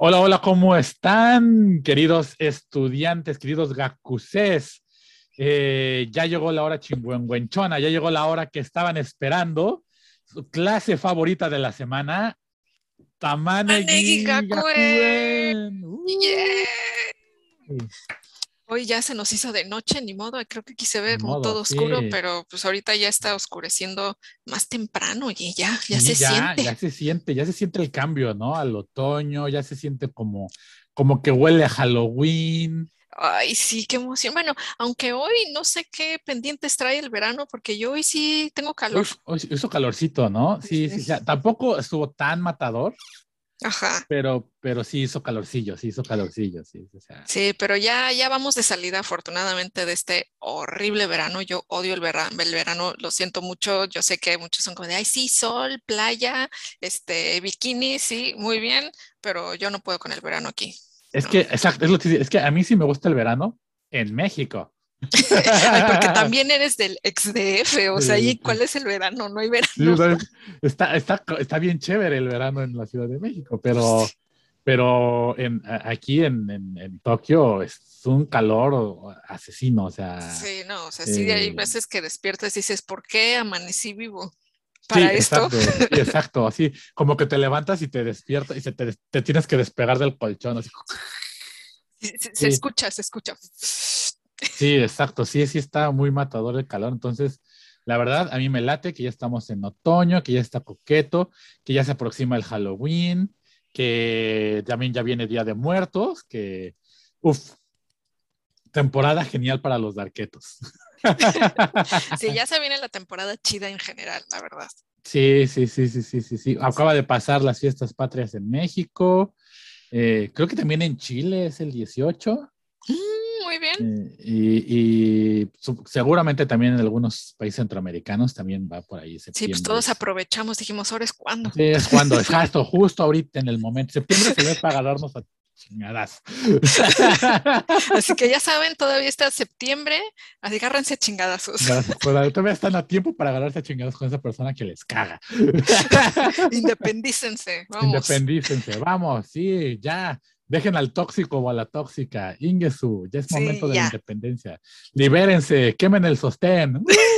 Hola, hola, ¿cómo están, queridos estudiantes, queridos gacusés? Ya llegó la hora chingüengüenchona, ya llegó la hora que estaban esperando. Su clase favorita de la semana, Anegi Tamanegi Gakuen. Gakuen. ¡Yeah! Hoy ya se nos hizo de noche, ni modo. Creo que aquí se Ni ve como modo, todo oscuro, sí. pero pues ahorita ya está oscureciendo más temprano y ya se Sí, ya siente. se siente el cambio, ¿no? Al otoño, ya se siente como que huele a Halloween. Ay, sí, qué emoción. Bueno, aunque hoy no sé qué pendientes trae el verano, porque yo hoy sí tengo calor. Hoy hizo calorcito, ¿no? Sí, sí, Ujú. sí. Tampoco estuvo tan matador, Ajá. pero sí hizo calorcillo, sí, o sea, Sí, pero ya vamos de salida, afortunadamente, de este horrible verano. Yo odio el verano, lo siento mucho. Yo sé que muchos son como de, ay, sí, sol, playa, bikini, sí, muy bien, pero yo no puedo con el verano aquí. es No. que, exacto, es que a mí sí me gusta el verano en México. Ay, porque también eres del ex DF, o sea, ¿y Sí, cuál es el verano? No hay sí, verano. está bien chévere el verano en la Ciudad de México, pero aquí en Tokio es un calor asesino, o sea, Sí, no, o sea, sí hay eh, veces que despiertas y dices, ¿por qué amanecí vivo sí, para esto? exacto, sí, exacto, así como que te levantas y te despiertas y te tienes que despegar del colchón, así. Se Sí, escucha, se escucha. sí, exacto, sí, sí está muy matador el calor, entonces la verdad a mí me late que ya estamos en otoño, que ya está coqueto, que ya se aproxima el Halloween, que también ya viene Día de Muertos, que, uff, temporada genial para los darquetos. Sí, ya se viene la temporada chida en general, la verdad. Sí, sí, sí, sí, sí, sí, sí. Acaba de pasar las fiestas patrias en México, creo que también en Chile es el 18. Muy bien. Seguramente también en algunos países centroamericanos también va por ahí, Sí, pues septiembre todos es. aprovechamos, dijimos, ¿ahora es cuándo? Sí, es cuando, es justo ahorita en el momento. Septiembre es el mes para agarrarnos a chingadas. Así que ya saben, todavía está septiembre, agárrense a chingadazos. Todavía están a tiempo para agarrarse a chingadas con esa persona que les caga. Independícense, vamos. Independícense, vamos, sí, ya. Dejen al tóxico o a la tóxica. Ingesu, ya es momento Sí, de la ya. independencia. Libérense, quemen el sostén.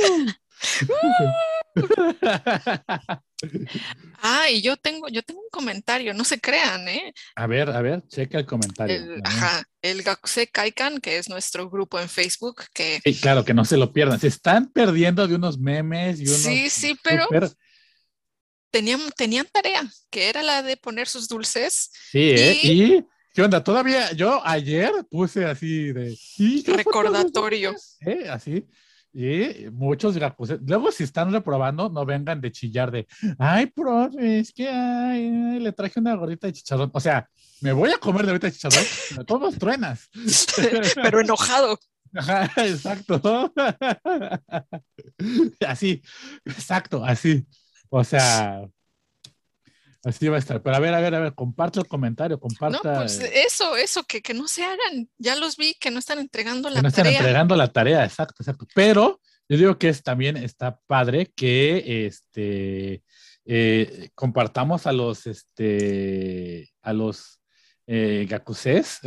Ah, y yo tengo un comentario, no se crean, ¿eh? A ver, checa el comentario. A ver. El Gakusei Kaikan, que es nuestro grupo en Facebook, que Sí, claro, que no se lo pierdan. Se están perdiendo de unos memes y sí, unos sí, pero súper. tenían tarea, que era la de poner sus dulces Sí, ¿eh? y ¿Y qué onda? Todavía yo ayer puse así de. ¿Y qué fue con los recordatorio. dulces? Así. Y muchos ya puse. Luego, si están reprobando, no vengan de chillar de. Ay, profe, es que ay, le traje una gordita de chicharrón. O sea, me voy a comer de gordita de chicharrón, pero todos truenas. Pero enojado. Ajá, exacto. Así, exacto, así. O sea, así va a estar. Pero a ver, comparta el comentario, No, comparta pues eso, que no se hagan. Ya los vi que no están entregando que la no estén tarea. entregando la tarea, exacto, exacto. Pero yo digo que también está padre que compartamos a los gakusés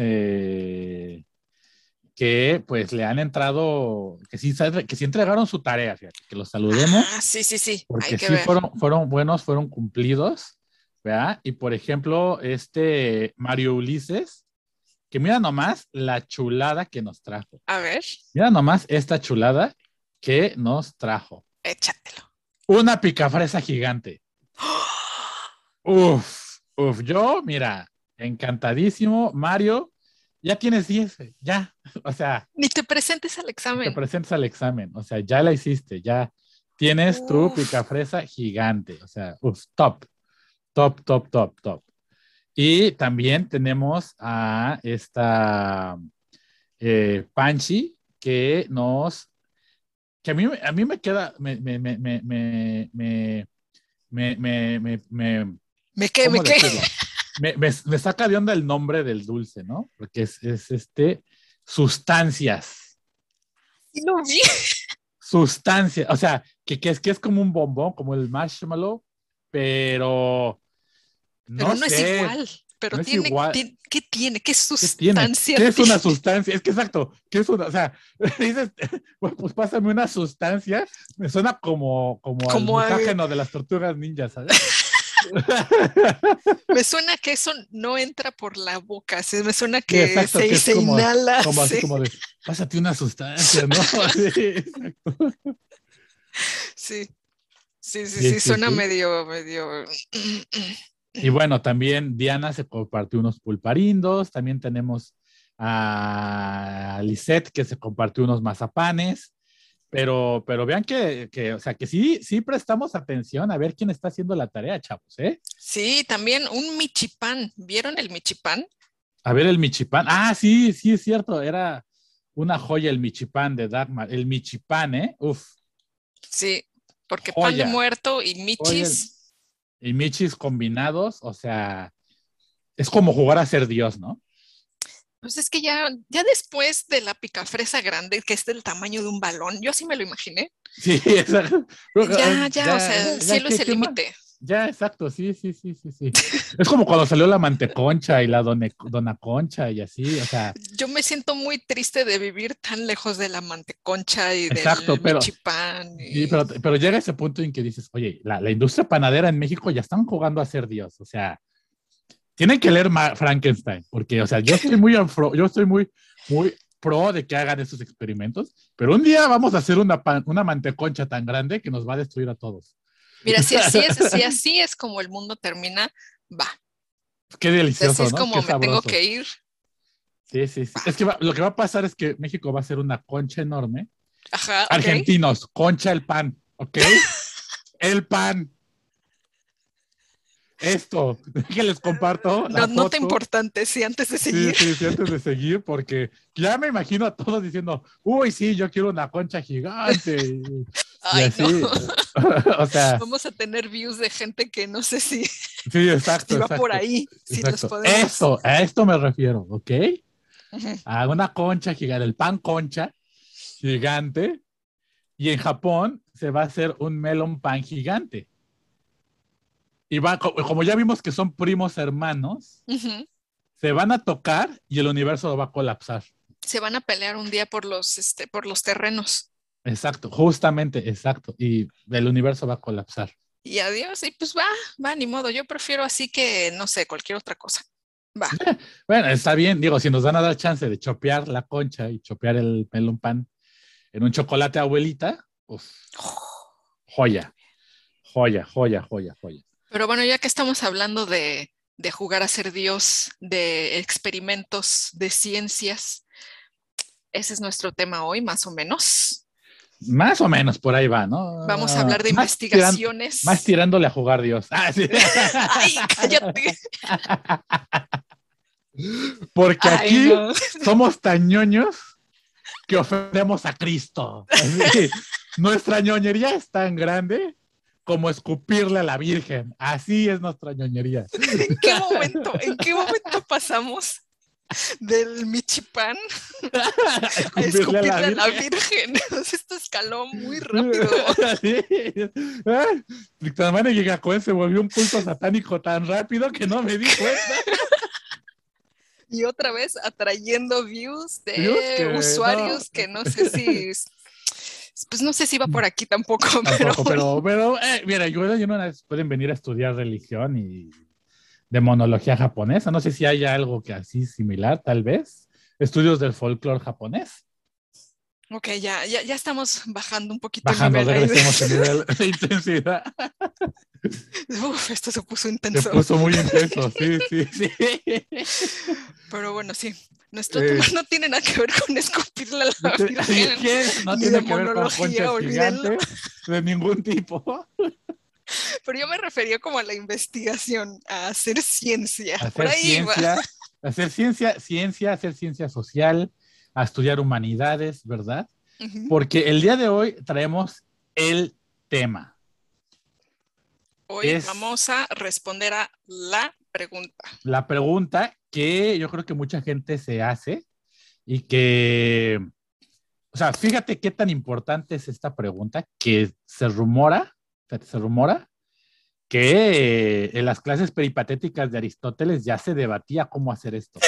que pues le han entrado, que sí entregaron su tarea, fíjate, que los Ah, saludemos sí, sí, sí, hay porque que sí ver. fueron buenos, fueron cumplidos, ¿verdad? Y por ejemplo, Mario Ulises, que mira nomás la chulada que nos trajo. A ver, Mira nomás esta chulada que nos trajo. échatelo. Una picafresa gigante. Uf, uf, yo, mira, encantadísimo. Mario, ya tienes 10, ya. O sea, Ni te presentes al te examen. presentas al examen. O sea, ya la hiciste, ya tienes tu Uf. picafresa gigante. O sea, uf, top, top, top, top, top. Y también tenemos a esta Panchi que a mí me queda, Me ¿cómo qué. decirlo? Me saca de onda el nombre del dulce, ¿no? Porque sustancias, Sí lo vi. sustancias, o sea, que es como un bombón, como el marshmallow, pero Pero no no es sé, igual. Pero no es igual. ¿qué tiene? ¿Qué ¿Qué tiene? sustancia ¿Qué es tiene? una sustancia? Es que exacto, ¿qué es una? O sea, dices, pues pásame una sustancia, me suena como al Como mutágeno de las tortugas ninjas, ¿sabes? me suena que eso no entra por la boca, sí, me suena Sí, que exacto, que es se inhala, como así sí, como de, pásate una sustancia, ¿no? Sí, exacto. sí, sí, sí, Sí, sí, sí, suena sí. medio. Y bueno, también Diana se compartió unos pulparindos, también tenemos a Lisette que se compartió unos mazapanes, pero vean o sea, que sí, sí prestamos atención a ver quién está haciendo la tarea, chavos, ¿eh? Sí, también un michipán. ¿Vieron el michipán? A ver el Michipán. Ah, sí, sí, es cierto, era una joya el Michipán de Dagmar. El Michipán, ¿eh? Uf, Sí, porque pan de joya, muerto y joya. michis. Y Michis combinados, o sea, es como jugar a ser Dios, ¿no? Pues es que ya después de la picafresa grande, que es del tamaño de un balón, yo así me lo imaginé. Sí, exacto. O sea, el cielo es el ¿Qué más? límite. Ya, exacto, sí, sí, sí, sí, sí. Es como cuando salió la manteconcha y la dona concha y así, o sea, Yo me siento muy triste de vivir tan lejos de la manteconcha y del exacto, pero, michipán. sí, pero llega ese punto en que dices, oye, la industria panadera en México ya están jugando a ser Dios, o sea, tienen que leer Frankenstein, porque, o sea, yo estoy muy pro de que hagan esos experimentos, pero un día vamos a hacer una manteconcha tan grande que nos va a destruir a todos. Mira, si así es como el mundo termina, va. Qué Si así delicioso, es ¿no? como Qué me tengo sabroso. que ir, Sí, sí, sí. va. Es que lo que va a pasar es que México va a ser una concha enorme. Ajá, ok. Argentinos, concha el pan, ¿ok? El pan. Esto, que les comparto No, la nota foto. importante, sí, antes de Sí, seguir. sí, sí, antes de seguir, porque ya me imagino a todos diciendo, uy, sí, yo quiero una concha gigante y Ay, no. así. O sea, Vamos a tener views de gente que no sé si, sí, exacto, si va por exacto, ahí, si los exacto. podemos. A esto me refiero, ¿ok? Ujú. A una concha gigante, el pan concha gigante, y en Japón se va a hacer un melon pan gigante. Y va, como ya vimos que son primos hermanos, Ujú. se van a tocar y el universo va a colapsar. Se van a pelear un día por los terrenos. Exacto, justamente, exacto. Y el universo va a colapsar. Y adiós, y pues va, ni modo. Yo prefiero así que, no sé, cualquier otra cosa. Va. Bueno, está bien, digo, si nos van a dar chance de chopear la concha y chopear el melón pan en un chocolate abuelita, pues joya, joya, joya, joya, joya. Pero bueno, ya que estamos hablando de jugar a ser Dios, de experimentos, de ciencias, ese es nuestro tema hoy, más o menos. Más o menos por ahí va, Vamos a ¿no? hablar de Más investigaciones. tirándole a jugar Dios. Ah, sí. Ay, cállate. Porque Ay, aquí no. somos tan ñoños que ofendemos a Cristo. Así, nuestra ñoñería es tan grande como escupirle a la Virgen. Así es nuestra ñoñería. ¿En qué momento pasamos del michipán a Escupirle a la escupirle a la Virgen. Virgen? Esto escaló muy rápido. Sí. Víctor Gigacoen se volvió un culto satánico tan rápido que no me di cuenta. Y otra vez atrayendo views Dios de que no. usuarios que no sé si, pues no sé si va por aquí tampoco, pero Tampoco, bueno. pero mira, yo no pueden venir a estudiar religión y demonología japonesa. No sé si hay algo que así similar, tal vez. Estudios del folclore japonés. Ok, ya estamos bajando un poquito el Bajando, nivel ahí. regresemos el nivel de intensidad. Uf, esto se puso Se intenso. puso muy intenso, sí, sí, sí. Pero bueno, sí. Nuestro tema no tiene nada que ver con escupirle a No, la Virgen, no ni tiene que ver con demonología, conchas olvídenlo. gigantes de ningún tipo. Pero yo me refería como a la investigación, a hacer ciencia. Por Hacer ahí va. ciencia, hacer ciencia social, a estudiar humanidades, ¿verdad? Ujú. Porque el día de hoy traemos el tema. Hoy Es vamos a responder a la pregunta. la pregunta que yo creo que mucha gente se hace y que, o sea, fíjate qué tan importante es esta pregunta que se rumora que en las clases peripatéticas de Aristóteles ya se debatía cómo hacer esto.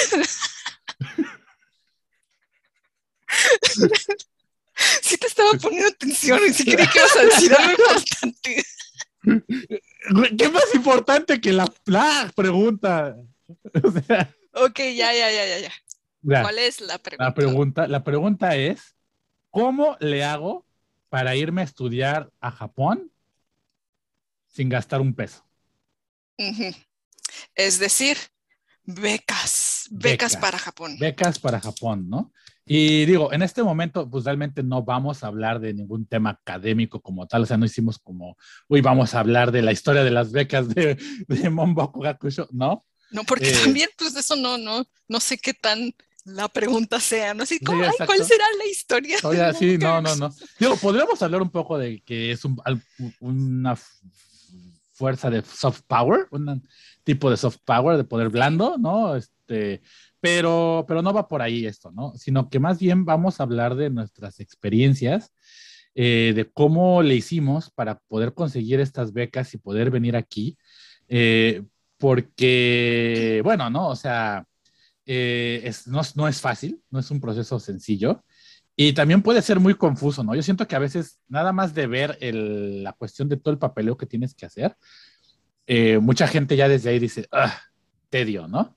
Sí te estaba poniendo atención y sí creí que ibas a decir algo importante. ¿Qué más importante que la pregunta? O sea, Ok, ya. ya, ¿Cuál es la pregunta? la pregunta es, ¿cómo le hago para irme a estudiar a Japón sin gastar un peso? Uh-huh. Es decir, becas para Japón. Becas para Japón, ¿no? Y digo, en este momento, pues realmente no vamos a hablar de ningún tema académico como tal, o sea, no hicimos como, uy, vamos a hablar de la historia de las becas de Monboku Gakusho, ¿no? No, porque también, pues de eso no sé qué tan la pregunta sea, no sé Sí, cómo, ay, ¿cuál exacto. será la historia? Oye, sí, no. Digo, podríamos hablar un poco de que es una fuerza de soft power, un tipo de soft power, de poder blando, ¿no? Pero no va por ahí esto, ¿no? Sino que más bien vamos a hablar de nuestras experiencias, de cómo le hicimos para poder conseguir estas becas y poder venir aquí, eh, porque, bueno, ¿no? O sea, no es fácil, no es un proceso sencillo. Y también puede ser muy confuso, ¿no? Yo siento que a veces nada más de ver la cuestión de todo el papeleo que tienes que hacer, mucha gente ya desde ahí dice, ah, tedio, ¿no?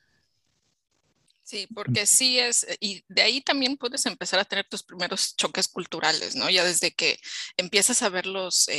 Sí, porque sí es, y de ahí también puedes empezar a tener tus primeros choques culturales, ¿no? Ya desde que empiezas a ver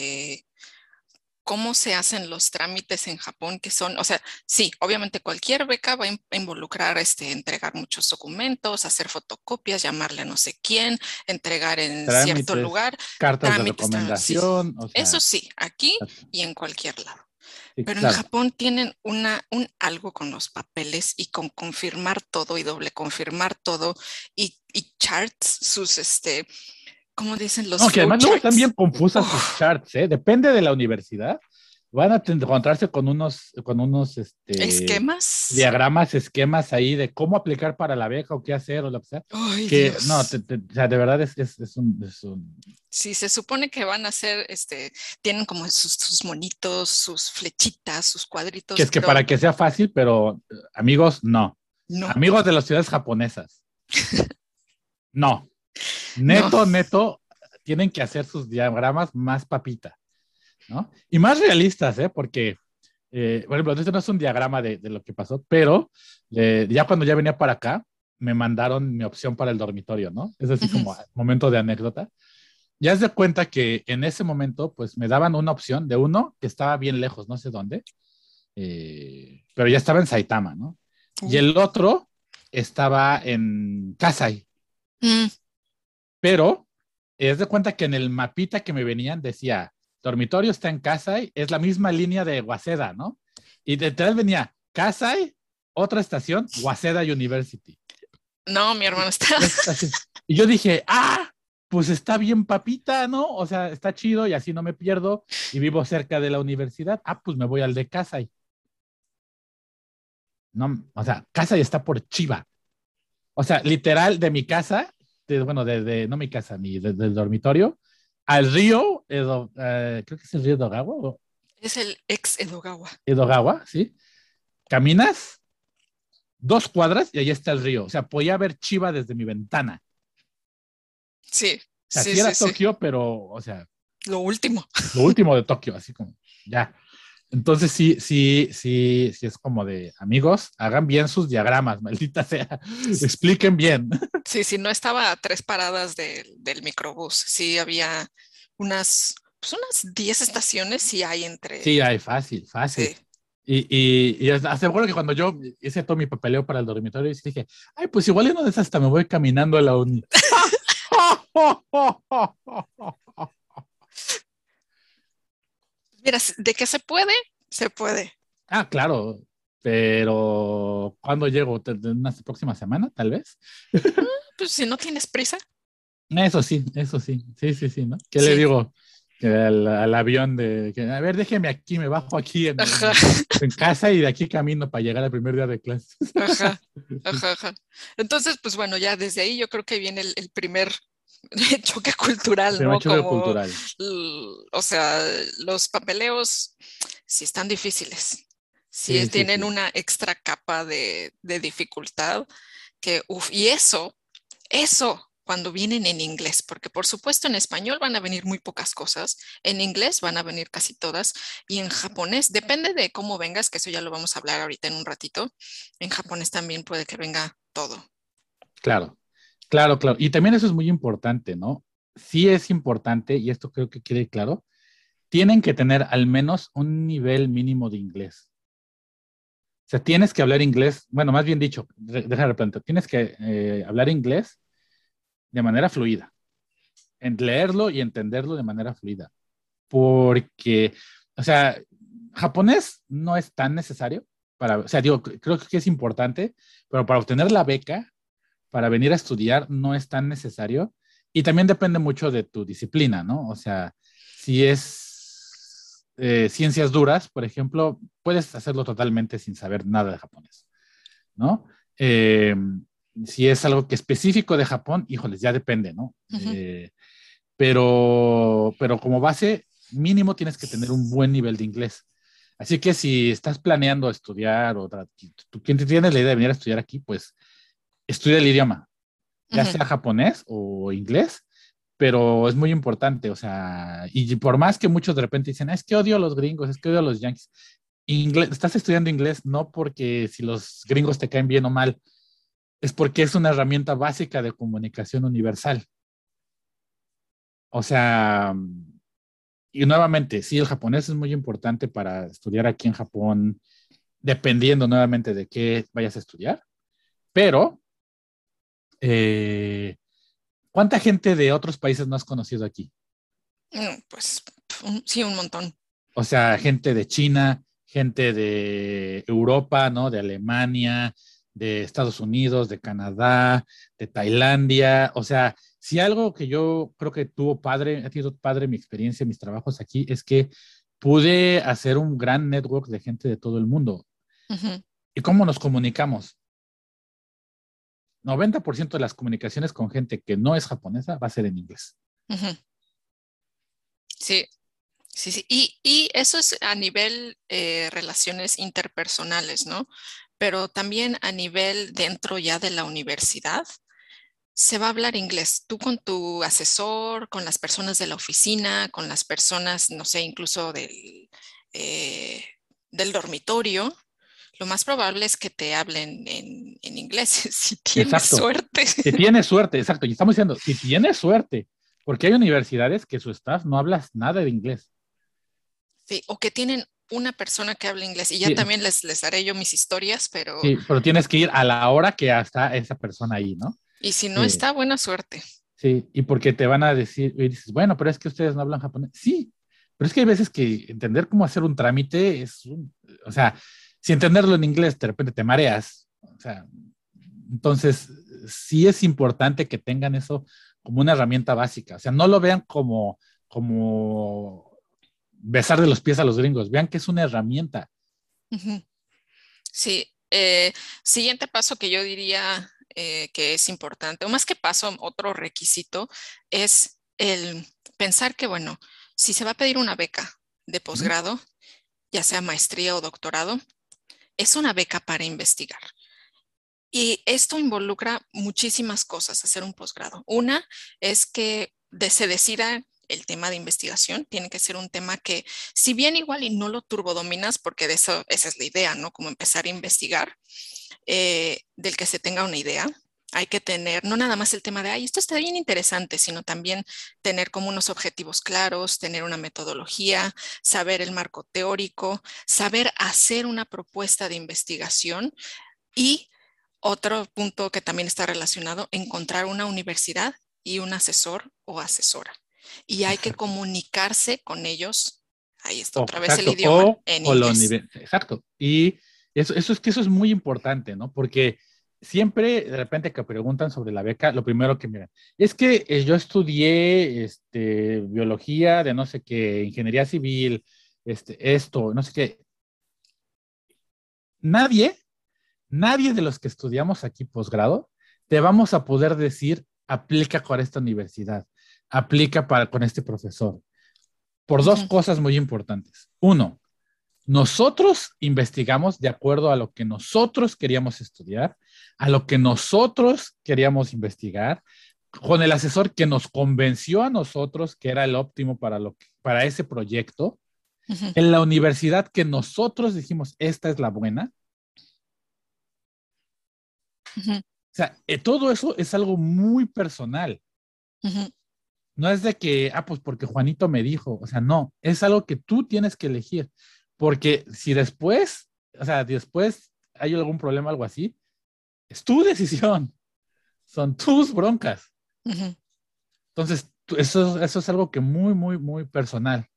cómo se hacen los trámites en Japón, que son, o sea, sí, obviamente cualquier beca va a involucrar entregar muchos documentos, hacer fotocopias, llamarle a no sé quién, entregar en cierto Trámites, lugar, cartas de trámites, sí, recomendación, o eso sea, sí, aquí y en cualquier lado. sí, Pero en claro. Japón tienen un algo con los papeles y con confirmar todo y doble confirmar todo y charts, ¿cómo dicen? Los No, que además luego están bien flowcharts. confusas sus Uf, charts, ¿eh? Depende de la universidad. Van a encontrarse con unos esquemas. diagramas, esquemas ahí de cómo aplicar para la beca o qué hacer o lo que sea. Ay, Que no, Dios. o sea, de verdad es un. Sí, se supone que van a hacer, tienen como sus monitos, sus flechitas, sus Que cuadritos, es que pero para que sea fácil, pero amigos, no. no, Amigos de las ciudades japonesas, no. no. Neto, tienen que hacer sus diagramas más papita, ¿no? Y más realistas, ¿eh? Porque, por ejemplo, esto no es un diagrama de lo que pasó, pero ya cuando ya venía para acá, me mandaron mi opción para el dormitorio, ¿no? Es así Ujú. como momento de anécdota. Ya se de cuenta que en ese momento, pues me daban una opción de uno que estaba bien lejos, no sé dónde, pero ya estaba en Saitama, ¿no? Y Uh, el otro estaba en Kasai, mm, pero es de cuenta que en el mapita que me venían decía, dormitorio está en Kasai, es la misma línea de Waseda, ¿no? Y detrás venía Kasai, otra estación, Waseda University. no, mi hermano está. Y yo dije, pues está bien papita, ¿no? O sea, está chido y así no me pierdo y vivo cerca de la universidad. Pues me voy al de Kasai. No, o sea, Kasai está por Chiva. O sea, literal, de mi casa, bueno, no mi casa, del dormitorio, al río, creo que es el río Edogawa, Es el ex Edogawa. Edogawa, ¿sí? Caminas 2 cuadras y ahí está el río. O sea, podía ver Chiva desde mi ventana. Sí, O sea, sí, sí era sí, sí. Tokio, pero, o sea, Lo último. lo último de Tokio, así como, ya. Entonces sí es como de amigos, hagan bien sus diagramas, maldita sea, expliquen bien. Sí, sí, no estaba a 3 paradas del microbús. Sí, había unas 10 estaciones, sí hay Sí, entre. hay fácil, fácil. Sí. Y aseguro que cuando yo hice todo mi papeleo para el dormitorio, dije, ay, pues igual en una de esas hasta me voy caminando a la uni. Mira, de que se puede, se puede. Claro, pero ¿cuándo llego? ¿En una próxima semana, tal vez? Pues si no tienes prisa. Eso sí, sí, ¿no? ¿Qué le Sí. digo? Que al avión a ver, déjeme aquí, me bajo aquí Ajá, en casa y de aquí camino para llegar al primer día de clases. ajá, ajá, ajá. Entonces, pues bueno, ya desde ahí yo creo que viene el primer choque cultural, primer ¿no? choque Como, cultural. o sea, los papeleos sí están difíciles, sí Sí, sí, tienen sí. una extra capa de dificultad que, uff, y eso cuando vienen en inglés, porque por supuesto en español van a venir muy pocas cosas, en inglés van a venir casi todas, y en japonés, depende de cómo vengas, que eso ya lo vamos a hablar ahorita en un ratito, en japonés también puede que venga todo. Claro, claro, claro. Y también eso es muy importante, ¿no? Sí es importante, y esto creo que quede claro, tienen que tener al menos un nivel mínimo de inglés. O sea, tienes que hablar inglés, bueno, más bien dicho, deja de repente, tienes que hablar inglés de manera fluida, en leerlo y entenderlo de manera fluida, porque, o sea, japonés no es tan necesario para, o sea, digo, creo que es importante, pero para obtener la beca, para venir a estudiar, no es tan necesario. Y también depende mucho de tu disciplina, ¿no? O sea, si es ciencias duras, por ejemplo, puedes hacerlo totalmente sin saber nada de japonés, ¿no? Eh, si es algo que específico de Japón, híjoles, ya depende, ¿no? Ujú, Pero como base, mínimo tienes que tener un buen nivel de inglés. Así que si estás planeando estudiar o tú tienes la idea de venir a estudiar aquí, pues estudia el idioma, ya ujú. sea japonés o inglés, pero es muy importante, o sea, y por más que muchos de repente dicen, es que odio a los gringos, es que odio a los yankees, inglés, estás estudiando inglés no porque si los gringos te caen bien o mal, es porque es una herramienta básica de comunicación universal. O sea, y nuevamente, sí, el japonés es muy importante para estudiar aquí en Japón, dependiendo nuevamente de qué vayas a estudiar, pero eh, ¿cuánta gente de otros países no has conocido aquí? Pues sí, un montón. O sea, gente de China, gente de Europa, ¿no? De Alemania, de Estados Unidos, de Canadá, de Tailandia. O sea, si algo que yo creo que ha sido padre mi experiencia, mis trabajos aquí, es que pude hacer un gran network de gente de todo el mundo. Ujú, ¿Y cómo nos comunicamos? 90% de las comunicaciones con gente que no es japonesa va a ser en inglés. ujú. Sí, sí, sí. Y eso es a nivel relaciones interpersonales, ¿no? Pero también a nivel dentro ya de la universidad, se va a hablar inglés. Tú con tu asesor, con las personas de la oficina, con las personas, no sé, incluso eh, del dormitorio, lo más probable es que te hablen en inglés, si tienes Exacto. suerte. Si tienes suerte, exacto. Y estamos diciendo, si tienes suerte, porque hay universidades que su staff no habla nada de inglés. Sí, o que tienen una persona que habla inglés y ya Sí, también les daré yo mis historias, pero sí, pero tienes que ir a la hora que está esa persona ahí, ¿no? y si no Eh, está, buena suerte. sí, y porque te van a decir, y dices, bueno, pero es que ustedes no hablan japonés. Sí, pero es que hay veces que entender cómo hacer un trámite o sea, si entenderlo en inglés de repente te mareas. O sea, entonces sí es importante que tengan eso como una herramienta básica. O sea, no lo vean como besar de los pies a los gringos, vean que es una herramienta. Ujú. Sí, siguiente paso que yo diría que es importante, o más que paso, otro requisito es el pensar que, bueno, si se va a pedir una beca de ¿Mm? posgrado, ya sea maestría o doctorado, es una beca para investigar. Y esto involucra muchísimas cosas, hacer un posgrado. Una es que se decida el tema de investigación, tiene que ser un tema que, si bien igual y no lo turbodominas, porque de eso, esa es la idea, ¿no? Como empezar a investigar, del que se tenga una idea. Hay que tener no nada más el tema de, ay, esto está bien interesante, sino también tener como unos objetivos claros, tener una metodología, saber el marco teórico, saber hacer una propuesta de investigación y otro punto que también está relacionado, encontrar una universidad y un asesor o asesora. Y hay que Exacto. comunicarse con ellos. Ahí está O, otra vez el exacto, idioma en o la inglés. universidad, exacto. Y eso es que eso es muy importante, ¿no? Porque siempre, de repente que preguntan sobre la beca, lo primero que miran, es que yo estudié biología de no sé qué, ingeniería civil, esto, no sé qué. Nadie, nadie de los que estudiamos aquí posgrado, te vamos a poder decir aplica con esta universidad, aplica con este profesor, por dos Ujú, cosas muy importantes. Uno, nosotros investigamos de acuerdo a lo que nosotros queríamos estudiar, a lo que nosotros queríamos investigar, con el asesor que nos convenció a nosotros que era el óptimo para ese proyecto, ujú, en la universidad que nosotros dijimos, esta es la buena. ujú, O sea, todo eso es algo muy personal. ujú, No es de que, pues porque Juanito me dijo, o sea, no, es algo que tú tienes que elegir, porque si después, o sea, después hay algún problema, algo así, es tu decisión, son tus broncas. ujú, Entonces, eso es algo que muy, muy, muy personal.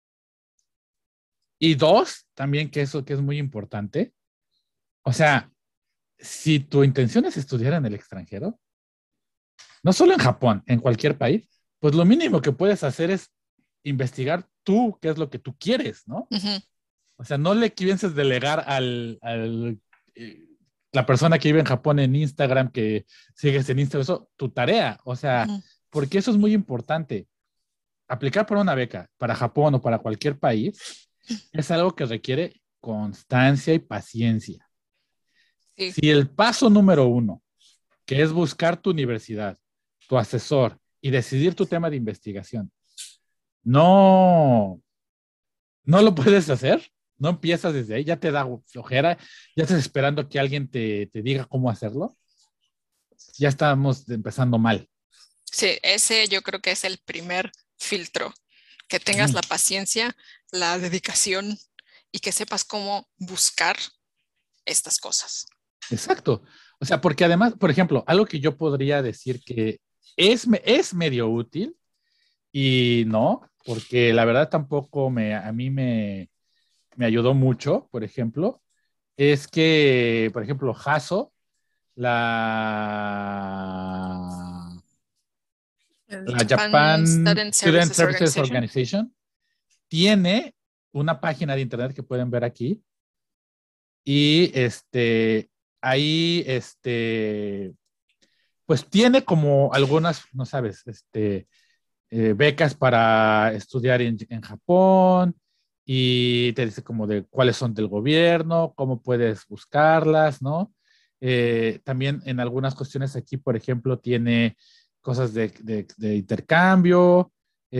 Y dos, también que eso que es muy importante, o sea, si tu intención es estudiar en el extranjero, no solo en Japón, en cualquier país, pues lo mínimo que puedes hacer es investigar tú qué es lo que tú quieres, ¿no? ujú, O sea, no le pienses delegar la persona que vive en Japón en Instagram, que sigues en Instagram, eso, tu tarea. O sea, ujú. porque eso es muy importante. Aplicar por una beca para Japón o para cualquier país es algo que requiere constancia y paciencia. Sí, Si el paso número uno, que es buscar tu universidad, tu asesor y decidir tu tema de investigación, no, no lo puedes hacer, no empiezas desde ahí, ya te da flojera, ya estás esperando que alguien te diga cómo hacerlo, ya estamos empezando mal. sí, ese yo creo que es el primer filtro, que tengas Ujú. la paciencia, la dedicación y que sepas cómo buscar estas cosas. Exacto. O sea, porque además, por ejemplo, algo que yo podría decir que es medio útil y no, porque la verdad tampoco a mí me ayudó mucho, por ejemplo, es que, por ejemplo, Haso, la, El la Japan Japan Student Student Services Services Organization. Organization, tiene una página de internet que pueden ver aquí y ahí, pues tiene como algunas, no sabes, becas para estudiar en Japón y te dice como de cuáles son del gobierno, cómo puedes buscarlas, ¿no? También en algunas cuestiones aquí, por ejemplo, tiene cosas de intercambio,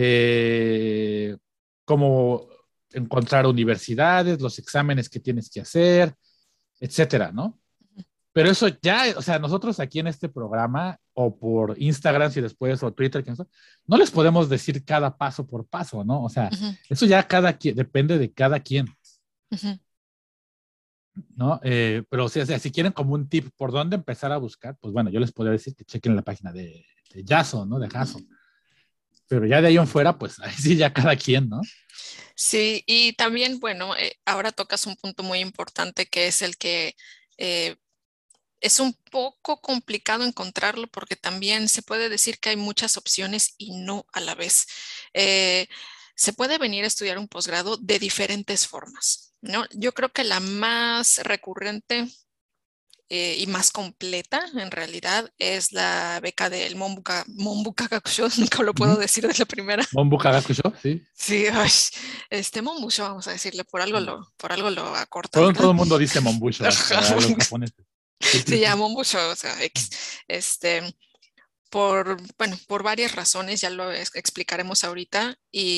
cómo encontrar universidades, los exámenes que tienes que hacer, etcétera, ¿no? Pero eso ya, o sea, nosotros aquí en este programa o por Instagram, si después, o Twitter, no les podemos decir cada paso por paso, ¿no? O sea, Ujú, eso ya cada quien, depende de cada quien, ujú. ¿no? Pero o sea, si quieren como un tip por dónde empezar a buscar, pues bueno, yo les podría decir que chequen la página de Yaso, ¿no? De Jaso. Pero ya de ahí en fuera, pues ahí sí ya cada quien, ¿no? Sí, y también, bueno, ahora tocas un punto muy importante que es el que eh, es un poco complicado encontrarlo porque también se puede decir que hay muchas opciones y no a la vez. Eh, Se puede venir a estudiar un posgrado de diferentes formas, ¿no? Yo creo que la más recurrente y más completa en realidad es la beca del Monbuka Gakusho, nunca lo puedo Ujú. decir de la primera. Monbu Kagakusho, sí. Sí, ay, Monbusho, vamos a decirle, por algo lo acortan, Todo ¿verdad? el mundo dice Monbusho, hasta los japoneses. Sí, sí, Se sí. llama Monbusho, o sea, X. Este, bueno, por varias razones, ya lo explicaremos ahorita.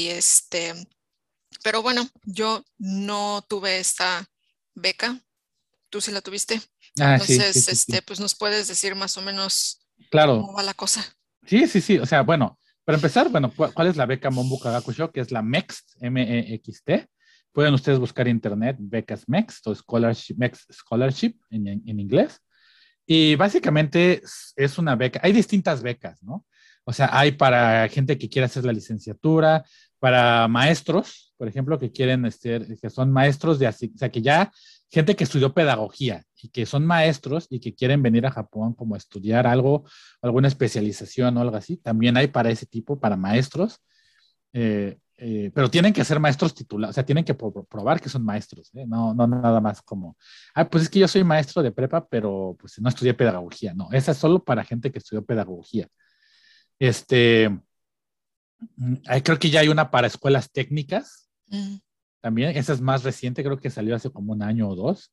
Pero bueno, yo no tuve esta beca, tú sí la tuviste. Ah, sí, sí, Entonces, sí, sí. pues nos puedes decir más o menos Claro, cómo va la cosa. sí, sí, sí. O sea, bueno, para empezar, bueno, ¿cuál es la beca Mombu Kagakusho? Que es la MEXT, MEXT. Pueden ustedes buscar en internet becas MEXT o Scholarship, MEXT Scholarship en inglés. Y básicamente es una beca. Hay distintas becas, ¿no? O sea, hay para gente que quiere hacer la licenciatura, para maestros, por ejemplo, que quieren, que son maestros o sea, que ya gente que estudió pedagogía y que son maestros y que quieren venir a Japón como a estudiar algo, alguna especialización o algo así. También hay para ese tipo, para maestros. Pero tienen que ser maestros titulados, o sea, tienen que probar que son maestros, ¿eh? No, no nada más como, pues es que yo soy maestro de prepa, pero pues no estudié pedagogía, no, esa es solo para gente que estudió pedagogía. Este, creo que ya hay una para escuelas técnicas Mm. también. Esa es más reciente, creo que salió hace como un año o dos.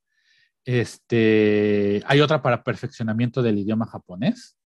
Hay otra para perfeccionamiento del idioma japonés.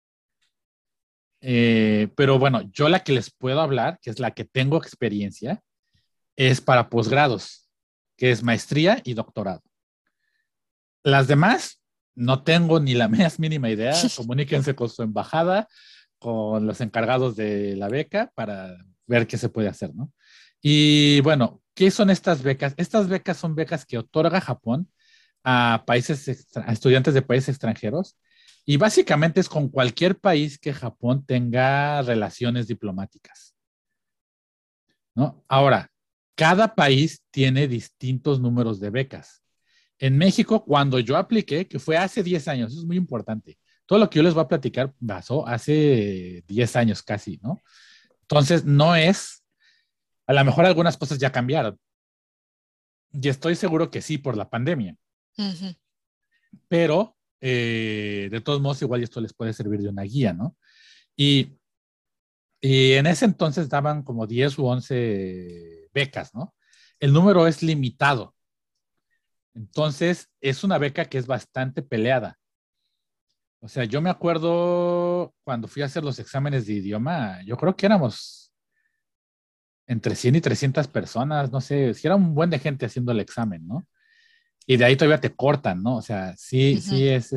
Pero bueno, yo la que les puedo hablar, que es la que tengo experiencia, es para posgrados, que es maestría y doctorado. Las demás, no tengo ni la más mínima idea. Comuníquense con su embajada, con los encargados de la beca para ver qué se puede hacer, ¿no? Y bueno, ¿qué son estas becas? Estas becas son becas que otorga Japón a a estudiantes de países extranjeros y básicamente es con cualquier país que Japón tenga relaciones diplomáticas, ¿no? Ahora, cada país tiene distintos números de becas. En México, cuando yo apliqué, que fue hace 10 años, eso es muy importante. Todo lo que yo les voy a platicar pasó hace 10 años casi, ¿no? Entonces, no es, a lo mejor algunas cosas ya cambiaron. Y estoy seguro que sí por la pandemia, Ujú. pero de todos modos, igual esto les puede servir de una guía, ¿no? Y, y en ese entonces daban como 10 u 11 becas, ¿no? El número es limitado. Entonces, es una beca que es bastante peleada. O sea, yo me acuerdo cuando fui a hacer los exámenes de idioma, yo creo que éramos entre 100 y 300 personas, no sé, si era un buen de gente haciendo el examen, ¿no? Y de ahí todavía te cortan, ¿no? O sea, sí, Ujú. sí es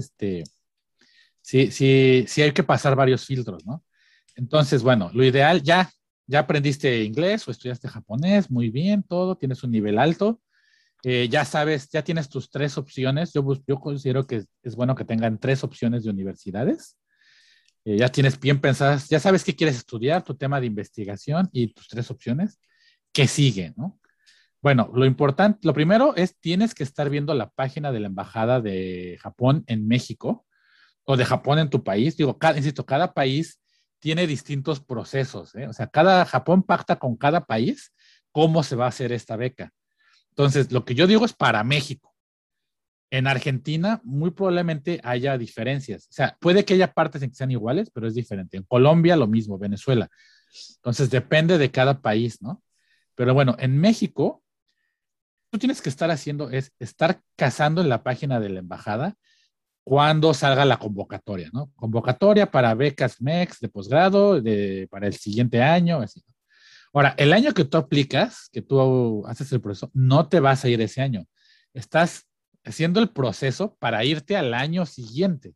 sí hay que pasar varios filtros, ¿no? Entonces, bueno, lo ideal, ya aprendiste inglés o estudiaste japonés, muy bien, todo, tienes un nivel alto, ya sabes, ya tienes tus tres opciones. Yo considero que es bueno que tengan tres opciones de universidades. Ya tienes bien pensadas, ya sabes qué quieres estudiar, tu tema de investigación y tus tres opciones. ¿Qué sigue, no? Bueno, lo importante, lo primero es tienes que estar viendo la página de la Embajada de Japón en México o de Japón en tu país. Digo, insisto, cada país tiene distintos procesos, ¿eh? O sea, Japón pacta con cada país cómo se va a hacer esta beca. Entonces, lo que yo digo es para México. En Argentina, muy probablemente haya diferencias. O sea, puede que haya partes en que sean iguales, pero es diferente. En Colombia, lo mismo, Venezuela. Entonces, depende de cada país, ¿no? Pero bueno, en México, tú tienes que estar haciendo es estar cazando en la página de la embajada cuando salga la convocatoria, ¿no? Convocatoria para becas MEX de posgrado para el siguiente año, así. Ahora, el año que tú aplicas, que tú haces el proceso, no te vas a ir ese año. Estás haciendo el proceso para irte al año siguiente.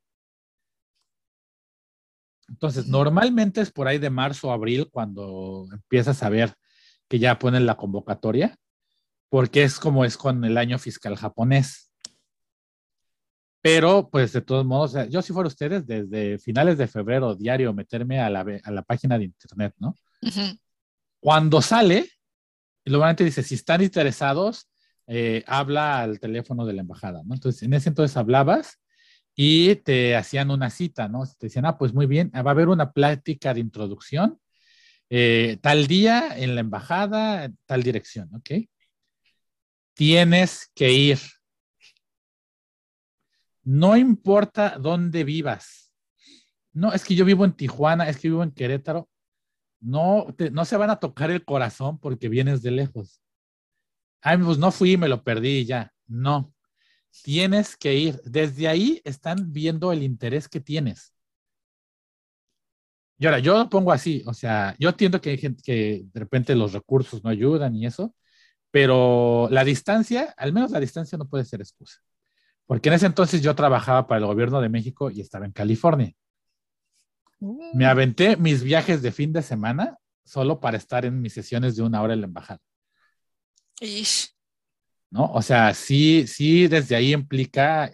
Entonces, Ujú. normalmente es por ahí de marzo o abril cuando empiezas a ver que ya ponen la convocatoria, porque es como es con el año fiscal japonés. Pero, pues, de todos modos, o sea, yo si fuera ustedes, desde finales de febrero diario, meterme a la página de internet, ¿no? Ujú. Cuando sale, y normalmente dice, si están interesados, habla al teléfono de la embajada, ¿no? Entonces, en ese entonces hablabas y te hacían una cita, ¿no? Te decían, ah, pues muy bien, va a haber una plática de introducción, tal día en la embajada, tal dirección, ¿ok? Tienes que ir. No importa dónde vivas. No, es que yo vivo en Tijuana, es que vivo en Querétaro. No se van a tocar el corazón porque vienes de lejos. Ay, pues no fui y me lo perdí y ya. No, tienes que ir. Desde ahí están viendo el interés que tienes. Y ahora, yo lo pongo así, o sea, yo entiendo que hay gente que de repente los recursos no ayudan y eso, pero la distancia, al menos la distancia no puede ser excusa. Porque en ese entonces yo trabajaba para el gobierno de México y estaba en California. Me Mm. aventé mis viajes de fin de semana solo para estar en mis sesiones de una hora en la embajada, Ish. ¿no? O sea, sí, sí, desde ahí implica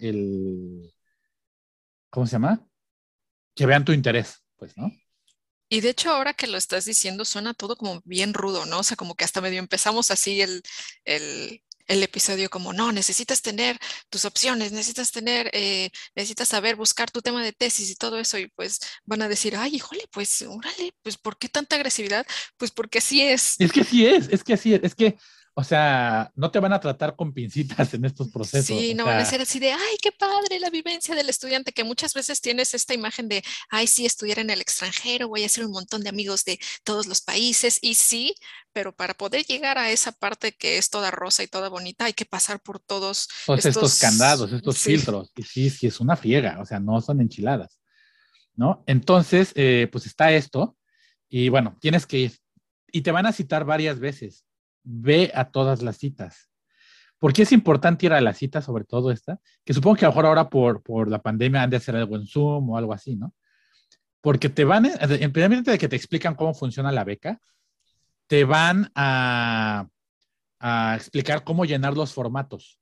¿cómo se llama? Que vean tu interés, pues, ¿no? Y de hecho, ahora que lo estás diciendo, suena todo como bien rudo, ¿no? O sea, como que hasta medio empezamos así el episodio como, no, necesitas tener tus opciones, necesitas saber buscar tu tema de tesis y todo eso. Y pues van a decir, ay, híjole, pues, órale, pues, ¿por qué tanta agresividad? Pues porque así es. Es que sí es que así es que o sea, no te van a tratar con pincitas en estos procesos. Sí, O no van a sea, ser así de, ay, qué padre la vivencia del estudiante, que muchas veces tienes esta imagen de, ay, sí, estudiar en el extranjero, voy a hacer un montón de amigos de todos los países, y sí, pero para poder llegar a esa parte que es toda rosa y toda bonita, hay que pasar por todos todos estos estos, candados, estos sí. filtros, y sí, sí es una friega, o sea, no son enchiladas, ¿no? Entonces, pues está esto, y bueno, tienes que ir, y te van a citar varias veces. Ve a todas las citas. ¿Por qué es importante ir a la cita, sobre todo esta? Que supongo que a lo mejor ahora por la pandemia han de hacer algo en Zoom o algo así, ¿no? Porque te van, independientemente de que te explican cómo funciona la beca, te van a explicar cómo llenar los formatos.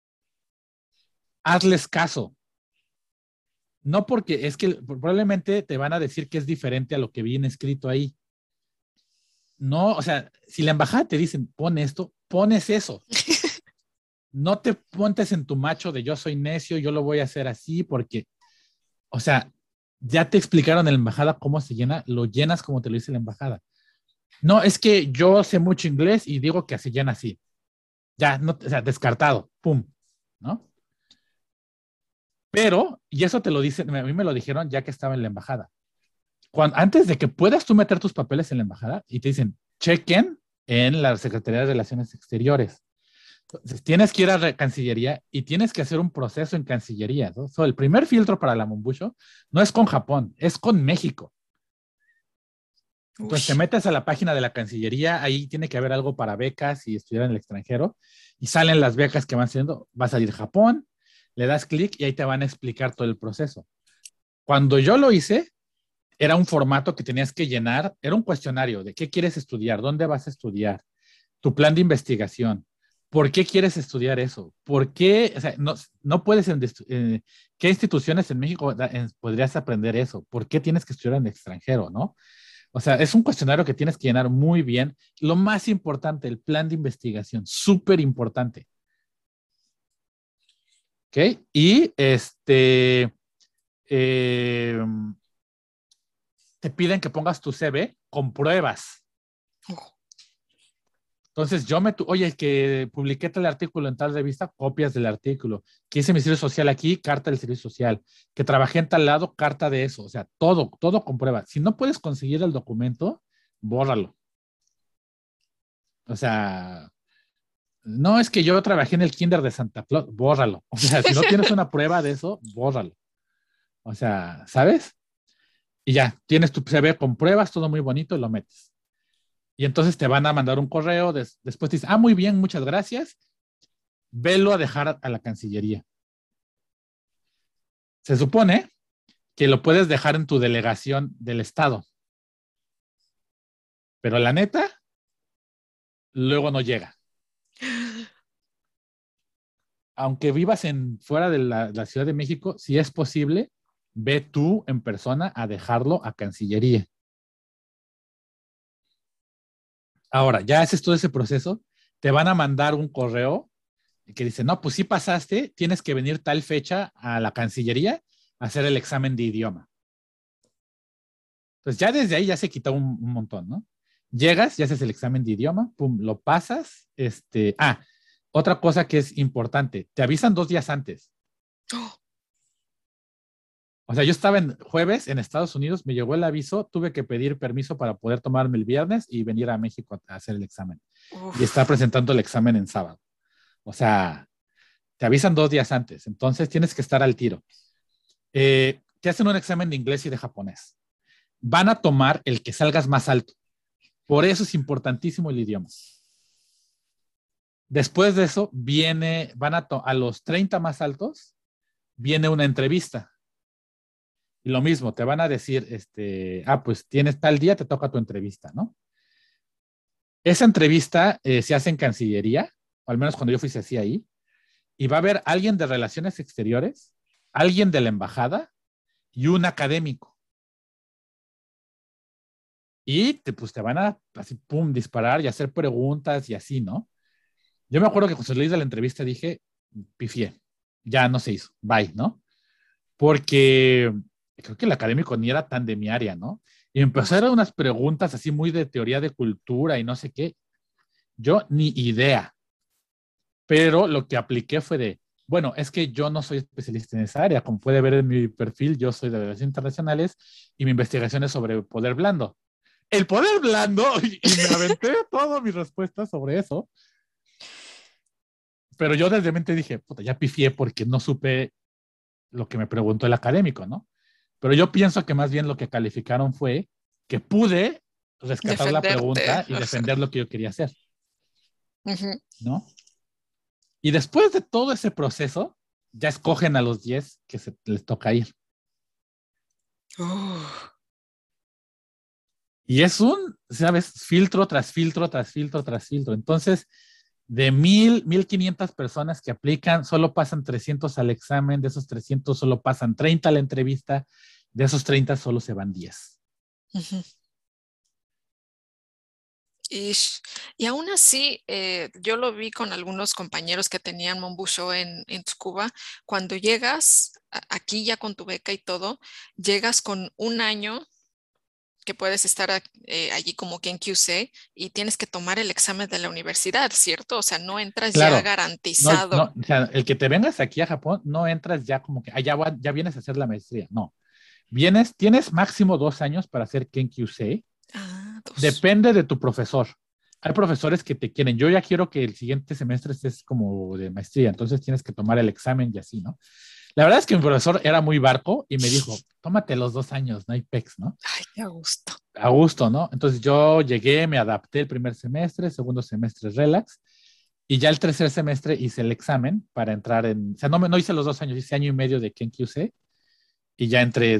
Hazles caso. No porque es que probablemente te van a decir que es diferente a lo que viene escrito ahí. No, o sea, si la embajada te dicen, pon esto, pones eso. No te pontes en tu macho de yo soy necio, yo lo voy a hacer así, porque, o sea, ya te explicaron en la embajada cómo se llena, lo llenas como te lo dice la embajada. No, es que yo sé mucho inglés y digo que se llena así. Ya, no, o sea, descartado, pum, ¿no? Pero, y eso te lo dicen, a mí me lo dijeron ya que estaba en la embajada. Antes de que puedas tú meter tus papeles en la embajada y te dicen, chequen en la Secretaría de Relaciones Exteriores. Entonces, tienes que ir a la Cancillería y tienes que hacer un proceso en Cancillería, ¿no? El primer filtro para la Mombucho no es con Japón, es con México. Entonces te Uy. metes a la página de la Cancillería, ahí tiene que haber algo para becas y estudiar en el extranjero, y salen las becas que van siendo, vas a ir a Japón, le das clic y ahí te van a explicar todo el proceso. Cuando yo lo hice, era un formato que tenías que llenar, era un cuestionario de qué quieres estudiar, dónde vas a estudiar, tu plan de investigación, por qué quieres estudiar eso, por qué, o sea, no puedes, qué instituciones en México podrías aprender eso, por qué tienes que estudiar en el extranjero, ¿no? O sea, es un cuestionario que tienes que llenar muy bien. Lo más importante, el plan de investigación, súper importante. ¿Ok? Y eh, te piden que pongas tu CV con pruebas. Entonces, oye, que publiqué tal artículo en tal revista, copias del artículo. Que hice mi servicio social aquí, carta del servicio social. Que trabajé en tal lado, carta de eso. O sea, todo, todo con pruebas. Si no puedes conseguir el documento, bórralo. O sea, no es que yo trabajé en el kinder de Santa Claus, bórralo. O sea, si no tienes una prueba de eso, bórralo. O sea, ¿sabes? Y ya, tienes tu CV con pruebas, todo muy bonito, y lo metes. Y entonces te van a mandar un correo, después te dicen, muy bien, muchas gracias, velo a dejar a la Cancillería. Se supone que lo puedes dejar en tu delegación del Estado, pero la neta, luego no llega. Aunque vivas fuera de la Ciudad de México, si es posible, ve tú en persona a dejarlo a Cancillería. Ahora, ya haces todo ese proceso, te van a mandar un correo que dice, no, pues sí pasaste, tienes que venir tal fecha a la Cancillería a hacer el examen de idioma. Entonces ya desde ahí ya se quitó un montón, ¿no? Llegas, ya haces el examen de idioma, pum, lo pasas. Otra cosa que es importante, te avisan 2 días antes. O sea, yo estaba en jueves en Estados Unidos, me llegó el aviso, tuve que pedir permiso para poder tomarme el viernes y venir a México a hacer el examen. Y estar Uf. presentando el examen en sábado. O sea, te avisan 2 días antes, entonces tienes que estar al tiro. Te hacen un examen de inglés y de japonés. Van a tomar el que salgas más alto. Por eso es importantísimo el idioma. Después de eso, a los 30 más altos, viene una entrevista. Y lo mismo, te van a decir, pues tienes tal día, te toca tu entrevista, ¿no? Esa entrevista se hace en Cancillería, o al menos cuando yo fui se hacía ahí, y va a haber alguien de Relaciones Exteriores, alguien de la embajada y un académico. Y pues te van a así, pum, disparar y hacer preguntas y así, ¿no? Yo me acuerdo que cuando salí de la entrevista dije, pifié, ya no se hizo, bye, ¿no? Porque creo que el académico ni era tan de mi área, ¿no? Y empezó a Uf. hacer unas preguntas así muy de teoría de cultura y no sé qué. Yo ni idea, pero lo que apliqué fue de, bueno, es que yo no soy especialista en esa área. Como puede ver en mi perfil, yo soy de relaciones internacionales y mi investigación es sobre poder blando. El poder blando, y me aventé todas mis respuestas sobre eso, pero yo desde mente dije, puta, ya pifié porque no supe lo que me preguntó el académico, ¿no? Pero yo pienso que más bien lo que calificaron fue que pude rescatar la Defenderte. pregunta y defender lo que yo quería hacer, Ujú. ¿no? Y después de todo ese proceso, ya escogen a los 10 que les toca ir. Uh, Y es un, ¿sabes? Filtro tras filtro, tras filtro, tras filtro. Entonces, de 1,500 personas que aplican, solo pasan 300 al examen, de esos 300 solo pasan 30 a la entrevista, de esos 30 solo se van 10. ujú. Ish. Y aún así, yo lo vi con algunos compañeros que tenían Monbusho en Tsukuba. Cuando llegas aquí ya con tu beca y todo, llegas con un año que puedes estar allí como quien QC y tienes que tomar el examen de la universidad, ¿cierto? O sea, no entras ya Claro, no, no, garantizado. o sea, el que te vengas aquí a Japón, no entras ya como que, ya vienes a hacer la maestría, no. Vienes, tienes máximo 2 años para hacer KenQC. Ah, dos. Depende de tu profesor. Hay profesores que te quieren. Yo ya quiero que el siguiente semestre estés como de maestría, entonces tienes que tomar el examen y así, ¿no? La verdad es que mi profesor era muy barco y me dijo, tómate los 2 años, no hay pex, ¿no? Ay, qué a gusto. A gusto, ¿no? Entonces yo llegué, me adapté el primer semestre, segundo semestre relax, y ya el tercer semestre hice el examen para entrar en, o sea, no hice los 2 años, hice año y medio de KenQC y ya entré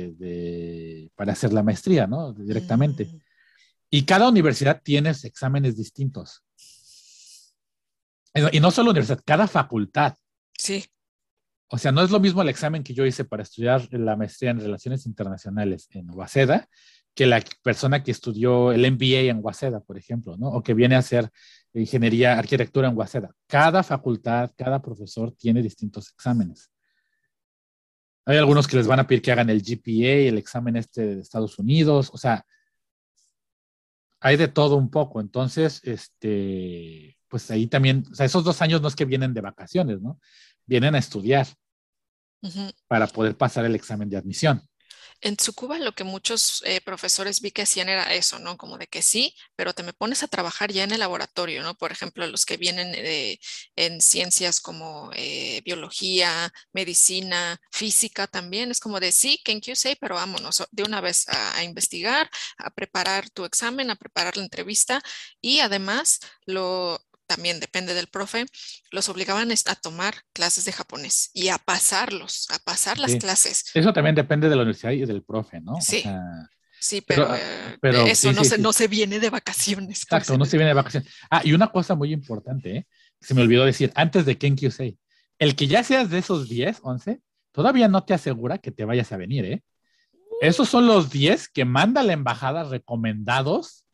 para hacer la maestría, ¿no? Directamente. Mm, Y cada universidad tiene exámenes distintos. Y no solo universidad, cada facultad. sí. O sea, no es lo mismo el examen que yo hice para estudiar la maestría en Relaciones Internacionales en Waseda que la persona que estudió el MBA en Waseda, por ejemplo, ¿no? O que viene a hacer ingeniería, arquitectura en Waseda. Cada facultad, cada profesor tiene distintos exámenes. Hay algunos que les van a pedir que hagan el GPA, el examen de Estados Unidos, o sea, hay de todo un poco. Entonces, pues ahí también, o sea, esos 2 años no es que vienen de vacaciones, ¿no? Vienen a estudiar Ujú. para poder pasar el examen de admisión. En Tsukuba lo que muchos profesores vi que hacían era eso, ¿no? Como de que sí, pero te me pones a trabajar ya en el laboratorio, ¿no? Por ejemplo, los que vienen en ciencias como biología, medicina, física también, es como de sí, say, pero vámonos de una vez a investigar, a preparar tu examen, a preparar la entrevista y además lo... También depende del profe, los obligaban a tomar clases de japonés y a pasarlos, a pasar las Sí. clases. Eso también depende de la universidad y del profe, ¿no? O Sí, sea, sí, pero, pero pero eso sí, sí, sí. no se viene de vacaciones, pues. Exacto, uno se viene de vacaciones. Ah, y una cosa muy importante, ¿eh? Que se me olvidó decir antes de KenQC. El que ya seas de esos 10, 11, todavía no te asegura que te vayas a venir, ¿eh? Esos son los 10 que manda la embajada recomendados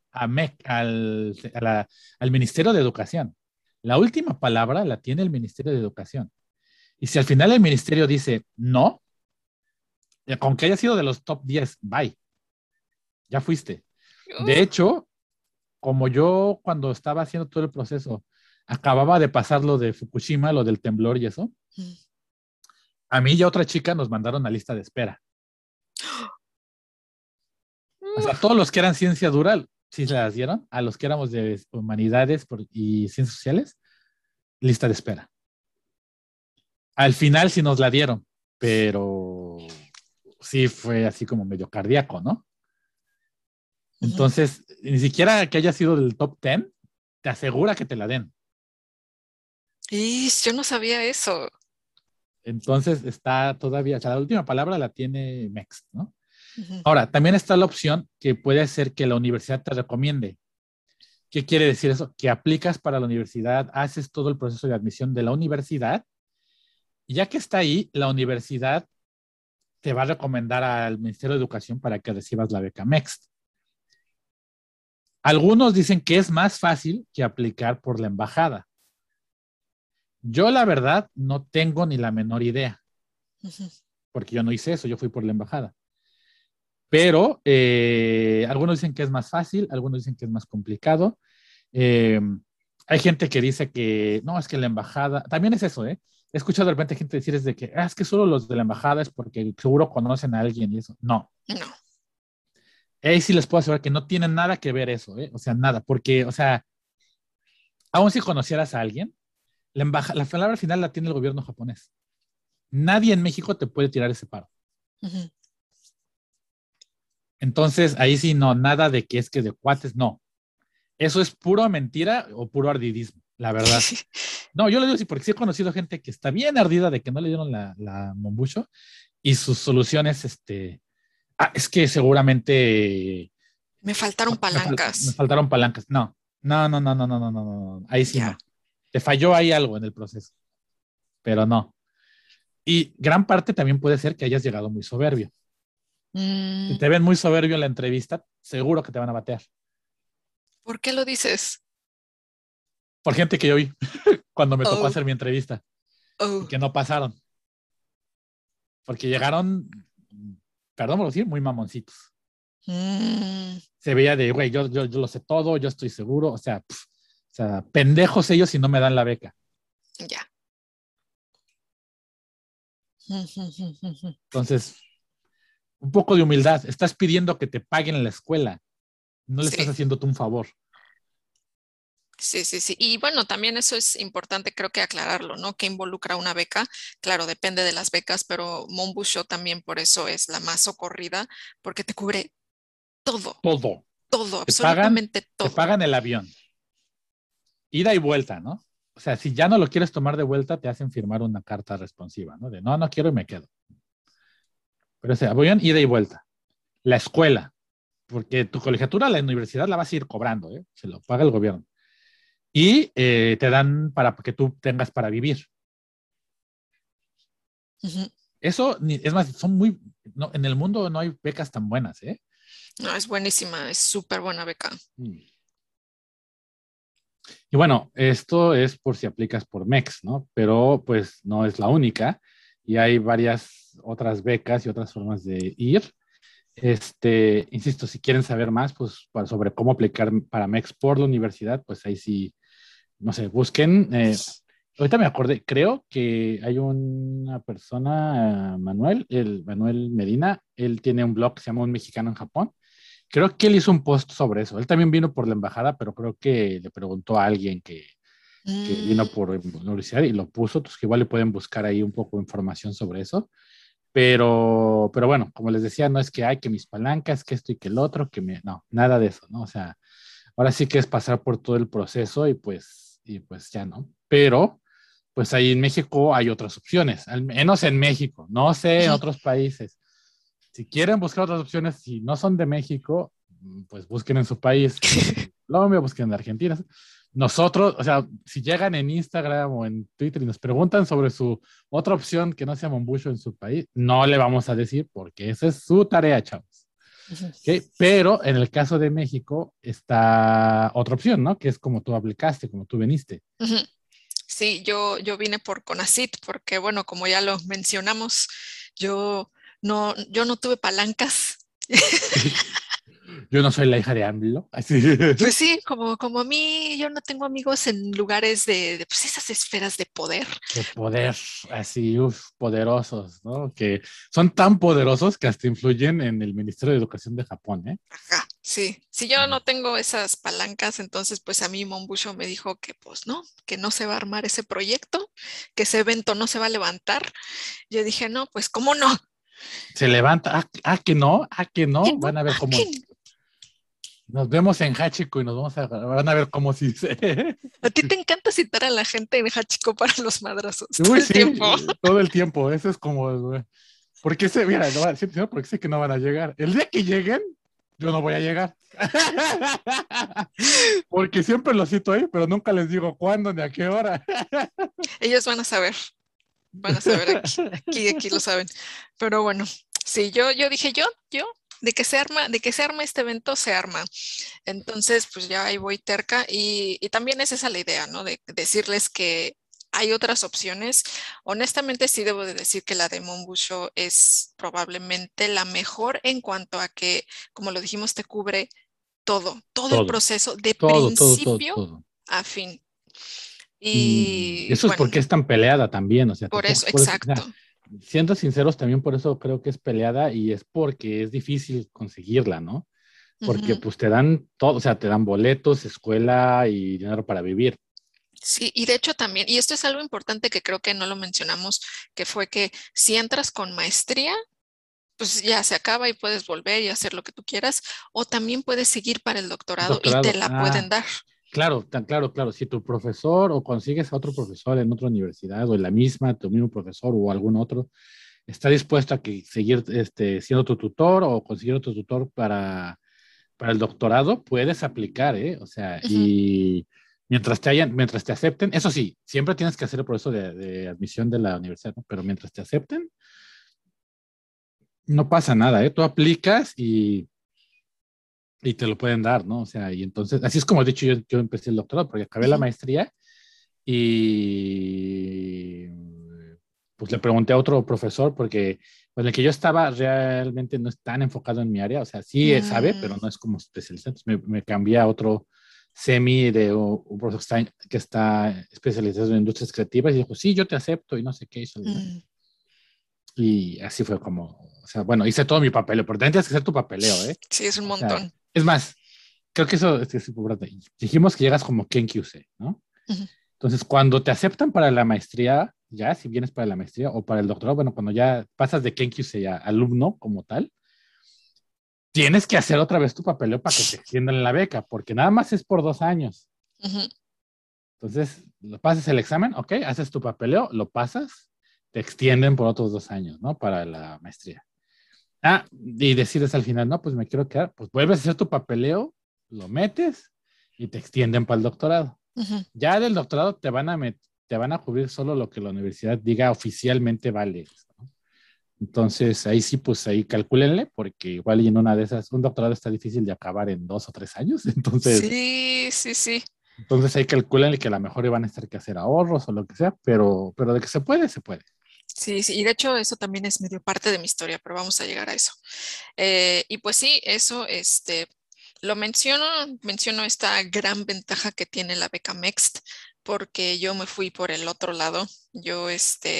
al Ministerio de Educación. La última palabra la tiene el Ministerio de Educación. Y si al final el ministerio dice no, con que haya sido de los top 10, bye, ya fuiste. De Uh, hecho, como yo cuando estaba haciendo todo el proceso, acababa de pasar lo de Fukushima, lo del temblor y eso, a mí y a otra chica nos mandaron a lista de espera. O sea, todos los que eran ciencia dura, sí se las dieron, a los que éramos de humanidades y ciencias sociales, lista de espera. Al final sí nos la dieron, pero sí fue así como medio cardíaco, ¿no? ujú. Entonces, ni siquiera que haya sido del top 10, te asegura que te la den. Y yo no sabía eso. Entonces, está todavía, o sea, la última palabra la tiene MEX, ¿no? Ujú. Ahora, también está la opción que puede ser que la universidad te recomiende. ¿Qué quiere decir eso? Que aplicas para la universidad, haces todo el proceso de admisión de la universidad, y ya que está ahí, la universidad te va a recomendar al Ministerio de Educación para que recibas la beca MEX. Algunos dicen que es más fácil que aplicar por la embajada. Yo, la verdad, no tengo ni la menor idea, Ujú. porque yo no hice eso, yo fui por la embajada. Pero algunos dicen que es más fácil, algunos dicen que es más complicado. Eh, Hay gente que dice que no, es que la embajada, también es eso, ¿eh? He escuchado de repente gente decir es de que es que solo los de la embajada es porque seguro conocen a alguien y eso. No, No. ahí sí les puedo asegurar que no tiene nada que ver eso, ¿eh? O sea, nada, porque, o sea, aun si conocieras a alguien, la palabra final la tiene el gobierno japonés. Nadie en México te puede tirar ese paro. Ujú. Entonces, ahí sí, no, nada de que es que de cuates, no. Eso es puro mentira o puro ardidismo, la verdad. No, yo lo digo así porque sí he conocido gente que está bien ardida de que no le dieron la Mombucho y sus soluciones, es que seguramente Me faltaron me palancas. faltaron palancas. No, no, no, no, no, no, no, no, no, ahí sí Ya. no. Te falló ahí algo en el proceso, pero no. Y gran parte también puede ser que hayas llegado muy soberbio. Si Mm, te ven muy soberbio en la entrevista, seguro que te van a batear. ¿Por qué lo dices? Por gente que yo vi cuando me tocó Oh, hacer mi entrevista y oh. que no pasaron, porque llegaron, perdón por decir, muy mamoncitos. Mm, Se veía de, güey, yo lo sé todo, yo estoy seguro, o sea, pendejos ellos si no me dan la beca. ya. Entonces, un poco de humildad. Estás pidiendo que te paguen en la escuela, no le estás Sí. haciendo tú un favor. Sí, sí, sí. Y bueno, también eso es importante, creo que aclararlo, ¿no? Que involucra una beca. Claro, depende de las becas, pero Monbusho también por eso es la más socorrida, porque te cubre todo, Todo. todo, Te pagan, absolutamente te todo. pagan el avión, ida y vuelta, ¿no? O sea, si ya no lo quieres tomar de vuelta, te hacen firmar una carta responsiva, ¿no? De no, no quiero y me quedo. Pero o sea, avión, ida y vuelta. La escuela, porque tu colegiatura, la universidad la vas a ir cobrando, ¿eh? Se lo paga el gobierno. Y te dan para que tú tengas para vivir. Ujú. Eso, es más, son muy, no, en el mundo no hay becas tan buenas, ¿eh? No, es buenísima, es súper buena beca. Mm. Y bueno, esto es por si aplicas por MEX, ¿no? Pero pues no es la única y hay varias otras becas y otras formas de ir. Insisto, si quieren saber más, pues sobre cómo aplicar para MEX por la universidad, pues ahí sí, no sé, busquen. Ahorita me acordé, creo que hay una persona, Manuel, el Manuel Medina, él tiene un blog que se llama Un Mexicano en Japón. Creo que él hizo un post sobre eso. Él también vino por la embajada, pero creo que le preguntó a alguien que vino Mm, por la universidad y lo puso, entonces que igual le pueden buscar ahí un poco de información sobre eso. Pero bueno, como les decía, no es que hay que mis palancas, que esto y que el otro, no, nada de eso, ¿no? O sea, ahora sí que es pasar por todo el proceso y pues ya, ¿no? Pero, pues ahí en México hay otras opciones, al menos en México, no sé en ujú. otros países. Si quieren buscar otras opciones, si no son de México, pues busquen en su país, en Colombia, busquen en Argentina. Nosotros, o sea, si llegan en Instagram o en Twitter y nos preguntan sobre su otra opción que no sea Mombucho en su país, no le vamos a decir porque esa es su tarea, chavos. Ujú, ¿Okay? Pero en el caso de México está otra opción, ¿no? Que es como tú aplicaste, como tú viniste. ujú. Sí, yo vine por CONACYT porque, bueno, como ya lo mencionamos, yo yo no tuve palancas. Yo no soy la hija de AMLO. Así. Pues sí, como a mí, yo no tengo amigos en lugares de, pues esas esferas de poder. De poder, así, poderosos, ¿no? Que son tan poderosos que hasta influyen en el Ministerio de Educación de Japón, ¿eh? Ajá, sí. Si yo no tengo esas palancas, entonces pues a mí Monbucho me dijo que pues no, que no se va a armar ese proyecto, que ese evento no se va a levantar. Yo dije, no, pues cómo no, Se levanta, que que no, no, van a ver ah, que cómo nos vemos en Hachiko y van a ver cómo sí se. a ti te encanta citar a la gente en Hachiko para los madrazos Uy, todo el sí, tiempo. todo el tiempo, eso es como, porque mira, no, sí, no, porque sé que no van a llegar. El día que lleguen, yo no voy a llegar. Porque siempre los cito ahí, pero nunca les digo cuándo ni a qué hora. Ellos van a saber aquí lo saben. Pero bueno, sí, yo dije, de que se arma este evento, se arma. Entonces, pues ya ahí voy terca y también es esa la idea, ¿no? De decirles que hay otras opciones. Honestamente, sí debo de decir que la de Monbusho es probablemente la mejor en cuanto a que, como lo dijimos, te cubre todo el Todo, proceso de todo, todo, todo, principio todo. a fin. Y Y eso es bueno, porque es tan peleada también, o sea, por tampoco eso, es por eso, o exacto. sea, siendo sinceros, también por eso creo que es peleada y es porque es difícil conseguirla, ¿no? Porque Ujú. pues te dan todo, o sea, te dan boletos, escuela y dinero para vivir. Sí, y de hecho también, y esto es algo importante que creo que no lo mencionamos, que fue que si entras con maestría, pues ya se acaba y puedes volver y hacer lo que tú quieras, o también puedes seguir para el doctorado y te Doctorado, la pueden dar. claro, tan claro, claro. Si tu profesor o consigues a otro profesor en otra universidad o en la misma, tu mismo profesor o algún otro, está dispuesto a que seguir siendo tu tutor o conseguir otro tutor para el doctorado, puedes aplicar, ¿eh? O sea, Ujú. y mientras te acepten, eso sí, siempre tienes que hacer el proceso de admisión de la universidad, ¿no? Pero mientras te acepten, no pasa nada, ¿eh? Tú aplicas y te lo pueden dar, ¿no? O sea, y entonces, así es como he dicho, yo empecé el doctorado, porque acabé la Ujú. maestría y pues le pregunté a otro profesor, porque con el que yo estaba realmente no es tan enfocado en mi área, o sea, sí sabe, pero Mm, no es como especialista. Entonces me cambié a otro semi de un profesor que está especializado en industrias creativas y dijo, sí, yo te acepto y no sé qué hizo, ¿no? mm. Y así fue como, o sea, bueno, hice todo mi papeleo, pero también tienes que hacer tu papeleo, ¿eh? Sí, es un O sea, montón. es más, creo que eso es importante. Dijimos que llegas como Ken QC, ¿no? Ujú. Entonces, cuando te aceptan para la maestría, ya, si vienes para la maestría o para el doctorado, bueno, cuando ya pasas de Ken QC a alumno como tal, tienes que hacer otra vez tu papeleo para que te extiendan la beca, porque nada más es por 2 años. Ujú. Entonces, lo pasas el examen, ok, haces tu papeleo, lo pasas, te extienden por otros 2 años, ¿no? Para la maestría. Y decides al final, no, pues me quiero quedar, pues vuelves a hacer tu papeleo, lo metes y te extienden para el doctorado. Ujú. Ya del doctorado te van a cubrir solo lo que la universidad diga oficialmente vale, ¿no? Entonces, ahí sí, pues ahí calcúlenle, porque igual y en una de esas, un doctorado está difícil de acabar en 2 o 3 años. Sí, sí, sí. Entonces ahí calcúlenle que a lo mejor iban a estar que hacer ahorros o lo que sea, pero de que se puede, se puede. Sí, sí, y de hecho eso también es medio parte de mi historia, pero vamos a llegar a eso. Y pues sí, eso, lo menciono esta gran ventaja que tiene la beca Mext, porque yo me fui por el otro lado. Yo,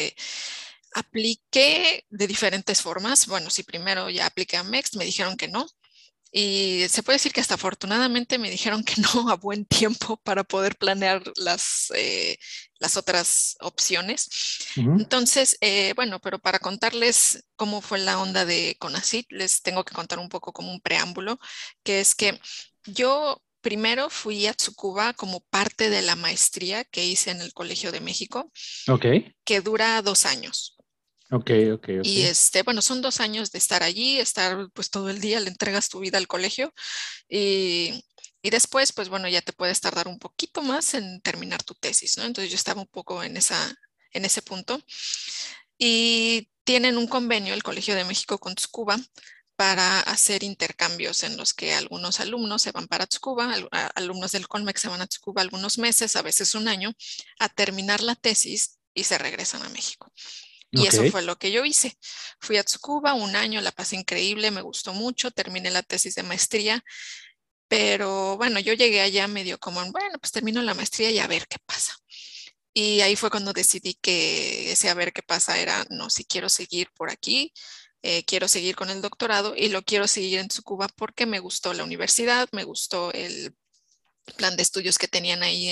apliqué de diferentes formas. Bueno, sí, primero ya apliqué a Mext, me dijeron que no. Y se puede decir que hasta afortunadamente me dijeron que no a buen tiempo para poder planear las otras opciones. Ujú. Entonces, bueno, pero para contarles cómo fue la onda de CONACYT, les tengo que contar un poco como un preámbulo, que es que yo primero fui a Tsukuba como parte de la maestría que hice en el Colegio de México, Ok, que dura 2 años. ok, ok, ok. Y bueno, son 2 años de estar allí, estar pues todo el día, le entregas tu vida al colegio y, y después, pues bueno, ya te puedes tardar un poquito más en terminar tu tesis, ¿no? Entonces yo estaba un poco en ese punto y tienen un convenio el Colegio de México con Tsukuba para hacer intercambios en los que algunos alumnos se van para Tsukuba, alumnos del Colmex se van a Tsukuba algunos meses, a veces un año, a terminar la tesis y se regresan a México. Y Ok, eso fue lo que yo hice. Fui a Tsukuba un año, la pasé increíble, me gustó mucho, terminé la tesis de maestría, pero bueno, yo llegué allá medio como, bueno, pues termino la maestría y a ver qué pasa. Y ahí fue cuando decidí que ese a ver qué pasa era, no, si quiero seguir por aquí, quiero seguir con el doctorado y lo quiero seguir en Tsukuba porque me gustó la universidad, me gustó el plan de estudios que tenían ahí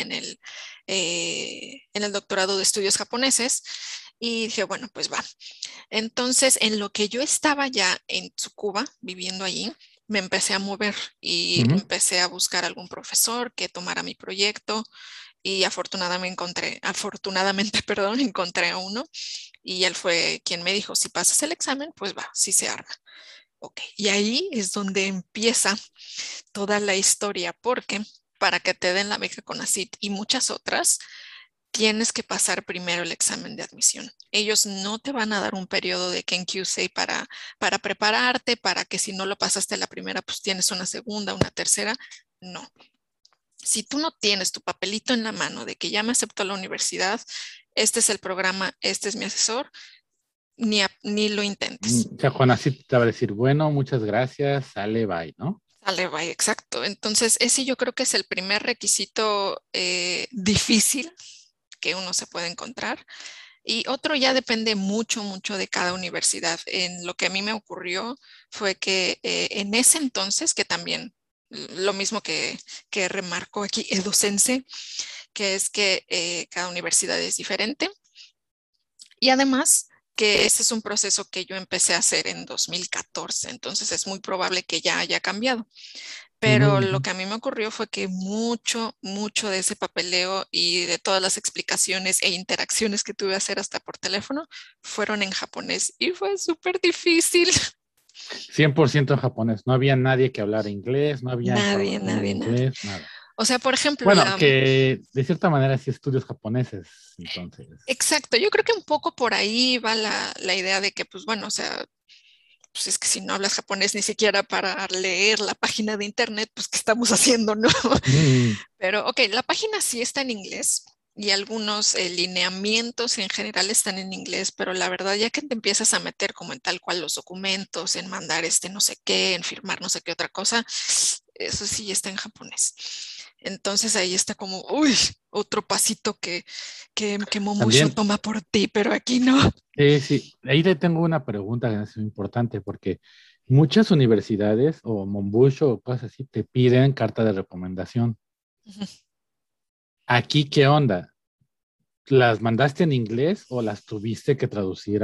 en el doctorado de estudios japoneses. Y dije, bueno, pues va. Entonces, en lo que yo estaba ya en Tsukuba, viviendo allí, me empecé a mover y ujú, empecé a buscar algún profesor que tomara mi proyecto y afortunadamente, perdón, encontré a uno y él fue quien me dijo, si pasas el examen, pues va, sí se arma. Ok, y ahí es donde empieza toda la historia, porque para que te den la beca CONACYT y muchas otras, tienes que pasar primero el examen de admisión. Ellos no te van a dar un periodo de KenQC para prepararte, para que si no lo pasaste la primera, pues tienes una segunda, una tercera. No. Si tú no tienes tu papelito en la mano de que ya me aceptó la universidad, este es el programa, este es mi asesor, ni lo intentes. O sea, Juan así te va a decir, bueno, muchas gracias, sale, bye, ¿no? Sale, bye, exacto. Entonces, ese yo creo que es el primer requisito difícil que uno se puede encontrar. Y otro ya depende mucho, mucho de cada universidad. En lo que a mí me ocurrió fue que en ese entonces, que también lo mismo que remarcó aquí Educense, que es que cada universidad es diferente. Y además que ese es un proceso que yo empecé a hacer en 2014, entonces es muy probable que ya haya cambiado. Ujú, Pero ujú. lo que a mí me ocurrió fue que mucho, mucho de ese papeleo y de todas las explicaciones e interacciones que tuve que hacer hasta por teléfono fueron en japonés y fue súper difícil. 100% en japonés. No había nadie que hablara inglés, no había Nadie, información en nadie, nadie. inglés, nada. O sea, por ejemplo, Bueno, que de cierta manera sí estudios japoneses, entonces. exacto, yo creo que un poco por ahí va la idea de que, pues bueno, o sea, pues es que si no hablas japonés ni siquiera para leer la página de internet, pues ¿qué estamos haciendo, no? Mm, Pero, ok, la página sí está en inglés y algunos lineamientos en general están en inglés, pero la verdad ya que te empiezas a meter como en tal cual los documentos, en mandar este no sé qué, en firmar no sé qué otra cosa, eso sí está en japonés. Entonces ahí está como, uy, otro pasito que Momusho también, toma por ti, pero aquí no. sí, ahí le tengo una pregunta que es muy importante porque muchas universidades o Monbusho o cosas así te piden carta de recomendación. Aquí, ¿qué onda? ¿Las mandaste en inglés o las tuviste que traducir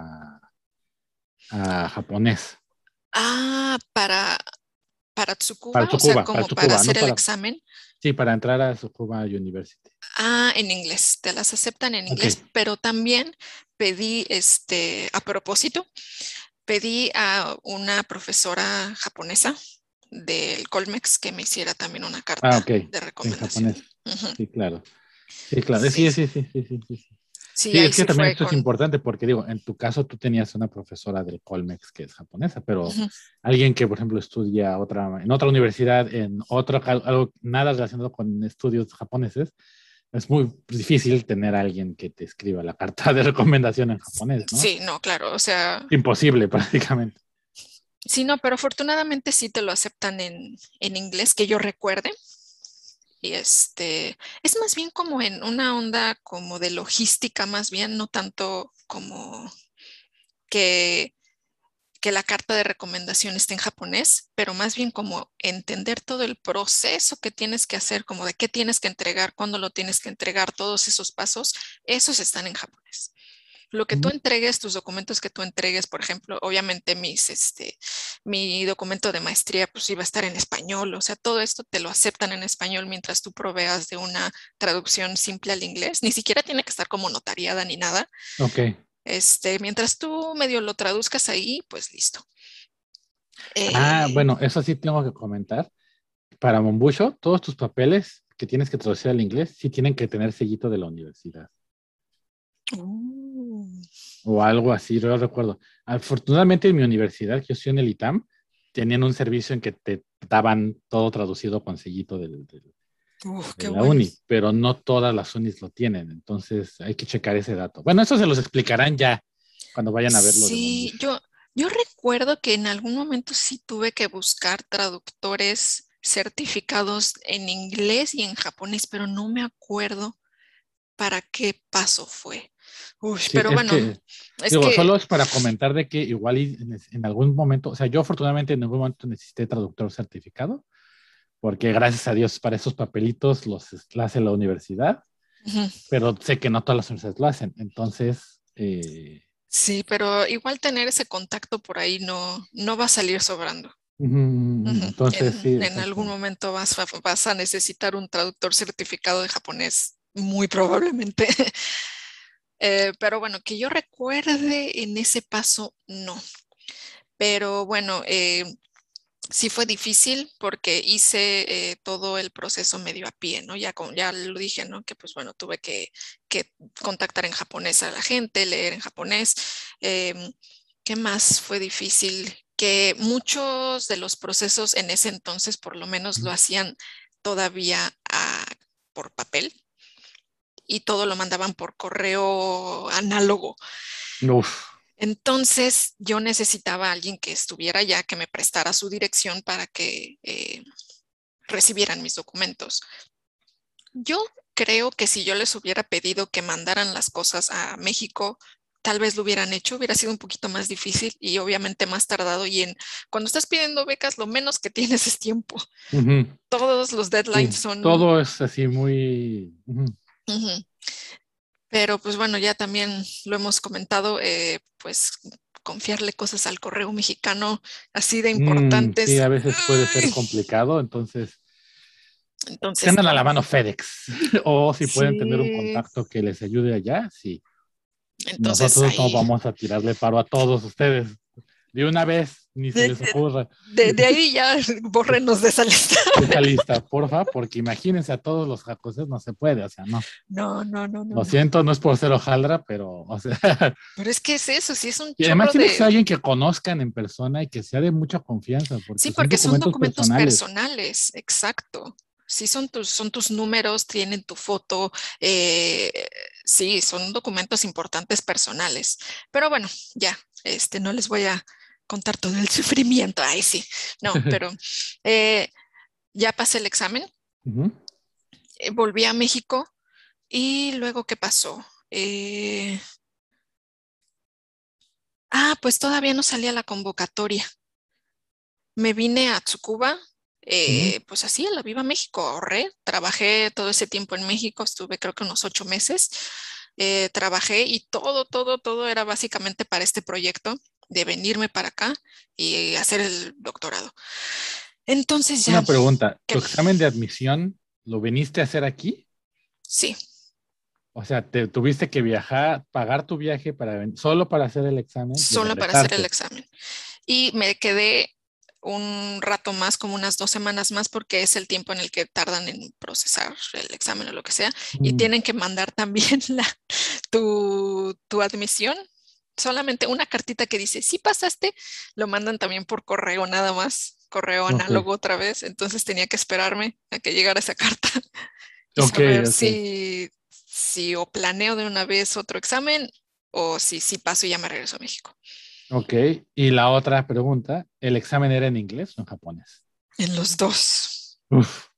a japonés? Ah, para Tsukuba, o sea, Para como para Tsukuba, hacer no el para, examen. sí, para entrar a Tsukuba University. Ah, en inglés, te las aceptan en Ok. inglés, pero también pedí, a propósito, pedí a una profesora japonesa del Colmex que me hiciera también una Ah, carta ok. de En recomendación. japonés. Ujú. Sí, claro. Sí, claro. Sí, Sí. sí, Sí, ahí es que sí también fue esto es con... importante porque digo, en tu caso tú tenías una profesora del Colmex que es japonesa, pero Ujú. alguien que, por ejemplo, estudia en otra universidad, en otro, algo nada relacionado con estudios japoneses, es muy difícil tener a alguien que te escriba la carta de recomendación en japonés, ¿no? Sí, no, claro, o sea, Imposible prácticamente. sí, no, pero afortunadamente sí te lo aceptan en inglés, que yo recuerde. Y es más bien como en una onda como de logística, más bien, no tanto como que, que la carta de recomendación esté en japonés, pero más bien como entender todo el proceso que tienes que hacer, como de qué tienes que entregar, cuándo lo tienes que entregar, todos esos pasos, esos están en japonés. Lo que tú Ujú. entregues, tus documentos que tú entregues, por ejemplo, obviamente mi documento de maestría pues iba a estar en español, o sea, todo esto te lo aceptan en español mientras tú proveas de una traducción simple al inglés, ni siquiera tiene que estar como notariada ni nada. Ok. Mientras tú medio lo traduzcas ahí, pues listo. Ah, Eh, bueno, eso sí tengo que comentar. Para Monbusho, todos tus papeles que tienes que traducir al inglés sí tienen que tener sellito de la universidad uh, o algo así, yo recuerdo. Afortunadamente en mi universidad, que yo estoy en el ITAM, tenían un servicio en que te daban todo traducido con sellito de qué la bueno. uni, pero no todas las unis lo tienen, entonces hay que checar ese dato. Bueno, eso se los explicarán ya cuando vayan a ver lo de Sí, Monbusho. yo recuerdo que en algún momento sí tuve que buscar traductores certificados en inglés y en japonés, pero no me acuerdo para qué paso fue. Uy, Sí, pero es bueno, que, es digo, que solo es para comentar de que igual en algún momento, o sea, yo afortunadamente en algún momento necesité traductor certificado, porque gracias a Dios para esos papelitos los hace la universidad, ujú, pero sé que no todas las universidades lo hacen, entonces, sí, pero igual tener ese contacto por ahí no va a salir sobrando. Ujú. entonces sí, En algún exacto. momento vas a necesitar un traductor certificado de japonés, muy probablemente. Pero bueno, que yo recuerde en ese paso, no. Pero bueno, sí fue difícil porque hice todo el proceso medio a pie, ¿no? Ya lo dije, ¿no? Que pues bueno, tuve que contactar en japonés a la gente, leer en japonés. Em, ¿Qué más fue difícil? Que muchos de los procesos en ese entonces por lo menos lo hacían todavía por papel y todo lo mandaban por correo análogo. Uf, Entonces yo necesitaba a alguien que estuviera allá, que me prestara su dirección para que recibieran mis documentos. Yo creo que si yo les hubiera pedido que mandaran las cosas a México, tal vez lo hubieran hecho, hubiera sido un poquito más difícil y obviamente más tardado. Cuando estás pidiendo becas, lo menos que tienes es tiempo. Ujú. Todos los deadlines Sí, son... todo es así muy... ujú. Ujú. Pero pues bueno, ya también lo hemos comentado, pues confiarle cosas al correo mexicano así de Sí, importantes. a veces puede ser ¡Uy! complicado, entonces Entonces, tengan a la no. mano FedEx o si pueden tener un Sí, contacto que les ayude allá, sí. entonces Nosotros no ahí, vamos a tirarle paro a todos ustedes. De una vez, ni se de, les ocurra de ahí ya bórrenos de esa lista. de esa lista, porfa, porque imagínense a todos los jacoses, no se puede, o sea, no. No, no, no, no, Lo no. siento, no es por ser hojaldra, pero, o sea, Pero es que es eso, sí es un y además chorro tiene que ser de... alguien que conozcan en persona y que sea de mucha confianza, Sí, porque son porque son documentos documentos personales. personales, exacto. Sí, son tus números, tienen tu foto, sí, son documentos importantes personales. Pero bueno, ya, no les voy a contar todo el sufrimiento. Ay, sí, no, pero eh, ya pasé el examen, Ujú. volví a México y luego, ¿qué pasó? Pues todavía no salía la convocatoria. Me vine a Tsukuba, Ujú. pues así, a la Viva México, ahorré, trabajé todo ese tiempo en México, estuve creo que unos 8 meses, trabajé y todo era básicamente para este proyecto de venirme para acá y hacer el doctorado. Entonces ya, Una pregunta, que ¿tu examen de admisión lo viniste a hacer aquí? sí, O sea, te tuviste que viajar, pagar tu viaje solo para hacer el examen y solo para hacer el regresarte. examen. Y me quedé un rato más, como unas 2 semanas más, porque es el tiempo en el que tardan en procesar el examen o lo que sea, y Mm, tienen que mandar también tu admisión. Solamente una cartita que dice, si pasaste, lo mandan también por correo nada más, correo ok, análogo otra vez, entonces tenía que esperarme a que llegara esa carta y ok, saber ok, si o planeo de una vez otro examen o si paso y ya me regreso a México. ok. Y la otra pregunta, ¿el examen era en inglés o en japonés? En los dos. Uf,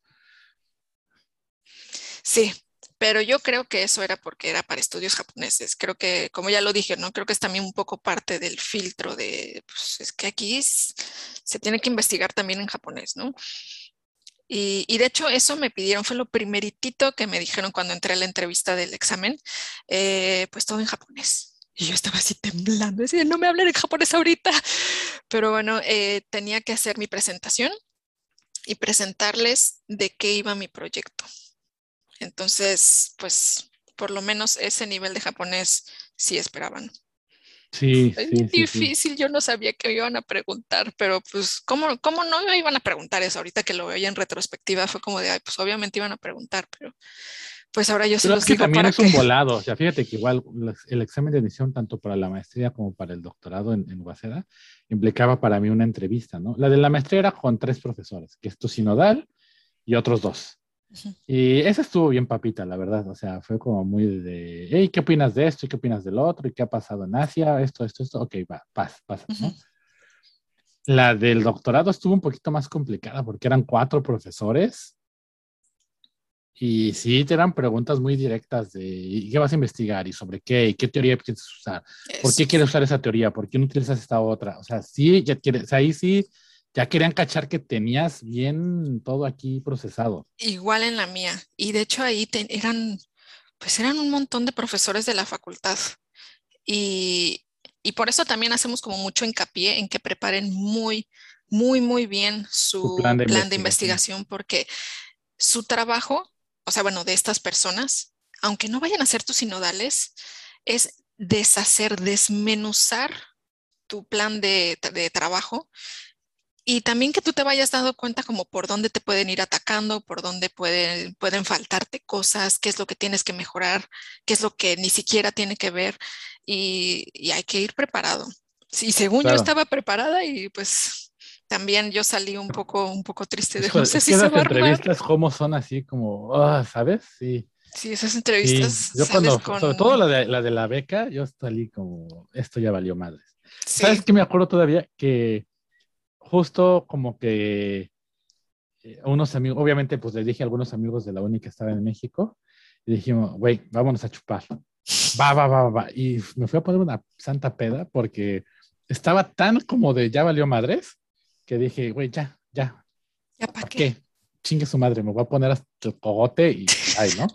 Sí, pero yo creo que eso era porque era para estudios japoneses. Creo que, como ya lo dije, ¿no? Creo que es también un poco parte del filtro de, pues es que aquí se tiene que investigar también en japonés, ¿no? Y de hecho eso me pidieron, fue lo primeritito que me dijeron cuando entré a la entrevista del examen, pues todo en japonés. Y yo estaba así temblando, decía, no me hablen en japonés ahorita. Pero bueno, tenía que hacer mi presentación y presentarles de qué iba mi proyecto. Entonces, pues por lo menos ese nivel de japonés sí esperaban. sí, Fue sí, sí, sí. difícil, yo no sabía que me iban a preguntar, pero pues, ¿cómo no me iban a preguntar eso? Ahorita que lo veía en retrospectiva fue como de, ay, pues obviamente iban a preguntar, pero pues ahora yo se Pero los es que digo también para es que, un volado. O sea, fíjate que igual el examen de admisión, tanto para la maestría como para el doctorado en Waseda, implicaba para mí una entrevista, ¿no? La de la maestría era con tres profesores, que es tu sinodal y otros dos. Y esa estuvo bien papita, la verdad. O sea, fue como muy hey, ¿qué opinas de esto? ¿Y qué opinas del otro? ¿Y qué ha pasado en Asia? Esto. Ok, va, pasa, ujú, ¿no? La del doctorado estuvo un poquito más complicada porque eran cuatro profesores y sí, te eran preguntas muy directas de ¿y qué vas a investigar? ¿Y sobre qué? ¿Y qué teoría piensas usar? ¿Por eso. qué quieres usar esa teoría? ¿Por qué no utilizas esta otra? O sea, sí, ya quieres, o sea, ahí sí, ya querían cachar que tenías bien todo aquí procesado. Igual en la mía. Y de hecho ahí pues eran un montón de profesores de la facultad. Y, y por eso también hacemos como mucho hincapié en que preparen muy bien Tu plan su de plan de investigación. investigación, porque su trabajo, o sea, bueno, de estas personas, aunque no vayan a ser tus sinodales, es desmenuzar tu plan de trabajo y también que tú te vayas dando cuenta como por dónde te pueden ir atacando, por dónde pueden faltarte cosas, qué es lo que tienes que mejorar, qué es lo que ni siquiera tiene que ver y hay que ir preparado. Sí, según yo Claro. estaba preparada y pues también yo salí un poco triste de no Híjole, sé es si que se esas va a armar. entrevistas, ¿cómo son así como, ¿sabes? Sí, Sí, esas entrevistas sí. Yo sales cuando, con, sobre todo la de la beca, yo salí como, esto ya valió madres. sí, ¿Sabes qué me acuerdo todavía? Que justo como que unos amigos, obviamente pues les dije a algunos amigos de la uni que estaban en México, Y dijimos, güey, vámonos a chupar. Va, va, va, va. Y me fui a poner una santa peda porque estaba tan como de ya valió madres que dije, güey, ya, ya, ¿Ya para ¿para qué? qué? Chingue su madre, me voy a poner hasta el cogote y ay, ¿no?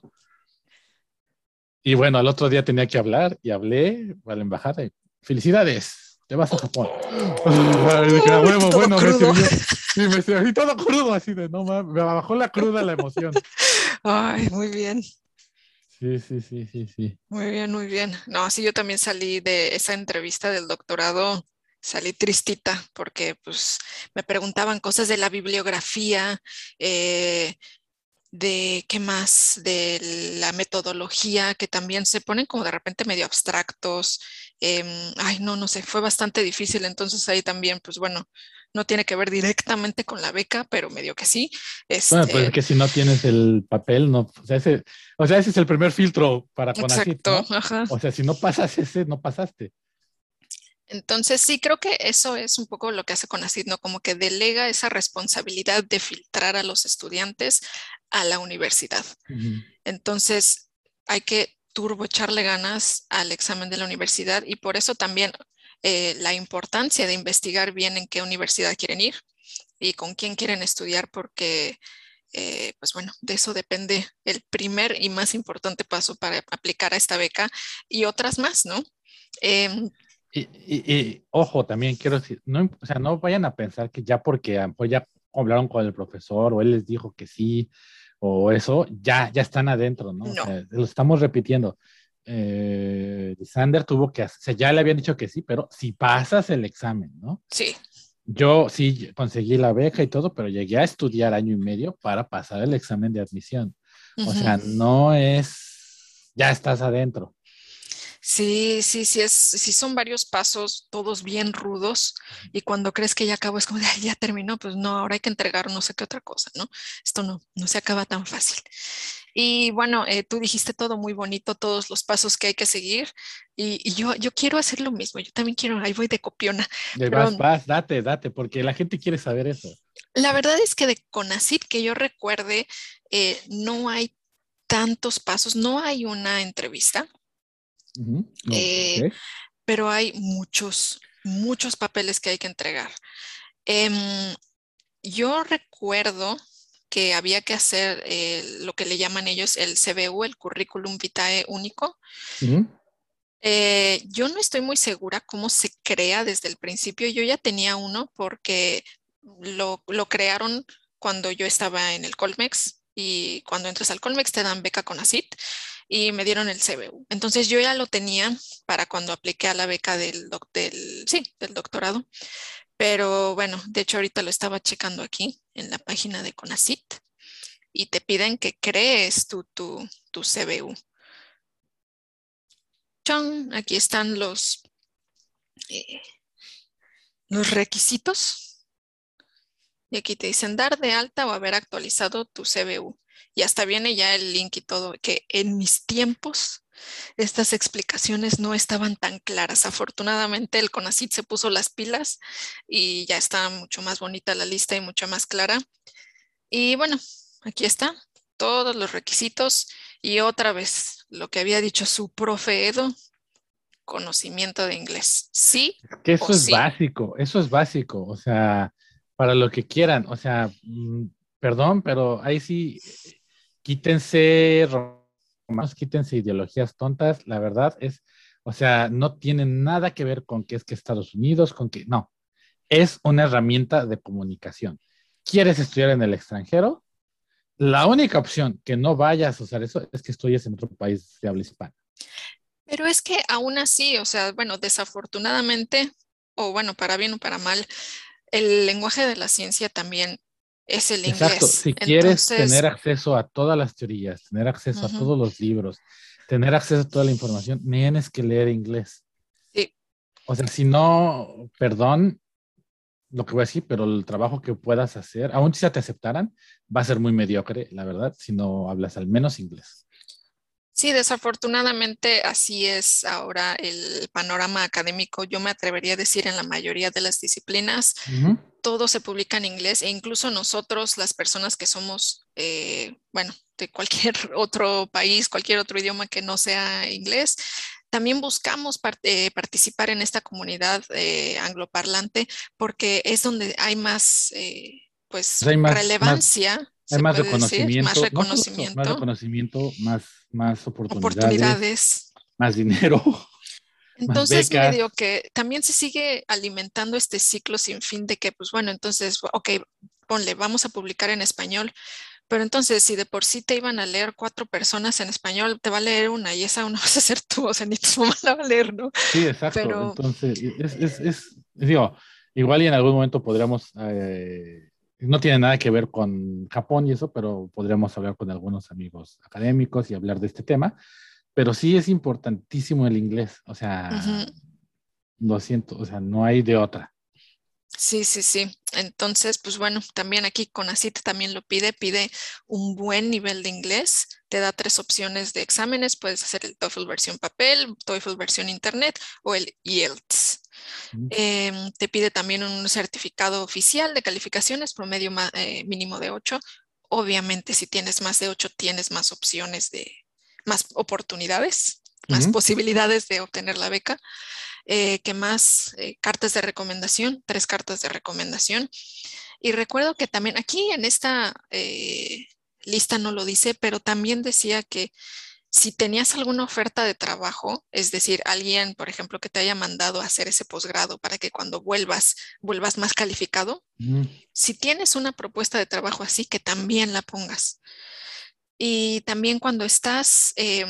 Y bueno, al otro día tenía que hablar y hablé a la embajada y felicidades, te vas a Japón. Ay, dije, a Y huevo, todo bueno, me crudo. sirvió. Sí, me sirvió y todo crudo, así de no mames, me bajó la cruda la emoción. Ay, muy bien, Sí, sí, sí, sí, sí. muy bien, muy bien. No, sí, yo también salí de esa entrevista del doctorado, salí tristita porque pues me preguntaban cosas de la bibliografía, eh, de qué más, de la metodología, que también se ponen como de repente medio abstractos. Ay, no, no sé, fue bastante difícil. Entonces ahí también, pues bueno, no tiene que ver directamente con la beca, pero medio que sí. Bueno, pues es Este, que si no tienes el papel, no, o sea, ese es el primer filtro para CONACYT, exacto, ¿no? ajá. O sea, si no pasas ese, no pasaste. Entonces sí, creo que eso es un poco lo que hace CONACYT, ¿no? Como que delega esa responsabilidad de filtrar a los estudiantes a la universidad. Ujú. Entonces, hay que turbo echarle ganas al examen de la universidad y por eso también la importancia de investigar bien en qué universidad quieren ir y con quién quieren estudiar, porque, pues bueno, de eso depende el primer y más importante paso para aplicar a esta beca y otras más, ¿no? Em, Ojo, también quiero decir, no, o sea, no vayan a pensar que ya porque a lo mejor ya hablaron con el profesor o él les dijo que sí o eso, ya, ya están adentro, ¿no? O no, sea, lo estamos repitiendo. Sander tuvo que hacer, o sea, ya le habían dicho que sí, pero si pasas el examen, ¿no? sí. Yo sí conseguí la beca y todo, pero llegué a estudiar año y medio para pasar el examen de admisión. O Ujú. sea, no es, ya estás adentro. Sí, sí, sí, sí son varios pasos, todos bien rudos, y cuando crees que ya acabó es como de, "Ay, ya terminó, pues no, ahora hay que entregar no sé qué otra cosa, ¿no? Esto no, no se acaba tan fácil. Y bueno, tú dijiste todo muy bonito, todos los pasos que hay que seguir, y yo quiero hacer lo mismo, yo también quiero, ahí voy de copiona, pero Vas, vas, date, date, porque la gente quiere saber eso. la verdad es que de CONACYT que yo recuerde, no hay tantos pasos, no hay una entrevista. Ujú. No, ok. eh, pero hay muchos, muchos papeles que hay que entregar. Em, yo recuerdo que había que hacer lo que le llaman ellos el CBU, el Curriculum Vitae Único. Ujú. Yo no estoy muy segura cómo se crea desde el principio. Yo ya tenía uno porque lo crearon cuando yo estaba en el Colmex y cuando entras al Colmex te dan beca con ACIT y me dieron el CBU. Entonces yo ya lo tenía para cuando apliqué a la beca sí, del doctorado. Pero bueno, de hecho ahorita lo estaba checando aquí en la página de CONACYT y te piden que crees tu CBU. ¡Chan! Aquí están eh, los requisitos y aquí te dicen dar de alta o haber actualizado tu CBU. Y hasta viene ya el link y todo, que en mis tiempos estas explicaciones no estaban tan claras. Afortunadamente el CONACYT se puso las pilas y ya está mucho más bonita la lista y mucho más clara. Y bueno, aquí está, todos los requisitos y otra vez lo que había dicho su profe Edo, conocimiento de inglés, sí Que o sí. eso es básico, o sea, para lo que quieran, o sea, perdón, pero ahí sí, quítense romanos, quítense ideologías tontas, la verdad es, o sea, no tiene nada que ver con que es que Estados Unidos, con que, no, es una herramienta de comunicación. ¿Quieres estudiar en el extranjero? La única opción que no vayas a usar eso es que estudies en otro país de habla hispana. Pero es que aún así, o sea, bueno, desafortunadamente, o bueno, para bien o para mal, el lenguaje de la ciencia también es el Exacto, inglés. si quieres tener Entonces, acceso a todas las teorías, tener acceso a ujú, todos los libros, tener acceso a toda la información, tienes que leer inglés. sí. O sea, si no, perdón lo que voy a decir, pero el trabajo que puedas hacer, aun si ya te aceptaran, va a ser muy mediocre, la verdad, si no hablas al menos inglés. Sí, desafortunadamente así es ahora el panorama académico. Yo me atrevería a decir en la mayoría de las disciplinas, Ujú. todo se publica en inglés e incluso nosotros, las personas que somos, bueno, de cualquier otro país, cualquier otro idioma que no sea inglés. También buscamos participar en esta comunidad angloparlante porque es donde hay más, Pues hay pues, relevancia, hay se más puede decir, más reconocimiento, no solo eso, más reconocimiento, reconocimiento, más oportunidades, oportunidades. más dinero, más Entonces, becas. medio que también se sigue alimentando este ciclo sin fin de que, pues bueno, entonces, ok, ponle, vamos a publicar en español, pero entonces si de por sí te iban a leer 4 personas en español, te va a leer una y esa una vas a ser tú, o sea, ni tu mamá la va a leer, ¿no? Sí, exacto. Pero, Entonces, digo, igual y en algún momento podríamos, no tiene nada que ver con Japón y eso, pero podríamos hablar con algunos amigos académicos y hablar de este tema. Pero sí es importantísimo el inglés, o sea, ujú. lo siento, o sea, no hay de otra. Sí, sí, sí. Entonces, pues bueno, también aquí CONACYT también lo pide un buen nivel de inglés, te da 3 opciones de exámenes, puedes hacer el TOEFL versión papel, TOEFL versión internet o el IELTS. Mm. Te pide también un certificado oficial de calificaciones, promedio mínimo de 8. Obviamente, si tienes más de 8, tienes más opciones más oportunidades, más Ujú. posibilidades de obtener la beca. ¿Qué más? Cartas de recomendación, 3 cartas de recomendación. Y recuerdo que también aquí en esta lista no lo dice, pero también decía que si tenías alguna oferta de trabajo, es decir, alguien, por ejemplo, que te haya mandado a hacer ese posgrado para que cuando vuelvas más calificado, Ujú. si tienes una propuesta de trabajo así, que también la pongas. Y también cuando estás,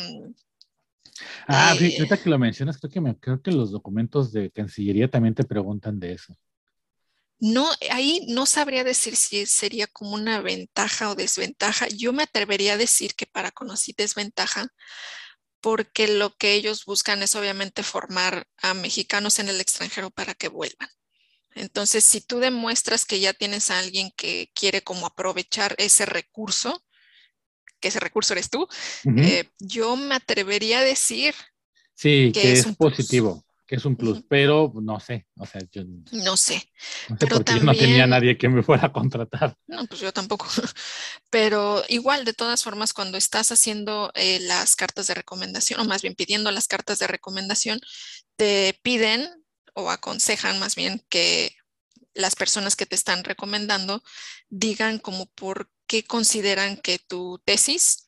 Ah, eh, ahorita que lo mencionas, creo que los documentos de Cancillería también te preguntan de eso. no, ahí no sabría decir si sería como una ventaja o desventaja. Yo me atrevería a decir que para Conocí desventaja, porque lo que ellos buscan es obviamente formar a mexicanos en el extranjero para que vuelvan. Entonces, si tú demuestras que ya tienes a alguien que quiere como aprovechar ese recurso, que ese recurso eres tú, Ujú. yo me atrevería a decir Sí, que que es es un plus. positivo, que es un plus, Ujú. pero no sé, o sea, yo No sé, no sé pero por qué yo no tenía también, nadie que me fuera a contratar. no, pues yo tampoco. Pero igual, de todas formas, cuando estás haciendo las cartas de recomendación, o más bien pidiendo las cartas de recomendación, te piden o aconsejan más bien que las personas que te están recomendando digan como por qué consideran que tu tesis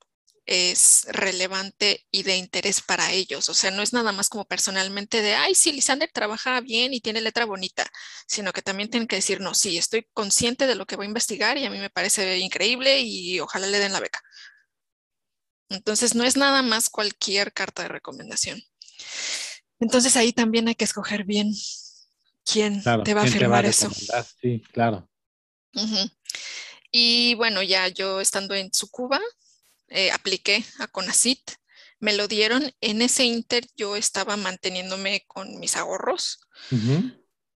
es relevante y de interés para ellos. O sea, no es nada más como personalmente de, ay, sí, Lisander trabaja bien y tiene letra bonita, sino que también tienen que decir, no, sí, estoy consciente de lo que voy a investigar y a mí me parece increíble y ojalá le den la beca. Entonces, no es nada más cualquier carta de recomendación. Entonces, ahí también hay que escoger bien quién Claro, te va a ¿quién te va a firmar eso. recomendar? Sí, claro. Ujú. Y bueno, ya yo estando en Tsukuba, apliqué a CONACYT, me lo dieron. En ese inter yo estaba manteniéndome con mis ahorros Ujú.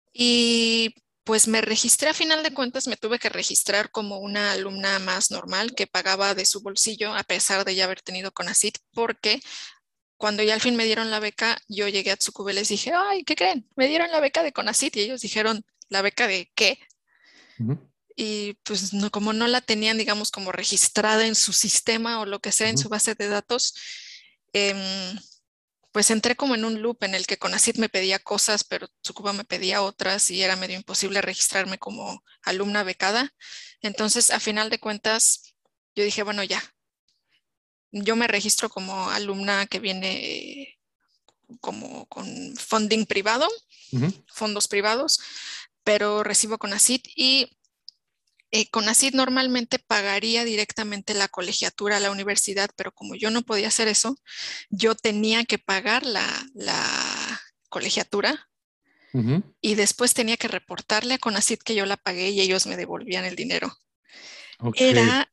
y pues me registré a final de cuentas, me tuve que registrar como una alumna más normal que pagaba de su bolsillo a pesar de ya haber tenido CONACYT, porque cuando ya al fin me dieron la beca, yo llegué a Tsukuba y les dije, ay, ¿qué creen? Me dieron la beca de CONACYT y ellos dijeron, ¿la beca de qué? Ujú. Y pues no, como no la tenían, digamos, como registrada en su sistema o lo que sea, en Ujú. su base de datos, em, pues entré como en un loop en el que CONACYT me pedía cosas, pero Tsukuba me pedía otras y era medio imposible registrarme como alumna becada. Entonces, a final de cuentas, yo dije, bueno, ya, yo me registro como alumna que viene como con funding privado, Ujú. fondos privados, pero recibo CONACYT y CONACYT normalmente pagaría directamente la colegiatura a la universidad, pero como yo no podía hacer eso, yo tenía que pagar la colegiatura Ujú. y después tenía que reportarle a CONACYT que yo la pagué y ellos me devolvían el dinero. Ok. Era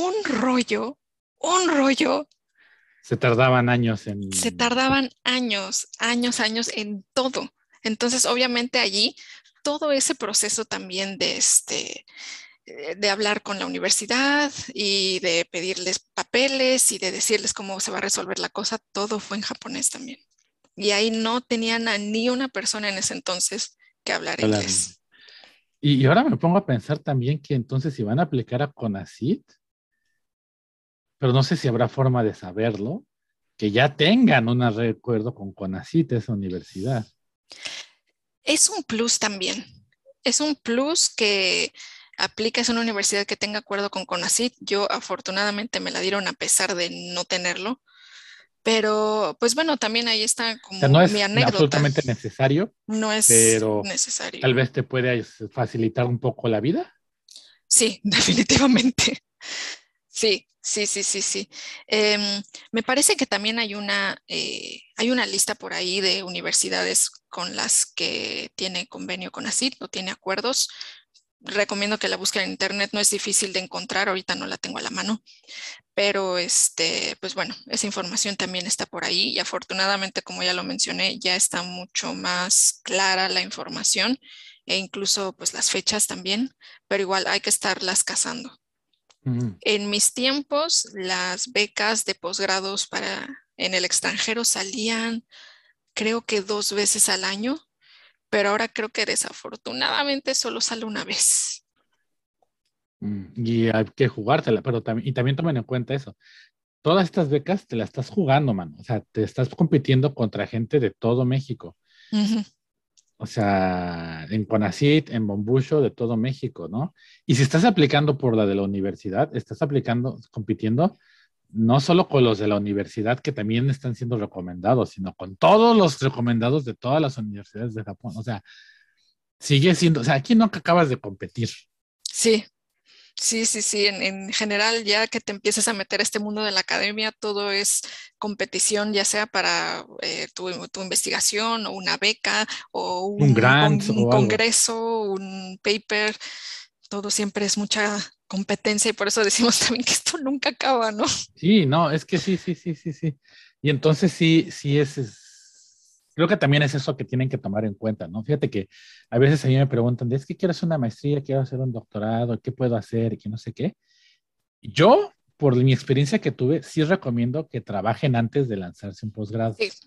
un rollo. Se tardaban años Se en... tardaban años, años, años en todo. Entonces, obviamente allí, todo ese proceso también de hablar con la universidad y de pedirles papeles y de decirles cómo se va a resolver la cosa, todo fue en japonés también. Y ahí no tenían a ni una persona en ese entonces que hablara hablar. inglés. Y ahora me pongo a pensar también que entonces si van a aplicar a CONACYT, pero no sé si habrá forma de saberlo, que ya tengan un recuerdo con CONACYT, esa universidad. Es un plus también. Es un plus que apliques a una universidad que tenga acuerdo con CONACYT. Yo afortunadamente me la dieron a pesar de no tenerlo, pero pues bueno, también ahí está O sea, no como mi es anécdota. absolutamente necesario, No es pero necesario. tal vez te puede facilitar un poco la vida. Sí, definitivamente. Sí, sí, sí, sí, sí. Me parece que también hay una lista por ahí de universidades con las que tiene convenio con ACID o tiene acuerdos. Recomiendo que la busquen en internet, no es difícil de encontrar, ahorita no la tengo a la mano, pero pues bueno, esa información también está por ahí y afortunadamente, como ya lo mencioné, ya está mucho más clara la información e incluso pues las fechas también, pero igual hay que estarlas cazando. Ujú. En mis tiempos, las becas de posgrados en el extranjero salían, creo que 2 veces al año, pero ahora creo que desafortunadamente solo sale una vez. Y hay que jugártela, pero también, y también tomen en cuenta eso. Todas estas becas te las estás jugando, mano. O sea, te estás compitiendo contra gente de todo México. Ujú, O sea, en CONACYT, en Bombucho, de todo México, ¿no? Y si estás aplicando por la de la universidad, estás aplicando, compitiendo no solo con los de la universidad que también están siendo recomendados, sino con todos los recomendados de todas las universidades de Japón. O sea, sigue siendo, o sea, aquí no acabas de competir. sí, sí, sí, sí. En general, ya que te empiezas a meter a este mundo de la academia, todo es competición, ya sea para tu investigación o una beca o Un grant un o algo. congreso, un paper. Todo siempre es mucha competencia y por eso decimos también que esto nunca acaba, ¿no? Sí, no, es que sí, sí, sí, sí, sí. Y entonces sí, sí creo que también es eso que tienen que tomar en cuenta, ¿no? Fíjate que a veces a mí me preguntan, es que quiero hacer una maestría, quiero hacer un doctorado, ¿qué puedo hacer? Y que no sé qué. Yo, por mi experiencia que tuve, sí recomiendo que trabajen antes de lanzarse un posgrado. Sí.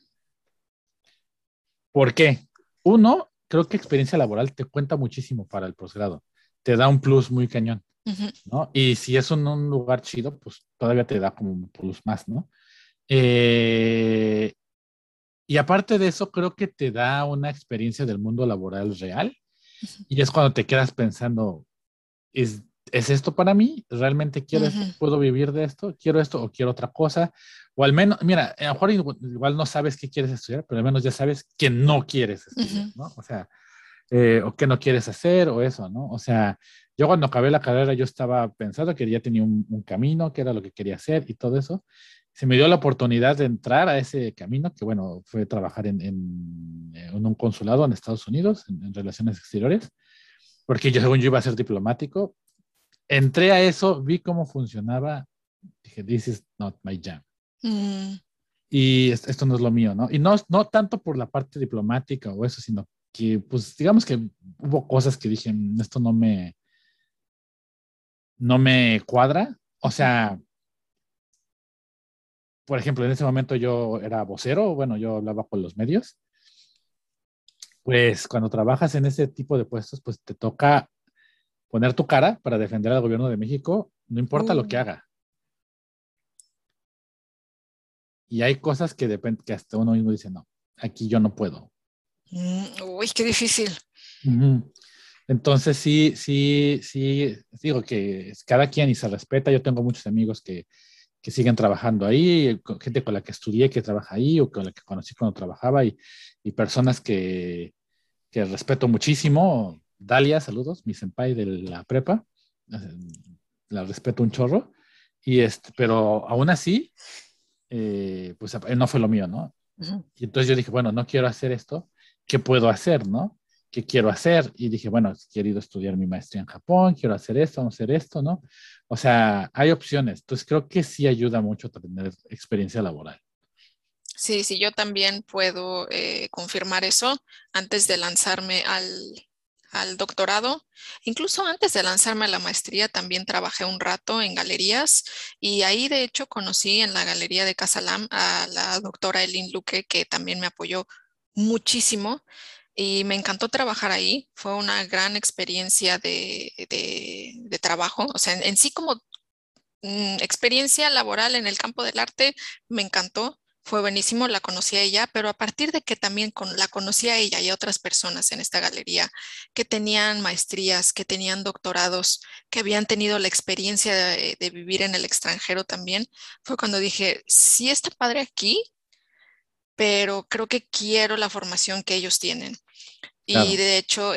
¿Por qué? Uno, creo que experiencia laboral te cuenta muchísimo para el posgrado. Te da un plus muy cañón, Ujú, ¿no? Y si es un lugar chido, pues todavía te da como un plus más, ¿no? Eh, y aparte de eso, creo que te da una experiencia del mundo laboral real y es cuando te quedas pensando, ¿es esto para mí? ¿Realmente quiero ujú, esto? ¿Puedo vivir de esto? ¿Quiero esto o quiero otra cosa? O al menos, mira, a lo mejor igual no sabes qué quieres estudiar, pero al menos ya sabes que no quieres estudiar, ujú. ¿no? O sea, o qué no quieres hacer o eso, ¿no? O sea, yo cuando acabé la carrera yo estaba pensando que ya tenía un camino, que era lo que quería hacer y todo eso. Se me dio la oportunidad de entrar a ese camino, que bueno, fue trabajar en un consulado en Estados Unidos, en relaciones exteriores, porque yo según yo iba a ser diplomático. Entré a eso, vi cómo funcionaba, dije, this is not my jam. Mm, Y esto no es lo mío, ¿no? Y no, no tanto por la parte diplomática o eso, sino que, pues, digamos que hubo cosas que dije, esto no me cuadra. O ujú. sea, por ejemplo, en ese momento yo era vocero, bueno, yo hablaba con los medios. Pues cuando trabajas en ese tipo de puestos, pues te toca poner tu cara para defender al gobierno de México, no importa lo que Uh, haga. Y hay cosas que depende, que hasta uno mismo dice, no, aquí yo no puedo. Uy, qué difícil. Ujú. Entonces sí, sí, sí, digo que es cada quien y se respeta. Yo tengo muchos amigos que siguen trabajando ahí, gente con la que estudié que trabaja ahí o con la que conocí cuando trabajaba y personas que respeto muchísimo. Dalia, saludos, mi senpai de la prepa, eh, la respeto un chorro. Pero aún así, pues no fue lo mío, ¿no? Ujú. Y entonces yo dije, bueno, no quiero hacer esto, ¿qué puedo hacer, no? ¿Qué quiero hacer? Y dije, bueno, he querido estudiar mi maestría en Japón, quiero hacer esto, vamos a hacer esto, ¿no? O sea, hay opciones. Entonces creo que sí ayuda mucho tener experiencia laboral. Sí, sí, yo también puedo confirmar eso antes de lanzarme al doctorado. Incluso antes de lanzarme a la maestría, también trabajé un rato en galerías y ahí de hecho conocí en la galería de Casalam a la doctora Elin Luque, que también me apoyó muchísimo y me encantó trabajar ahí. Fue una gran experiencia de trabajo. O sea, en sí como experiencia laboral en el campo del arte me encantó, fue buenísimo, la conocí a ella, pero a partir de que también la conocí a ella y a otras personas en esta galería que tenían maestrías, que tenían doctorados, que habían tenido la experiencia de vivir en el extranjero también, fue cuando dije, sí está padre aquí, pero creo que quiero la formación que ellos tienen. Y Claro, de hecho,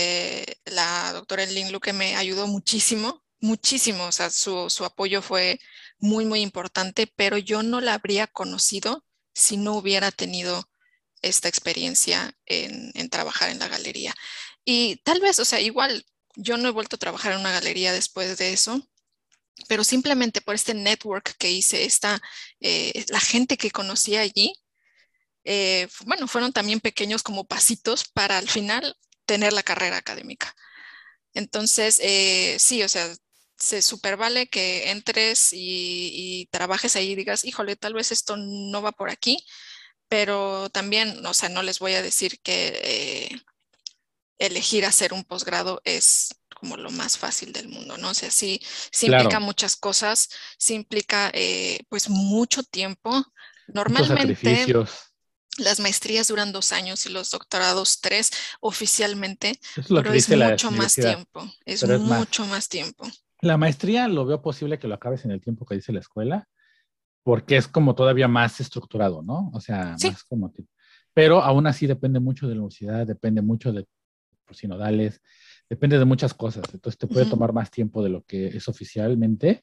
la doctora Lin Luque me ayudó muchísimo, muchísimo. O sea, su apoyo fue muy, muy importante, pero yo no la habría conocido si no hubiera tenido esta experiencia en trabajar en la galería. Y tal vez, o sea, igual yo no he vuelto a trabajar en una galería después de eso, pero simplemente por este network que hice, la gente que conocí allí, bueno, fueron también pequeños como pasitos para al final tener la carrera académica. Entonces, sí, o sea, se super vale que entres y trabajes ahí y digas, híjole, tal vez esto no va por aquí, pero también, o sea, no les voy a decir que elegir hacer un posgrado es como lo más fácil del mundo, ¿no? O sea, sí, sí implica claro, muchas cosas, sí implica pues mucho tiempo. muchos Normalmente sacrificios. las maestrías duran 2 años y los doctorados 3 oficialmente, Eso es lo pero que es dice la mucho más universidad, tiempo, es pero es más. mucho más tiempo. La maestría lo veo posible que lo acabes en el tiempo que dice la escuela, porque es como todavía más estructurado, ¿no? O sea, Sí. más como tipo. Pero aún así depende mucho de la universidad, depende mucho de los sinodales, depende de muchas cosas. Entonces te puede Ujú, tomar más tiempo de lo que es oficialmente.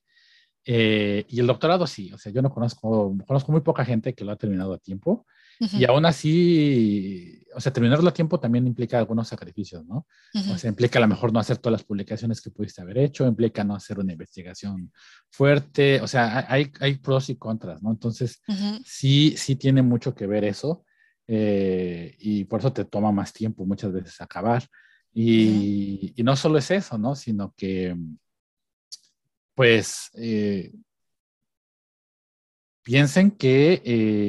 Y el doctorado sí, o sea, yo no conozco muy poca gente que lo ha terminado a tiempo. Y ujú, aún así, o sea, terminarlo a tiempo también implica algunos sacrificios, ¿no? O ujú, sea, implica a lo mejor no hacer todas las publicaciones que pudiste haber hecho, implica no hacer una investigación fuerte, o sea, hay pros y contras, ¿no? Entonces, ujú, sí tiene mucho que ver eso, y por eso te toma más tiempo muchas veces acabar. ujú, Y no solo es eso, ¿no? Sino que, pues, piensen que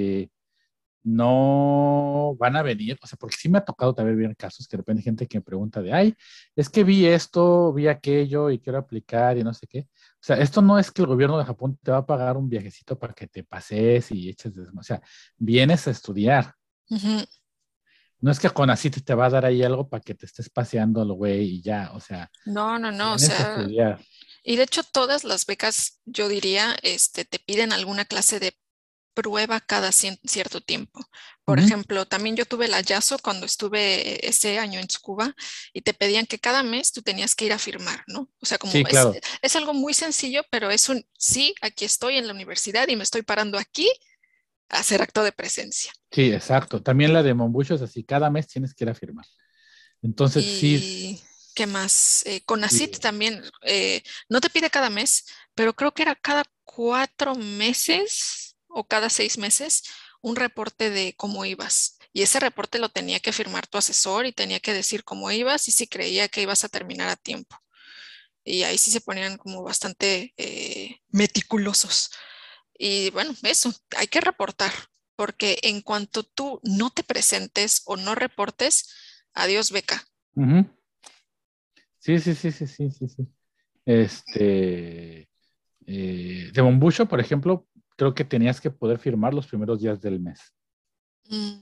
no van a venir, o sea, porque sí me ha tocado también ver casos que de repente hay gente que me pregunta de, ay, es que vi esto, vi aquello y quiero aplicar y no sé qué. O sea, esto no es que el gobierno de Japón te va a pagar un viajecito para que te pases y eches, o sea, vienes a estudiar. ujú. No es que con así te va a dar ahí algo para que te estés paseando al güey y ya, o sea, No, no, no, o vienes a sea, estudiar. y de hecho todas las becas, yo diría, te piden alguna clase de prueba cada cierto tiempo. Por Ujú. ejemplo, también yo tuve la YASO cuando estuve ese año en Tsukuba y te pedían que cada mes tú tenías que ir a firmar, ¿no? O sea, como Sí, claro. es algo muy sencillo, pero es sí, aquí estoy en la universidad y me estoy parando aquí a hacer acto de presencia. Sí, exacto. También la de Mombucho es así, cada mes tienes que ir a firmar. Entonces, sí, ¿Y qué más? CONACYT sí. también no te pide cada mes, pero creo que era cada 4 meses o cada 6 meses un reporte de cómo ibas. Y ese reporte lo tenía que firmar tu asesor y tenía que decir cómo ibas y si creía que ibas a terminar a tiempo. Y ahí sí se ponían como bastante meticulosos. Y bueno, eso, hay que reportar, porque en cuanto tú no te presentes o no reportes, adiós beca. Ujú. Sí, sí, sí, sí, sí, sí, sí. Este, de Bombucho, por ejemplo, creo que tenías que poder firmar los primeros días del mes. Mm,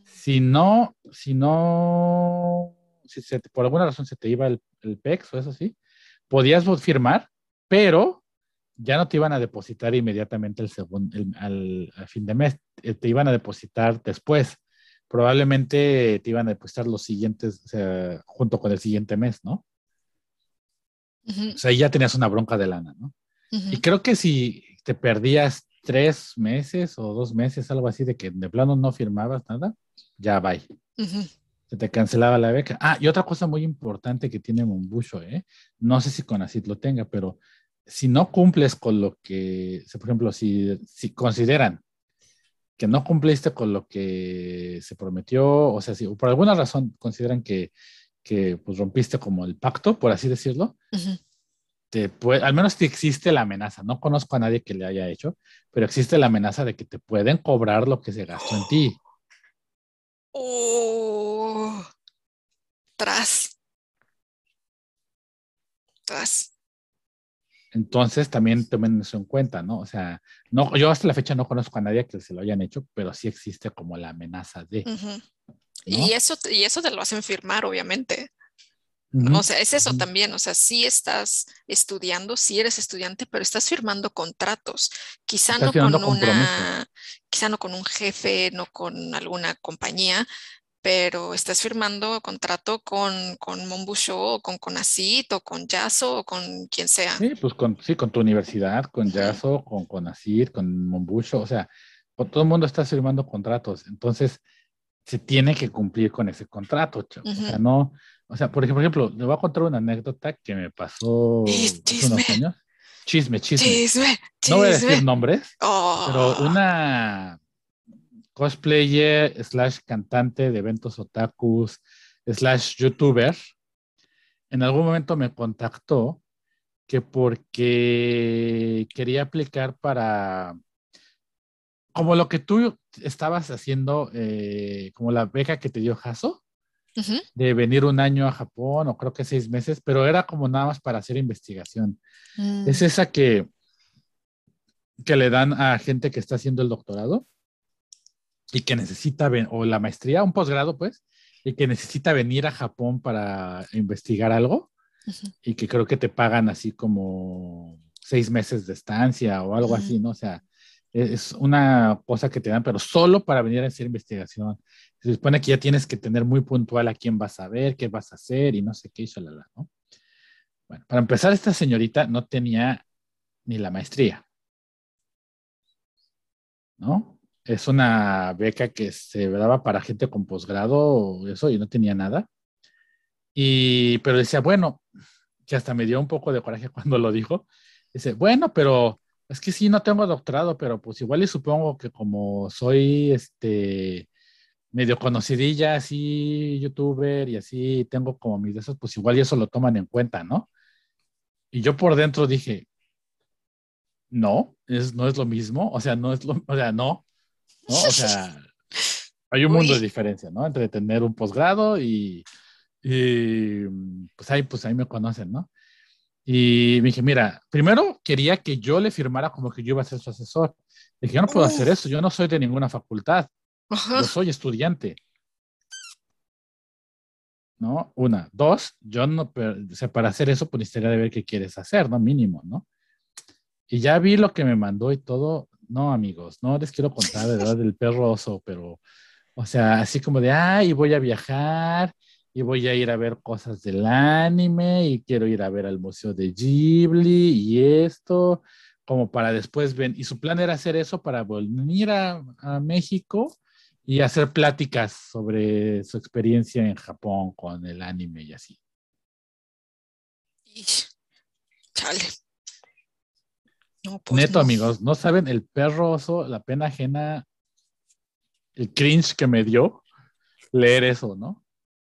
Si por alguna razón se te iba el PEX o eso sí, podías firmar, pero ya no te iban a depositar inmediatamente al fin de mes, te iban a depositar después. Probablemente te iban a depositar los siguientes, o sea, junto con el siguiente mes, ¿no? ujú, O sea, ahí ya tenías una bronca de lana, ¿no? Y ujú, creo que si te perdías 3 meses o 2 meses, algo así, de que de plano no firmabas nada, ya bye. ujú. Se te cancelaba la beca. Ah, y otra cosa muy importante que tiene Mombucho, ¿eh? No sé si Conacit lo tenga, pero si no cumples con lo que, por ejemplo, si consideran que no cumpliste con lo que se prometió, o sea, si por alguna razón consideran que pues rompiste como el pacto, por así decirlo, Ujú. al menos si existe la amenaza, no conozco a nadie que le haya hecho, pero existe la amenaza de que te pueden cobrar lo que se gastó en ti. Oh, tras, tras. Entonces también tomen eso en cuenta, ¿no? O sea, no, yo hasta la fecha no conozco a nadie que se lo hayan hecho, pero sí existe como la amenaza de, Ujú. ¿no? Y eso te lo hacen firmar, obviamente. ¿No? Ujú, O sea, es eso ujú. también. O sea, sí estás estudiando, sí eres estudiante, pero estás firmando contratos. Quizá Estás no firmando con compromisos. quizá no con un jefe, no con alguna compañía, pero estás firmando contrato con Monbusho o con Conacit o con Yaso o con quien sea. Sí, pues sí, con tu universidad, con Ujú, Yaso, con CONACYT, con Monbucho, o sea, con todo el mundo está firmando contratos. Entonces, se tiene que cumplir con ese contrato, chavo. O sea, ujú. no, o sea, por ejemplo, le voy a contar una anécdota que me pasó hace Chisme, unos años. Chisme, chisme. chisme, No voy a decir chisme. nombres, pero Oh. una cosplayer slash cantante de eventos otakus slash youtuber en algún momento me contactó que porque quería aplicar para, como lo que tú estabas haciendo, como la beca que te dio Jaso, Ujú, de venir un año a Japón, o creo que 6 meses, pero era como nada más para hacer investigación. Es mm, esa que le dan a gente que está haciendo el doctorado y que necesita, o la maestría, un posgrado, pues, y que necesita venir a Japón para investigar algo ujú, y que creo que te pagan así como 6 meses de estancia o algo mm. así, ¿no? O sea, es una cosa que te dan, pero solo para venir a hacer investigación. Se supone que ya tienes que tener muy puntual a quién vas a ver, qué vas a hacer y no sé qué, y shalala, ¿no? Bueno, para empezar, esta señorita no tenía ni la maestría, ¿no? Es una beca que se daba para gente con posgrado o eso y no tenía nada. Pero decía, bueno, que hasta me dio un poco de coraje cuando lo dijo. Dice, bueno, pero es que sí, no tengo doctorado, pero pues igual y supongo que como soy medio conocidilla, así, youtuber y así, tengo como mis de esos, pues igual y eso lo toman en cuenta, ¿no? Y yo por dentro dije, no, no es lo mismo, o sea, no es lo, o sea, no, ¿no? O sea, hay un mundo Uy. de diferencia, ¿no? Entre tener un posgrado y pues ahí me conocen, ¿no? Y me dije, mira, primero quería que yo le firmara como que yo iba a ser su asesor. Le dije, yo no puedo hacer eso, yo no soy de ninguna facultad, Ajá. yo soy estudiante, ¿no? Una. Dos, yo no, o sea, para hacer eso, pues necesitaría de ver qué quieres hacer, ¿no? Mínimo, ¿no? Y ya vi lo que me mandó y todo. No, amigos, no les quiero contar de verdad del perro oso, pero, o sea, así como de, ay, voy a viajar y voy a ir a ver cosas del anime y quiero ir a ver al Museo de Ghibli y esto, como para después ven. Y su plan era hacer eso para venir a México y hacer pláticas sobre su experiencia en Japón con el anime y así. Ish, chale. No, pues Neto, no. amigos, no saben el perro oso, la pena ajena, el cringe que me dio leer eso, ¿no?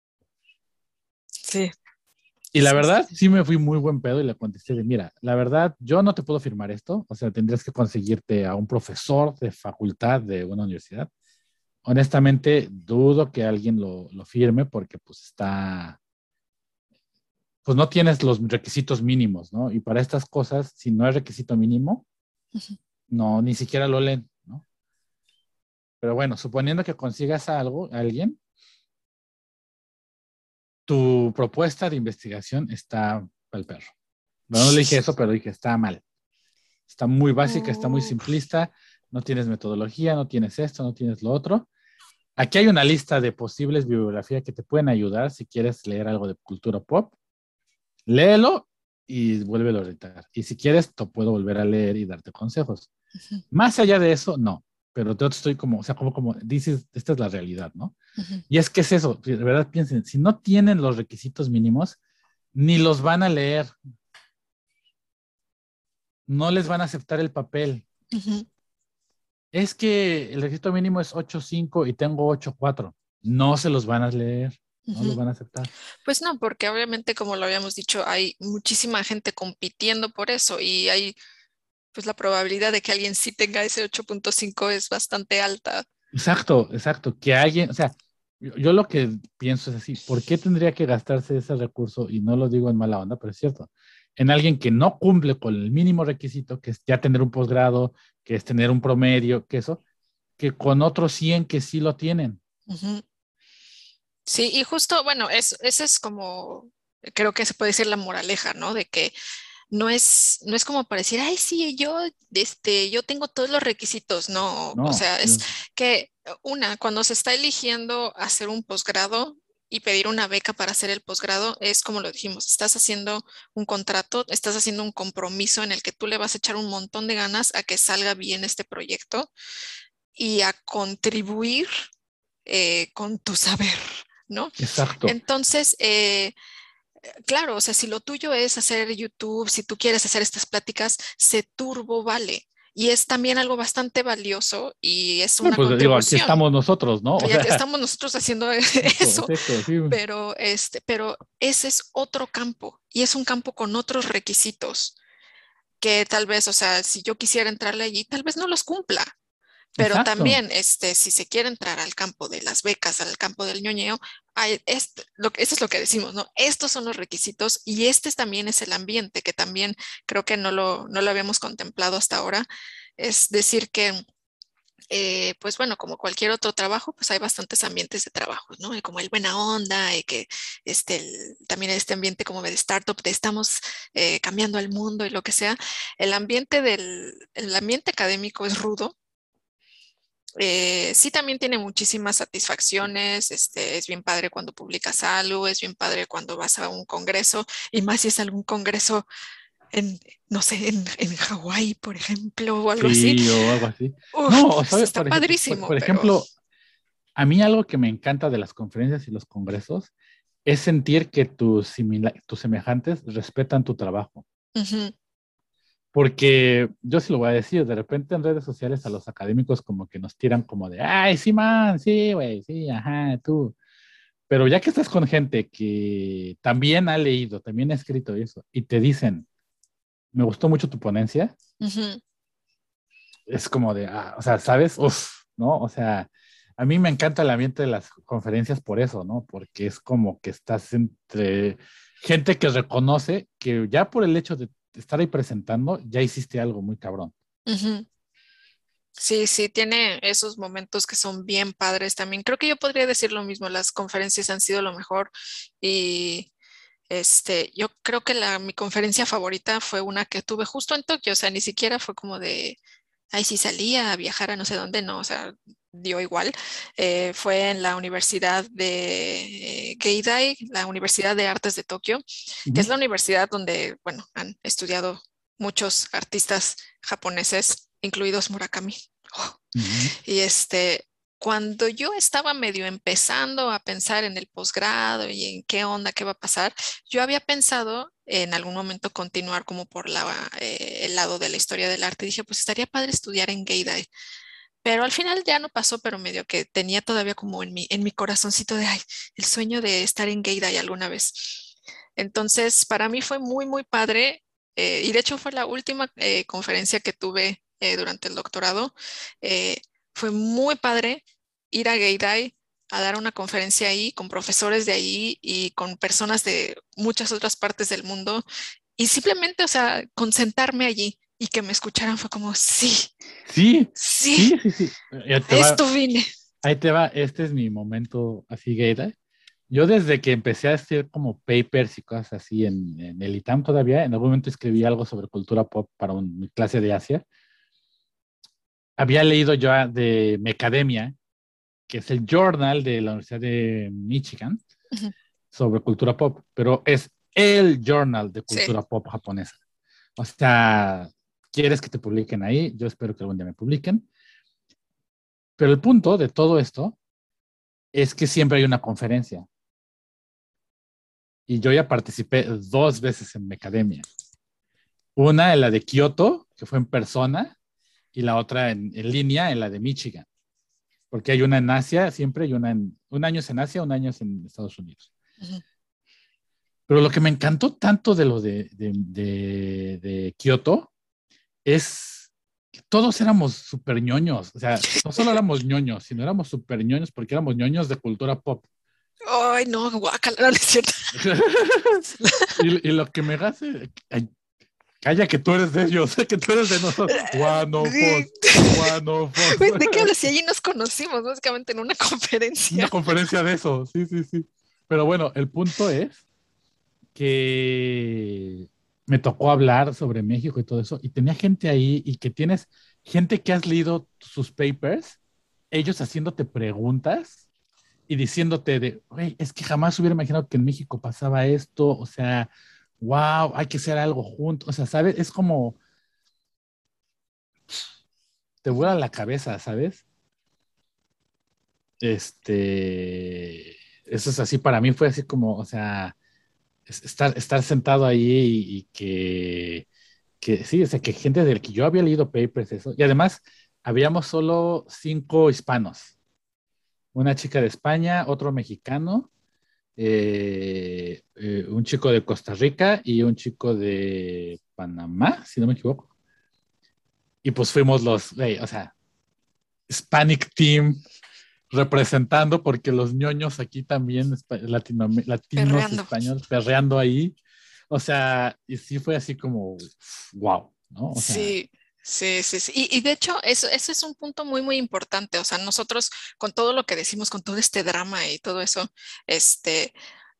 Sí, Y la sí, verdad, sí. sí me fui muy buen pedo y le contesté de, mira, la verdad, yo no te puedo firmar esto, o sea, tendrías que conseguirte a un profesor de facultad de una universidad. Honestamente, dudo que alguien lo firme porque pues pues no tienes los requisitos mínimos, ¿no? Y para estas cosas, si no es requisito mínimo, Ujú. no, ni siquiera lo leen, ¿no? Pero bueno, suponiendo que consigas a alguien, tu propuesta de investigación está al perro. Bueno, no le dije eso, pero dije, está mal. Está muy básica, está muy Uh, simplista, no tienes metodología, no tienes esto, no tienes lo otro. Aquí hay una lista de posibles bibliografías que te pueden ayudar si quieres leer algo de cultura pop. Léelo y vuélvelo a editar. Y si quieres, te puedo volver a leer y darte consejos. ujú, Más allá de eso, no. Pero yo estoy como, o sea, como dices, esta es la realidad, ¿no? ujú. Y es que es eso, de verdad piensen, si no tienen los requisitos mínimos, ni los van a leer, no les van a aceptar el papel. Ujú. Es que el requisito mínimo es 8.5 y tengo 8.4. No se los van a leer, no los Ujú. van a aceptar. Pues no, porque obviamente, como lo habíamos dicho, hay muchísima gente compitiendo por eso y hay, pues la probabilidad de que alguien sí tenga ese 8.5 es bastante alta. Exacto, exacto. Que alguien, o sea, yo lo que pienso es así, ¿por qué tendría que gastarse ese recurso? Y no lo digo en mala onda, pero es cierto. en alguien que no cumple con el mínimo requisito, que es ya tener un posgrado, que es tener un promedio, que eso, que con otros 100 que sí lo tienen. Ujú. Sí, y justo, bueno, ese es como, creo que se puede decir la moraleja, ¿no? De que no es como para decir, ay, sí, yo tengo todos los requisitos. No, o No, sea, es que cuando se está eligiendo hacer un posgrado y pedir una beca para hacer el posgrado, es como lo dijimos, estás haciendo un contrato, estás haciendo un compromiso en el que tú le vas a echar un montón de ganas a que salga bien este proyecto y a contribuir con tu saber, ¿no? exacto, Entonces, claro, o sea, si lo tuyo es hacer YouTube, si tú quieres hacer estas pláticas, se turbo vale. Y es también algo bastante valioso y es una pues digo, aquí contribución. estamos nosotros, ¿no? O Y aquí sea, estamos nosotros haciendo exacto, eso, exacto, sí, pero ese es otro campo y es un campo con otros requisitos que tal vez, o sea, si yo quisiera entrarle allí, tal vez no los cumpla. Pero exacto, también, si se quiere entrar al campo de las becas, al campo del ñoñeo, eso es lo que decimos, ¿no? Estos son los requisitos y este también es el ambiente, que también creo que no lo habíamos contemplado hasta ahora. Es decir que, pues bueno, como cualquier otro trabajo, pues hay bastantes ambientes de trabajo, ¿no? Y como el buena onda, y que también este ambiente como de startup, de estamos cambiando al mundo y lo que sea. El ambiente académico es rudo. Sí, también tiene muchísimas satisfacciones. Es bien padre cuando publicas algo, es bien padre cuando vas a un congreso, y más si es algún congreso en, no sé, en Hawái, por ejemplo, o algo así. sí, o algo así. Uf, No, o pues sea, está padrísimo, por pero ejemplo, a mí algo que me encanta de las conferencias y los congresos es sentir que tus semejantes respetan tu trabajo. ujú, Porque yo sí lo voy a decir, de repente en redes sociales a los académicos como que nos tiran como de, ay, sí, man, sí, güey, sí, ajá, tú. Pero ya que estás con gente que también ha leído, también ha escrito eso, y te dicen, me gustó mucho tu ponencia, ujú, es como de, ah, o sea, ¿sabes? Uf, ¿no? O sea, a mí me encanta el ambiente de las conferencias por eso, ¿no? Porque es como que estás entre gente que reconoce que ya por el hecho de estar ahí presentando, ya hiciste algo muy cabrón. ujú. Sí, sí, tiene esos momentos que son bien padres también. Creo que yo podría decir lo mismo, las conferencias han sido lo mejor. Y yo creo que mi conferencia favorita fue una que tuve justo en Tokio, o sea, ni siquiera fue como de, ay, sí salía a viajar a no sé dónde, no, o sea, dio igual. Fue en la Universidad de Geidai, la Universidad de Artes de Tokio, que es Ujú, la universidad donde, bueno, han estudiado muchos artistas japoneses, incluidos Murakami. Oh, ujú. y cuando yo estaba medio empezando a pensar en el posgrado y en qué onda, qué va a pasar, yo había pensado en algún momento continuar como por el lado de la historia del arte. Dije, pues estaría padre estudiar en Geidai, pero al final ya no pasó, pero medio que tenía todavía como en mi corazoncito de, ay, el sueño de estar en Geidai alguna vez. Entonces, para mí fue muy, muy padre. Y de hecho fue la última conferencia que tuve durante el doctorado. Eh, Fue muy padre ir a Geidai a dar una conferencia ahí con profesores de ahí y con personas de muchas otras partes del mundo. Y simplemente, o sea, concentrarme allí y que me escucharan fue como, sí, Sí, sí, sí, sí, sí. a esto vine. Ahí te va, este es mi momento así, Gator. Yo desde que empecé a hacer como papers y cosas así en el ITAM todavía, en algún momento escribí algo sobre cultura pop para mi clase de Asia. Había leído yo de Mecademia, que es el journal de la Universidad de Michigan Ujú. sobre cultura pop, pero es el journal de Sí. cultura pop japonesa. O sea, ¿quieres que te publiquen ahí? Yo espero que algún día me publiquen. Pero el punto de todo esto es que siempre hay una conferencia. Y yo ya participé 2 veces en Mecademia. Una en la de Kioto, que fue en persona, y la otra en línea, en la de Michigan. Porque hay una en Asia siempre y un año es en Asia, un año es en Estados Unidos. Ujú. Pero lo que me encantó tanto de lo de Kioto es que todos éramos súper ñoños. O sea, no solo éramos ñoños, sino éramos súper ñoños porque éramos ñoños de cultura pop. Ay, no, guácala, no, no es cierto. Y lo que me hace, ay, calla que tú eres de ellos, que tú eres de nosotros. One of us, one of us. ¿De qué hablas? Si allí nos conocimos, básicamente en una Una conferencia. conferencia de eso, sí, sí, sí. Pero bueno, el punto es que me tocó hablar sobre México y todo eso, y tenía gente ahí y que tienes gente que has leído sus papers, ellos haciéndote preguntas y diciéndote de, güey, es que jamás hubiera imaginado que en México pasaba esto, o sea, wow, hay que hacer algo juntos, o sea, ¿sabes? Es como, te vuela la cabeza, ¿sabes? Eso es así, para mí fue así como, o sea, estar sentado ahí y que sí, o sea, que gente del que yo había leído papers, eso, y además habíamos solo 5 hispanos, una chica de España, otro mexicano, un chico de Costa Rica y un chico de Panamá, si no me equivoco. Y pues fuimos los, o sea, Hispanic Team representando, porque los ñoños aquí también, latinos, Perreando. españoles, perreando ahí. O sea, y sí fue así como, wow, ¿no? O sea, Sí, sí, sí, sí. Y de hecho, eso es un punto muy, muy importante. O sea, nosotros con todo lo que decimos, con todo este drama y todo eso, este,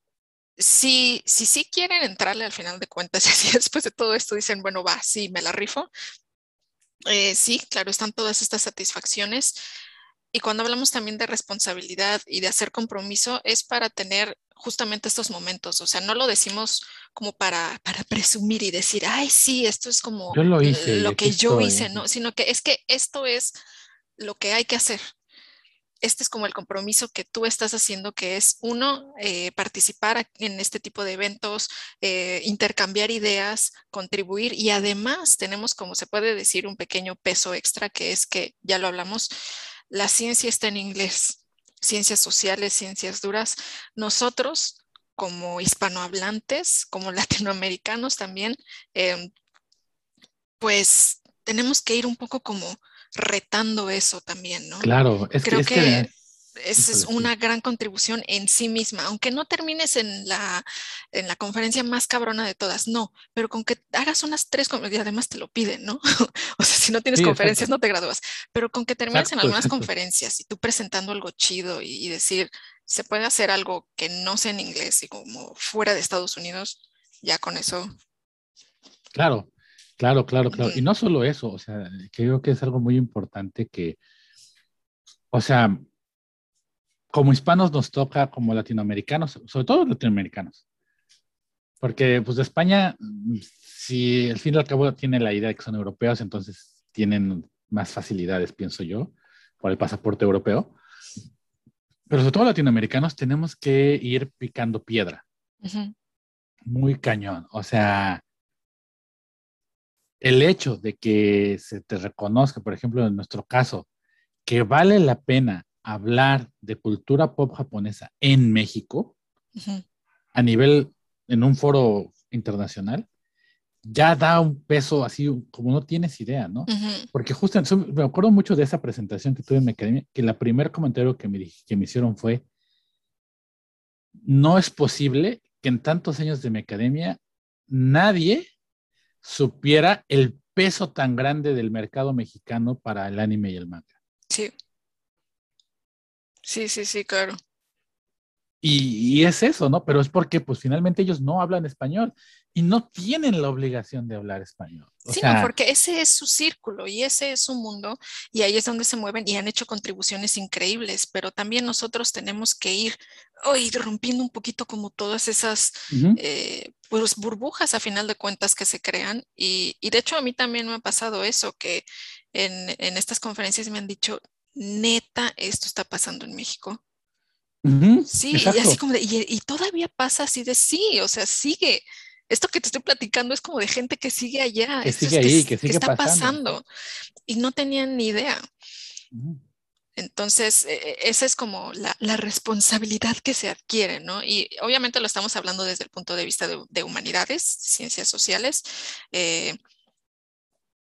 sí quieren entrarle al final de cuentas, y así después de todo esto dicen, bueno, va, sí, me la rifo. Sí, claro, están todas estas satisfacciones. Y cuando hablamos también de responsabilidad y de hacer compromiso, es para tener justamente estos momentos. O sea, no lo decimos como para presumir y decir, ay, sí, esto es como yo lo hice y lo aquí que yo estoy. hice, ¿no? Sino que es que esto es lo que hay que hacer. Este es como el compromiso que tú estás haciendo, que es uno, participar en este tipo de eventos, intercambiar ideas, contribuir y además tenemos, como se puede decir, un pequeño peso extra, que es que, ya lo hablamos, la ciencia está en inglés, ciencias sociales, ciencias duras. Nosotros, como hispanohablantes, como latinoamericanos también, eh, pues tenemos que ir un poco como retando eso también, ¿no? Claro, Creo es que, que esa es híjole, sí. una gran contribución en sí misma, aunque no termines en la conferencia más cabrona de todas, no, pero con que hagas unas tres, y además te lo piden, ¿no? O sea, si no tienes Sí, conferencias exacto, no te gradúas, pero con que termines en exacto, algunas exacto. conferencias y tú presentando algo chido y decir, se puede hacer algo que no sea en inglés y como fuera de Estados Unidos, ya con eso. Claro, claro, claro, claro. Ujú, Y no solo eso, o sea, creo que es algo muy importante que, o sea, como hispanos nos toca, como latinoamericanos, sobre todo latinoamericanos, porque pues de España, si al fin y al cabo tiene la idea de que son europeos, entonces tienen más facilidades, pienso yo, por el pasaporte europeo. Pero sobre todo latinoamericanos tenemos que ir picando piedra, ujú, muy cañón. O sea, el hecho de que se te reconozca, por ejemplo, en nuestro caso, que vale la pena hablar de cultura pop japonesa en México ujú, a nivel, en un foro internacional, ya da un peso así como no tienes idea, ¿no? ujú. Porque justo me acuerdo mucho de esa presentación que tuve en mi academia, que el primer comentario que me hicieron fue, no es posible que en tantos años de mi academia nadie supiera el peso tan grande del mercado mexicano para el anime y el manga. Sí, sí, sí, sí, claro. Y es eso, ¿no? Pero es porque pues finalmente ellos no hablan español y no tienen la obligación de hablar español. O Sí, no, sea, porque ese es su círculo y ese es su mundo y ahí es donde se mueven y han hecho contribuciones increíbles, pero también nosotros tenemos que ir hoy rompiendo un poquito como todas esas uh-huh, pues burbujas a final de cuentas que se crean y de hecho a mí también me ha pasado eso, que en estas conferencias me han dicho, neta, esto está pasando en México. uh-huh, Sí, y así exacto, como de, y todavía pasa así de sí, o sea, sigue. Esto que te estoy platicando es como de gente que sigue allá, que esto sigue es ahí, que que sigue está pasando, pasando exacto. y no tenían ni idea. Uh-huh. Entonces, esa es como la responsabilidad que se adquiere, ¿no? Y obviamente lo estamos hablando desde el punto de vista de humanidades, ciencias sociales, eh,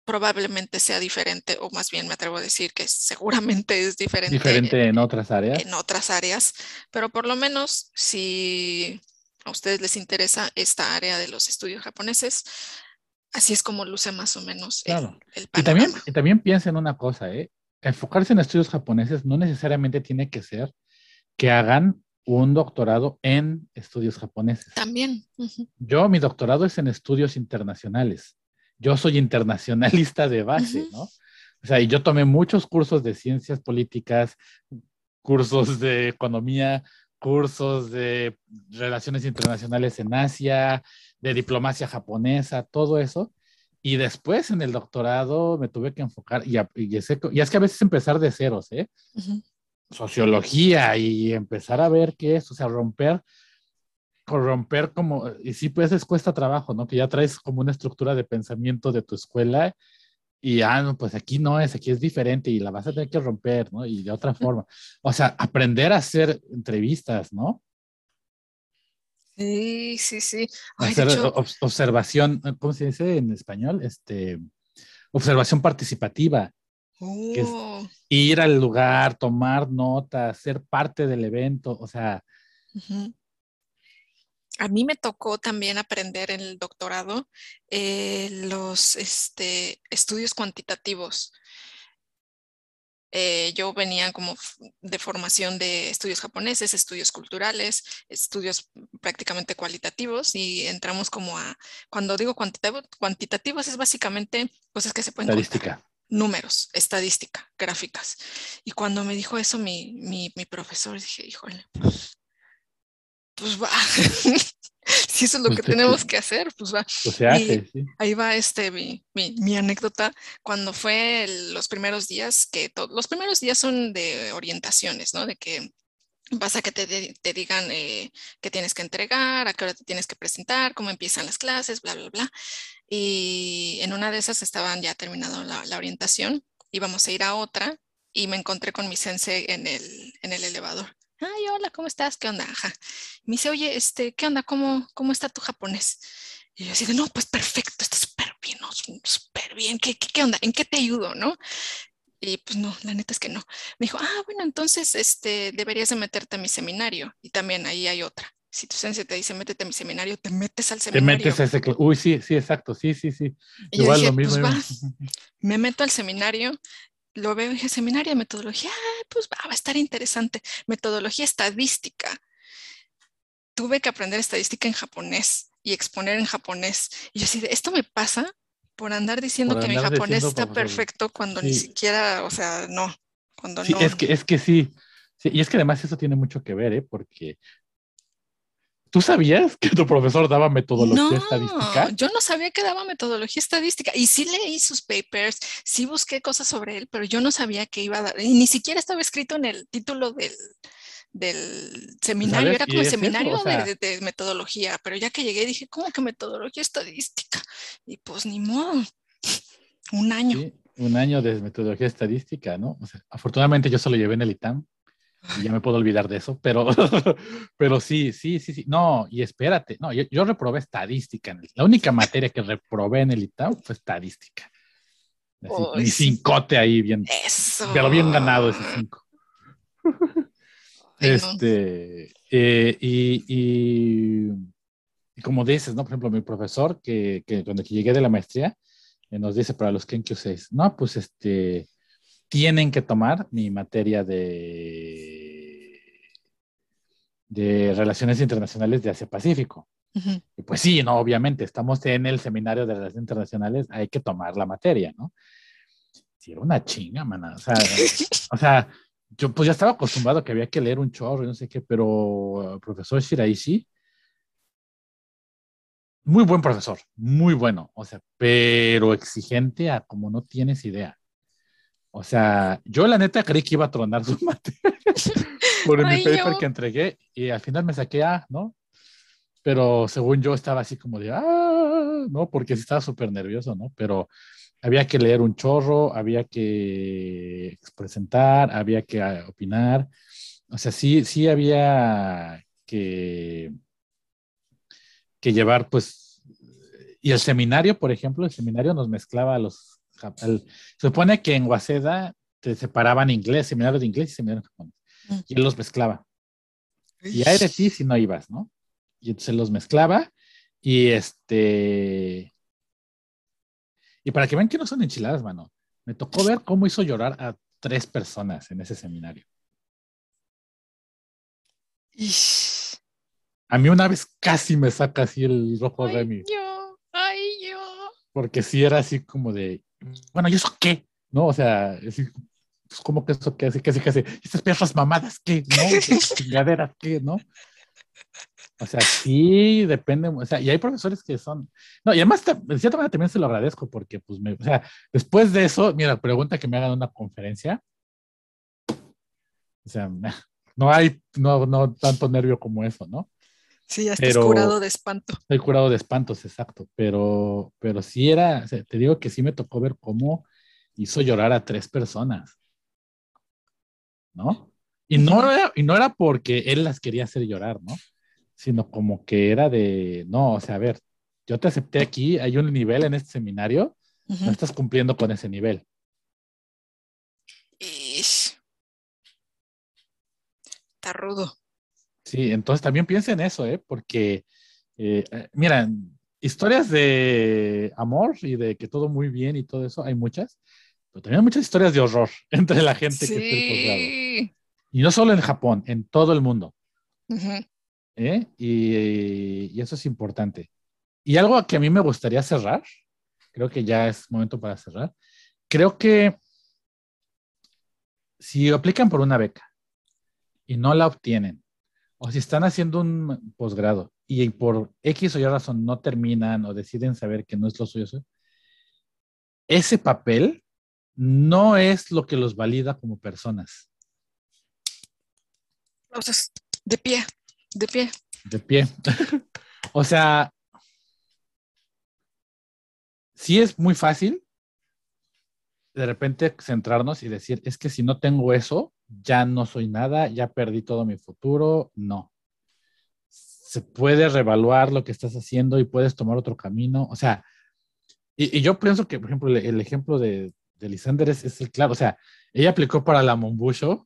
probablemente sea diferente, o más bien me atrevo a decir que seguramente es diferente Diferente en otras en áreas. otras áreas, pero por lo menos si a ustedes les interesa esta área de los estudios japoneses, así es como luce más o menos Claro. el Y también, panorama. y también piensa en una cosa, ¿eh? Enfocarse en estudios japoneses no necesariamente tiene que ser que hagan un doctorado en estudios japoneses. También. Ujú, Mi doctorado es en estudios internacionales. Yo soy internacionalista de base, ujú. ¿no? O sea, y yo tomé muchos cursos de ciencias políticas, cursos de economía, cursos de relaciones internacionales en Asia, de diplomacia japonesa, todo eso. Y después en el doctorado me tuve que enfocar, y es que a veces empezar de ceros, ¿eh? Ujú. Sociología y empezar a ver qué es, o sea, corromper como, y sí, pues es cuesta trabajo, ¿no? Que ya traes como una estructura de pensamiento de tu escuela y, no, pues aquí no es, aquí es diferente y la vas a tener que romper, ¿no? Y de otra forma. O sea, aprender a hacer entrevistas, ¿no? Sí, sí, sí. Ay, de Hacer hecho, observación, ¿cómo se dice en español? Observación participativa, que es oh, ir al lugar, tomar notas, ser parte del evento, o sea, ujú. A mí me tocó también aprender en el doctorado los estudios cuantitativos. Yo venía como de formación de estudios japoneses, estudios culturales, estudios prácticamente cualitativos y entramos como a, cuando digo cuantitativos es básicamente cosas que se pueden contar, estadística. números, estadística, gráficas. Y cuando me dijo eso mi profesor, dije, híjole, pues va. Si eso es lo Pues, que tenemos que hacer, pues va. pues se Y hace, sí. ahí va mi anécdota. Cuando fue los primeros días, los primeros días son de orientaciones, ¿no? De que vas a que te digan qué tienes que entregar, a qué hora te tienes que presentar, cómo empiezan las clases, bla, bla, bla. Y en una de esas estaban ya terminando la orientación, íbamos a ir a otra y me encontré con mi sensei en el elevador. Ay, hola, ¿cómo estás? ¿Qué onda? Ajá. Me dice, oye, ¿qué onda? ¿Cómo está tu japonés? Y yo así de, no, pues perfecto, está súper bien, ¿no? Súper bien. ¿Qué onda? ¿En qué te ayudo, no? Y pues no, la neta es que no. Me dijo, bueno, entonces deberías de meterte a mi seminario. Y también ahí hay otra. Si tu sensei te dice, métete a mi seminario, te metes al Te seminario. metes a ese. Uy, sí, sí, exacto. Sí, sí, sí. Y yo Igual dije, lo mismo. pues va, me meto al seminario, lo veo y dije, seminario de metodología, pues va a estar interesante. Metodología estadística. Tuve que aprender estadística en japonés y exponer en japonés. Y yo así de, esto me pasa por andar diciendo Por que mi andar japonés diciendo, está perfecto cuando ni sí, siquiera, o sea, no, cuando sí, no. es que sí. Sí, y es que además eso tiene mucho que ver, ¿eh? Porque ¿tú sabías que tu profesor daba metodología No, estadística? yo no sabía que daba metodología estadística y sí leí sus papers, sí busqué cosas sobre él, pero yo no sabía que iba a dar, y ni siquiera estaba escrito en el título del seminario, ¿Sabes? era Y como el es eso, seminario o sea, de metodología, pero ya que llegué dije, ¿cómo que metodología estadística? Y pues ni modo, un año. sí, un año de metodología estadística, ¿no? O sea, afortunadamente yo solo llevé en el ITAM y ya me puedo olvidar de eso, pero, pero sí, sí, sí, sí. No, y espérate, no, yo reprobé estadística. La única materia que reprobé en el ITAM fue estadística. Así, Ay, mi sí, cincote ahí bien, eso. pero bien ganado ese cinco. Ay, no. Y como dices, ¿no? Por ejemplo, mi profesor, que cuando que llegué de la maestría, nos dice para los Kenkyu 6, no, pues tienen que tomar mi materia de Relaciones Internacionales de Asia-Pacífico. Ujú. Y pues sí, no, obviamente, estamos en el seminario de Relaciones Internacionales, hay que tomar la materia, ¿no? Sí, era una chinga, mana. O sea, yo pues ya estaba acostumbrado a que había que leer un chorro y no sé qué, pero profesor Shiraishi, muy buen profesor, muy bueno, o sea, pero exigente a como no tienes idea. O sea, yo la neta creí que iba a tronar su materia por mi Ay, paper yo. que entregué y al final me saqué A, ¿no? Pero según yo estaba así como de, ¿no? Porque sí estaba súper nervioso, ¿no? Pero había que leer un chorro, había que presentar, había que opinar. O sea, sí, sí había que llevar, pues, y el seminario, por ejemplo, el seminario nos mezclaba a los Se supone que en Waseda te separaban inglés, seminario de inglés y seminario de japonés. Y él los mezclaba. Y hay de ti si no ibas, ¿no? Y entonces los mezclaba y y para que vean que no son enchiladas, mano, me tocó ver cómo hizo llorar a 3 personas en ese seminario. Ish. A mí una vez casi me saca así el rojo Ay, Remy, yo. porque sí era así como de, bueno, ¿y eso qué? ¿No? O sea, así, pues, ¿cómo que eso qué? Así, casi, casi, estas perras mamadas, ¿qué? ¿No? Chingaderas, ¿qué? ¿No? O sea, sí, depende, o sea, y hay profesores que son, no, y además, de cierta manera también se lo agradezco, porque, pues, o sea, después de eso, mira, pregunta que me hagan una conferencia, o sea, no tanto nervio como eso, ¿no? Sí, ya estás curado Pero de espanto. estoy curado de espantos, exacto, pero sí era, o sea, te digo que sí me tocó ver cómo hizo llorar a 3 personas, ¿no? Ujú. Y no era porque él las quería hacer llorar, ¿no? Sino como que era de, no, o sea, a ver, yo te acepté aquí, hay un nivel en este seminario, no Ujú. estás cumpliendo con ese nivel. Ish, está rudo. Sí, entonces también piensa en eso, ¿eh? Porque, mira, historias de amor y de que todo muy bien y todo eso, hay muchas, pero también hay muchas historias de horror entre la gente que está en el posgrado. Sí. Y no solo en Japón, en todo el mundo, Ujú. ¿eh? Y eso es importante. Y algo que a mí me gustaría cerrar, creo que ya es momento para cerrar, creo que si aplican por una beca y no la obtienen, o si están haciendo un posgrado y por X o Y razón no terminan o deciden saber que no es lo suyo, ese papel no es lo que los valida como personas. Entonces, de pie, de pie. De pie. O sea, sí es muy fácil de repente centrarnos y decir, es que si no tengo eso, ya no soy nada, ya perdí todo mi futuro. No. Se puede reevaluar lo que estás haciendo y puedes tomar otro camino. O sea, y yo pienso que, por ejemplo, el ejemplo de Lisander es el claro. O sea, ella aplicó para la Monbusho,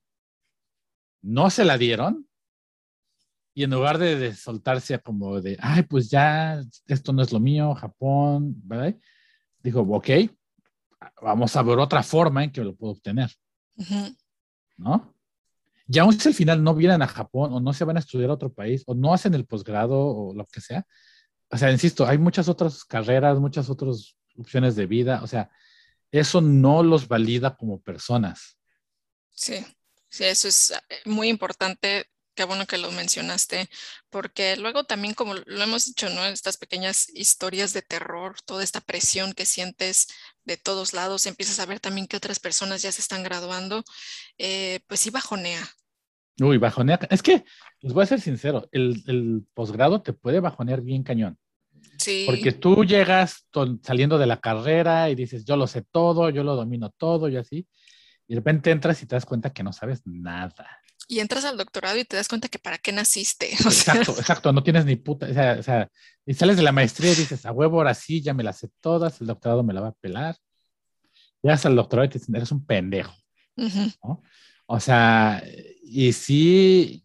no se la dieron, y en lugar de soltarse como de, ay, pues ya, esto no es lo mío, Japón, ¿verdad? Dijo, ok, vamos a ver otra forma en que lo puedo obtener, Ujú. ¿no? Y aún si al final no vienen a Japón o no se van a estudiar a otro país o no hacen el posgrado o lo que sea, o sea, insisto, hay muchas otras carreras, muchas otras opciones de vida, o sea, eso no los valida como personas. Sí, sí, eso es muy importante. Qué bueno que lo mencionaste, porque luego también, como lo hemos dicho, ¿no? Estas pequeñas historias de terror, toda esta presión que sientes de todos lados, empiezas a ver también que otras personas ya se están graduando, pues sí bajonea. Uy, bajonea. Es que, les voy a ser sincero, el posgrado te puede bajonear bien cañón, porque Sí, tú llegas saliendo de la carrera y dices, yo lo sé todo, yo lo domino todo y así, y de repente entras y te das cuenta que no sabes nada. y entras al doctorado y te das cuenta que para qué naciste, o sea, Exacto, exacto, no tienes ni puta, o sea, y sales de la maestría y dices, a huevo, ahora sí, ya me las sé todas, el doctorado me la va a pelar. Llegas al doctorado y te dicen, eres un pendejo, ujú, ¿no? O sea, y sí,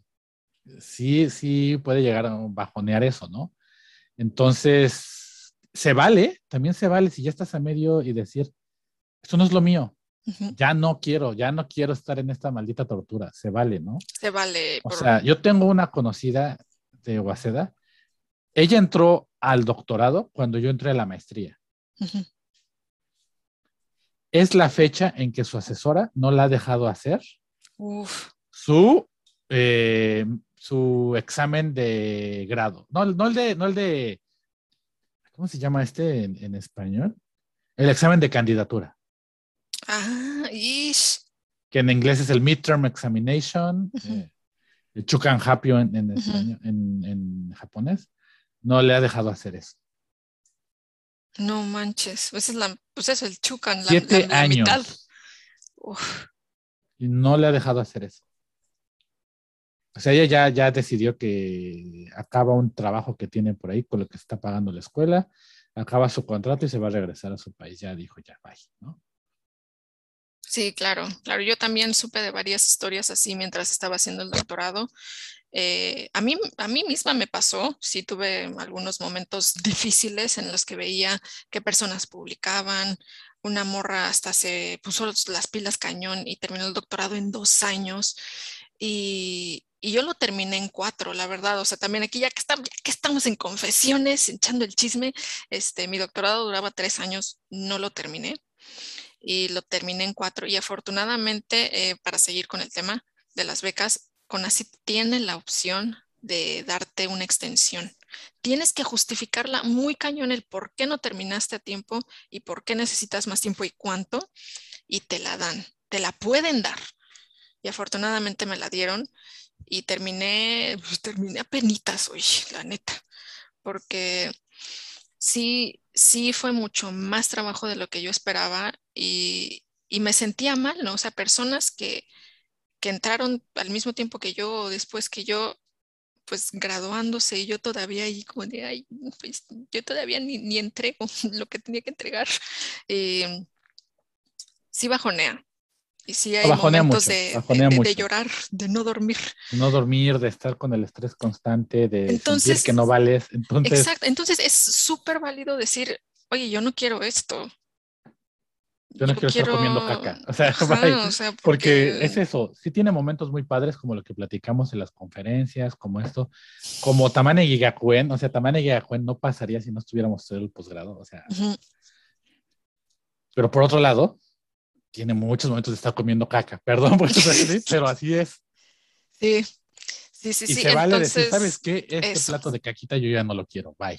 sí puede llegar a bajonear eso, ¿no? Entonces, se vale, también se vale si ya estás a medio y decir, esto no es lo mío, ujú. ya no quiero estar en esta maldita tortura, se vale, ¿no? Se vale O por... sea, yo tengo una conocida de Waseda, ella entró al doctorado cuando yo entré a la maestría. Ujú. Es la fecha en que su asesora no la ha dejado hacer Uf, su, su examen de grado. No el de, ¿cómo se llama este en español? El examen de candidatura, ah, ish. que en inglés es el midterm examination, Ujú, el chukanhapyo en ujú. español, en japonés. No le ha dejado hacer eso. No manches, esa es la, pues eso, el chucan, la, la, siete la mitad. años Uf, y no le ha dejado hacer eso. O sea, ella ya decidió que acaba un trabajo que tiene por ahí con lo que está pagando la escuela, acaba su contrato y se va a regresar a su país. Ya dijo, ya, bye, ¿no? Sí, claro, claro. Yo también supe de varias historias así mientras estaba haciendo el doctorado. A mí misma me pasó, sí tuve algunos momentos difíciles en los que veía que personas publicaban. Una morra hasta se puso las pilas cañón y terminó el doctorado en 2 años. Y yo lo terminé en 4, la verdad. O sea, también aquí ya que estamos en confesiones, echando el chisme, mi doctorado duraba 3 años, no lo terminé y lo terminé en 4. Y afortunadamente, para seguir con el tema de las becas, CONACYT tiene la opción de darte una extensión. Tienes que justificarla muy cañón el por qué no terminaste a tiempo y por qué necesitas más tiempo y cuánto, y te la dan, te la pueden dar. Y afortunadamente me la dieron y terminé a penitas hoy, la neta, porque sí fue mucho más trabajo de lo que yo esperaba y me sentía mal, ¿no? O sea, personas que entraron al mismo tiempo que yo o después que yo, pues graduándose y yo todavía ahí como de, ay, pues yo todavía ni entrego lo que tenía que entregar. Eh, sí bajonea y sí hay momentos Bajonea de mucho. llorar, de no dormir. No dormir, de estar con el estrés constante, de sentir que no Entonces, vales. Entonces, exacto, entonces es súper válido decir, oye, yo no quiero esto. yo no Yo quiero estar quiero, comiendo caca. O sea, bye. ajá, o sea, Porque porque, es eso. Sí tiene momentos muy padres como lo que platicamos en las conferencias, como esto, como Tamane Gigacuen. O sea, Tamane Gigacuen no pasaría si no estuviéramos en el posgrado. O sea, ujú, pero por otro lado, tiene muchos momentos de estar comiendo caca. Perdón por eso, así, pero así es. sí, sí, sí, Y sí, se vale decir, ¿sabes entonces, qué? Este eso. plato de caquita yo ya no lo quiero. Bye.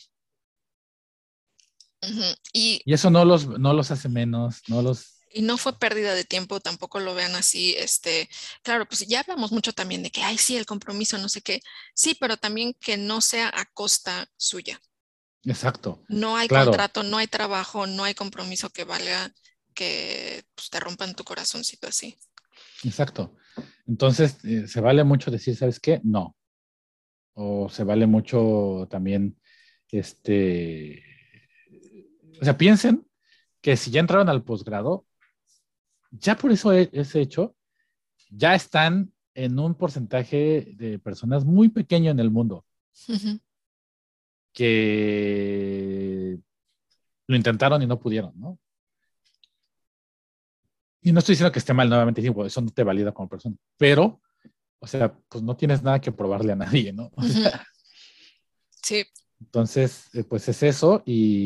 Ujú. Y, Y eso no los hace menos, no los. y no fue pérdida de tiempo, tampoco lo vean así, claro, pues ya hablamos mucho también de que, ay, sí, el compromiso, no sé qué, sí, pero también que no sea a costa suya. Exacto. No hay Claro, contrato, no hay trabajo, no hay compromiso que valga que pues, te rompan tu corazoncito así. exacto. Entonces, se vale mucho decir, ¿sabes qué? No. O se vale mucho también, este, o sea, piensen que si ya entraron al posgrado, ya por eso ese hecho, ya están en un porcentaje de personas muy pequeño en el mundo Ujú, que lo intentaron y no pudieron, ¿no? Y no estoy diciendo que esté mal nuevamente, digo, eso no te valida como persona, pero, o sea, pues no tienes nada que probarle a nadie, ¿no? O ujú. sea, Sí, entonces, pues es eso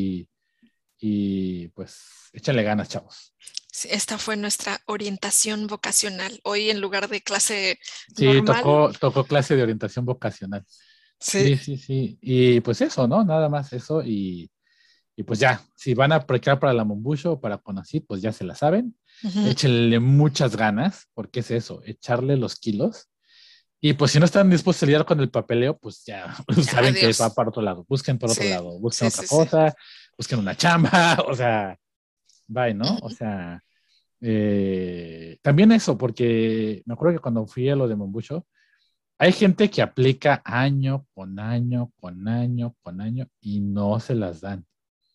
y pues échenle ganas, chavos. sí, esta fue nuestra orientación vocacional. Hoy en lugar de clase Sí, normal, tocó clase de orientación vocacional. sí. Sí, sí, sí. Y pues eso, ¿no? Nada más eso. Y pues ya, si van a aplicar para la Mombucho o para Conacyt, pues ya se la saben. Ujú. Échenle muchas ganas, porque es eso, echarle los kilos. Y pues si no están dispuestos a lidiar con el papeleo, pues ya saben que va Adiós. para otro lado. Busquen por otro Sí, lado, busquen sí, otra sí, sí. cosa, busquen una chamba, o sea, bye, ¿no? O Ujú. sea, también eso, porque me acuerdo que cuando fui a lo de Mombucho, hay gente que aplica año con año, con año, con año y no se las dan.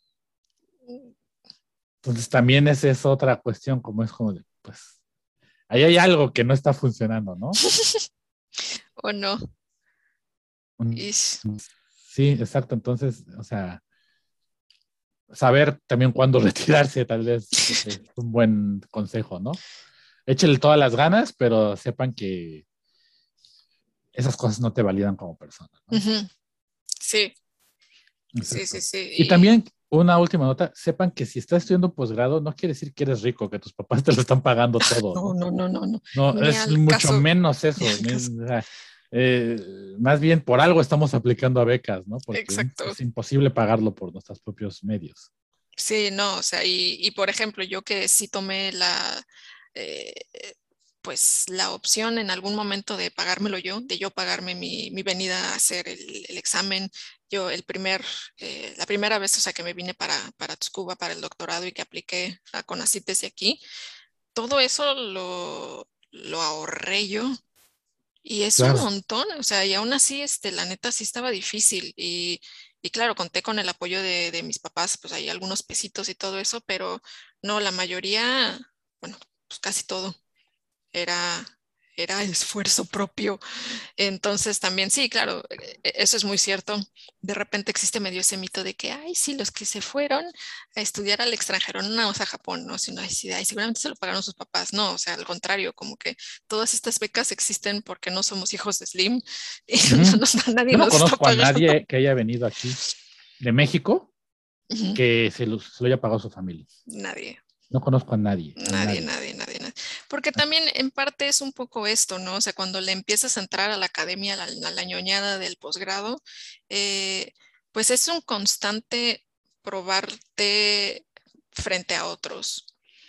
Entonces también esa es otra cuestión, como es como de, pues, ahí hay algo que no está funcionando, ¿no? ¿O no? Mm, Ish. Sí, exacto. Entonces, o sea, saber también cuándo retirarse, tal vez es un buen consejo, ¿no? Échale todas las ganas, pero sepan que esas cosas no te validan como persona, ¿no? Ujú. Sí, Es sí, sí, eso. sí. Y también una última nota, sepan que si estás estudiando posgrado, no quiere decir que eres rico, que tus papás te lo están pagando todo, No, ¿no? no, no, no, no. No, Ni es al mucho caso, menos ni eso. al caso. O sea, eh, más bien por algo estamos aplicando a becas, ¿no? Porque Exacto. es imposible pagarlo por nuestros propios medios. Sí, no, o sea, y por ejemplo, yo que sí tomé eh, pues la opción en algún momento de pagármelo yo, de yo pagarme mi venida a hacer el examen. Yo la primera vez, o sea, que me vine para Tsukuba, para el doctorado y que apliqué a CONACYT desde aquí, todo eso lo ahorré yo. Y es un Claro, montón, o sea, y aún así, la neta sí estaba difícil. Y claro, conté con el apoyo de mis papás, pues hay algunos pesitos y todo eso, pero no, la mayoría, bueno, pues casi todo era, era esfuerzo propio. Entonces también, sí, claro, eso es muy cierto. De repente existe medio ese mito de que, ay, sí, los que se fueron a estudiar al extranjero, no nada más a Japón, ¿no? Sino, ay, sí, ay, seguramente se lo pagaron sus papás. No, o sea, al contrario, como que todas estas becas existen porque no somos hijos de Slim y Uh-huh. nadie Yo no nos está conozco a pagando. nadie que haya venido aquí de México Ujú. que se lo haya pagado su familia. Nadie. No conozco a Nadie, nadie. nadie, nadie, nadie. Porque también en parte es un poco esto, ¿no? O sea, cuando le empiezas a entrar a la academia, a la ñoñada del posgrado, eh, pues es un constante probarte frente a otros.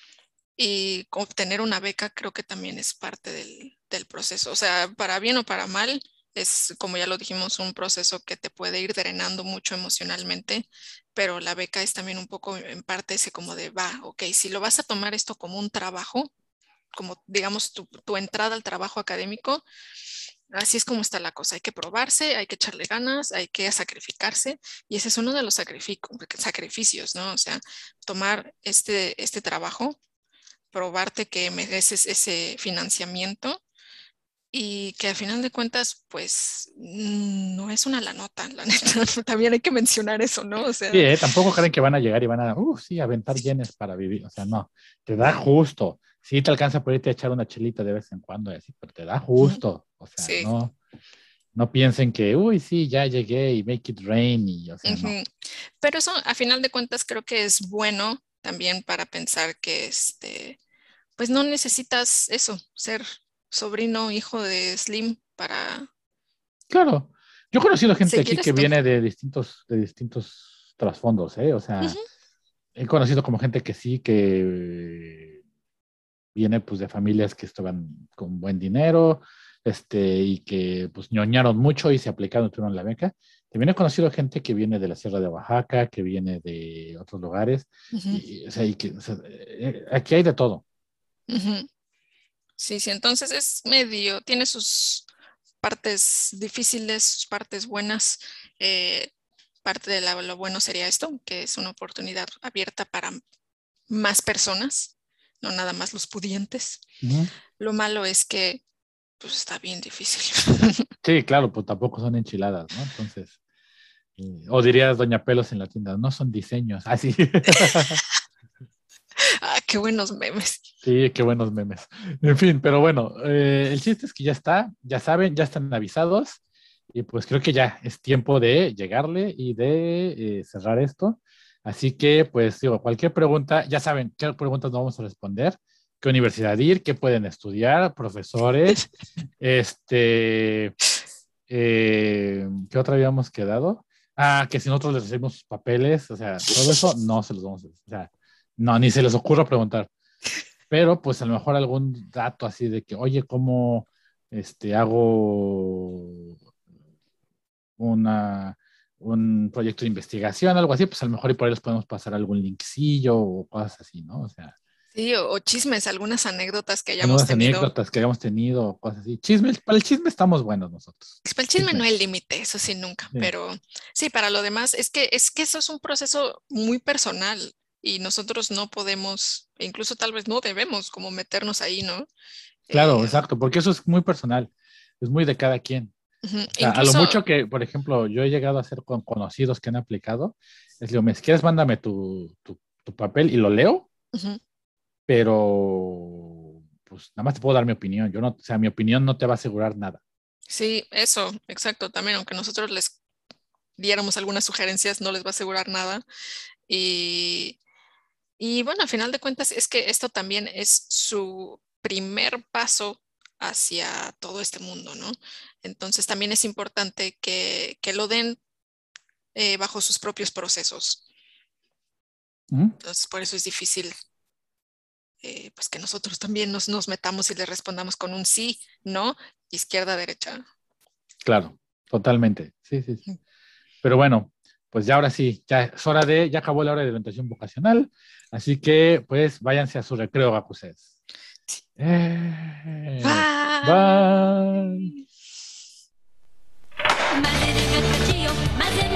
Y obtener una beca creo que también es parte del proceso. O sea, para bien o para mal, es, como ya lo dijimos, un proceso que te puede ir drenando mucho emocionalmente, pero la beca es también un poco en parte ese como de, va, ok, si lo vas a tomar esto como un trabajo, como digamos tu entrada al trabajo académico, así es como está la cosa. Hay que probarse, hay que echarle ganas, hay que sacrificarse, y ese es uno de los sacrificios, ¿no? O sea, tomar este trabajo, probarte que mereces ese financiamiento y que al final de cuentas, pues no es una la nota, la neta. También hay que mencionar eso, ¿no? O Sí, sea, tampoco creen que van a llegar y van a, sí, aventar yenes para vivir. O sea, no, te da justo. Sí, te alcanza por irte a echar una chelita de vez en cuando y así, pero te da justo. O sea, sí. no piensen que, uy, sí, ya llegué y make it rain y, o sea, no. Ujú. Pero eso, a final de cuentas, creo que es bueno también para pensar que pues no necesitas eso, ser sobrino, hijo de Slim para Claro, yo he conocido gente seguir aquí que esto. viene de distintos trasfondos, ¿eh? O sea, Ujú, he conocido como gente que sí, que viene pues de familias que estaban con buen dinero, y que pues ñoñaron mucho y se aplicaron, tuvieron la beca. También he conocido gente que viene de la Sierra de Oaxaca, que viene de otros lugares, ujú, o sea, o sea, aquí hay de todo. ujú. Sí, sí, entonces es medio, tiene sus partes difíciles, sus partes buenas. Eh, parte de lo bueno sería esto, que es una oportunidad abierta para más personas, no nada más los pudientes. Ujú. Lo malo es que pues está bien difícil. Sí, claro, pues tampoco son enchiladas, ¿no? Entonces, o dirías Doña Pelos en la tienda, no son diseños, así. Ah, qué buenos memes. Sí, qué buenos memes. En fin, pero bueno, el chiste es que ya está, ya saben, ya están avisados y pues creo que ya es tiempo de llegarle y de cerrar esto. Así que pues digo, cualquier pregunta, ya saben qué preguntas no vamos a responder, qué universidad ir, qué pueden estudiar, profesores, ¿qué otra habíamos quedado? Ah, que si nosotros les recibimos sus papeles, o sea, todo eso no se los vamos a, o sea, no, ni se les ocurra preguntar, pero pues a lo mejor algún dato así de que, oye, ¿cómo hago una, un proyecto de investigación, algo así? Pues a lo mejor y por ahí les podemos pasar algún linkcillo o cosas así, ¿no? O sea, Sí, o chismes, algunas anécdotas que hayamos algunas tenido. anécdotas que hayamos tenido o cosas así. Chisme, para el chisme estamos buenos nosotros. Pues para el chisme no Chisme. hay límite, eso sí, nunca, Sí, pero sí, para lo demás es que eso es un proceso muy personal y nosotros no podemos, e incluso tal vez no debemos como meternos ahí, ¿no? claro, Eh, exacto, porque eso es muy personal, es muy de cada quien. ujú, O sea, a lo incluso, mucho que, por ejemplo, yo he llegado a hacer con conocidos que han aplicado, les digo, si quieres, mándame tu papel y lo leo, ujú, pero pues nada más te puedo dar mi opinión. Yo no, o sea, mi opinión no te va a asegurar nada. sí, eso, exacto, también, aunque nosotros les diéramos algunas sugerencias, no les va a asegurar nada. Y, y bueno, al final de cuentas es que esto también es su primer paso hacia todo este mundo, ¿no? Entonces también es importante que lo den bajo sus propios procesos. ¿Mm? Entonces por eso es difícil pues que nosotros también nos metamos y le respondamos con un sí, no, izquierda, derecha. Claro, totalmente. Sí, sí, sí. Pero bueno, pues ya ahora sí, ya acabó la hora de orientación vocacional, así que pues váyanse a su recreo, Gakuses. Bye. Bye.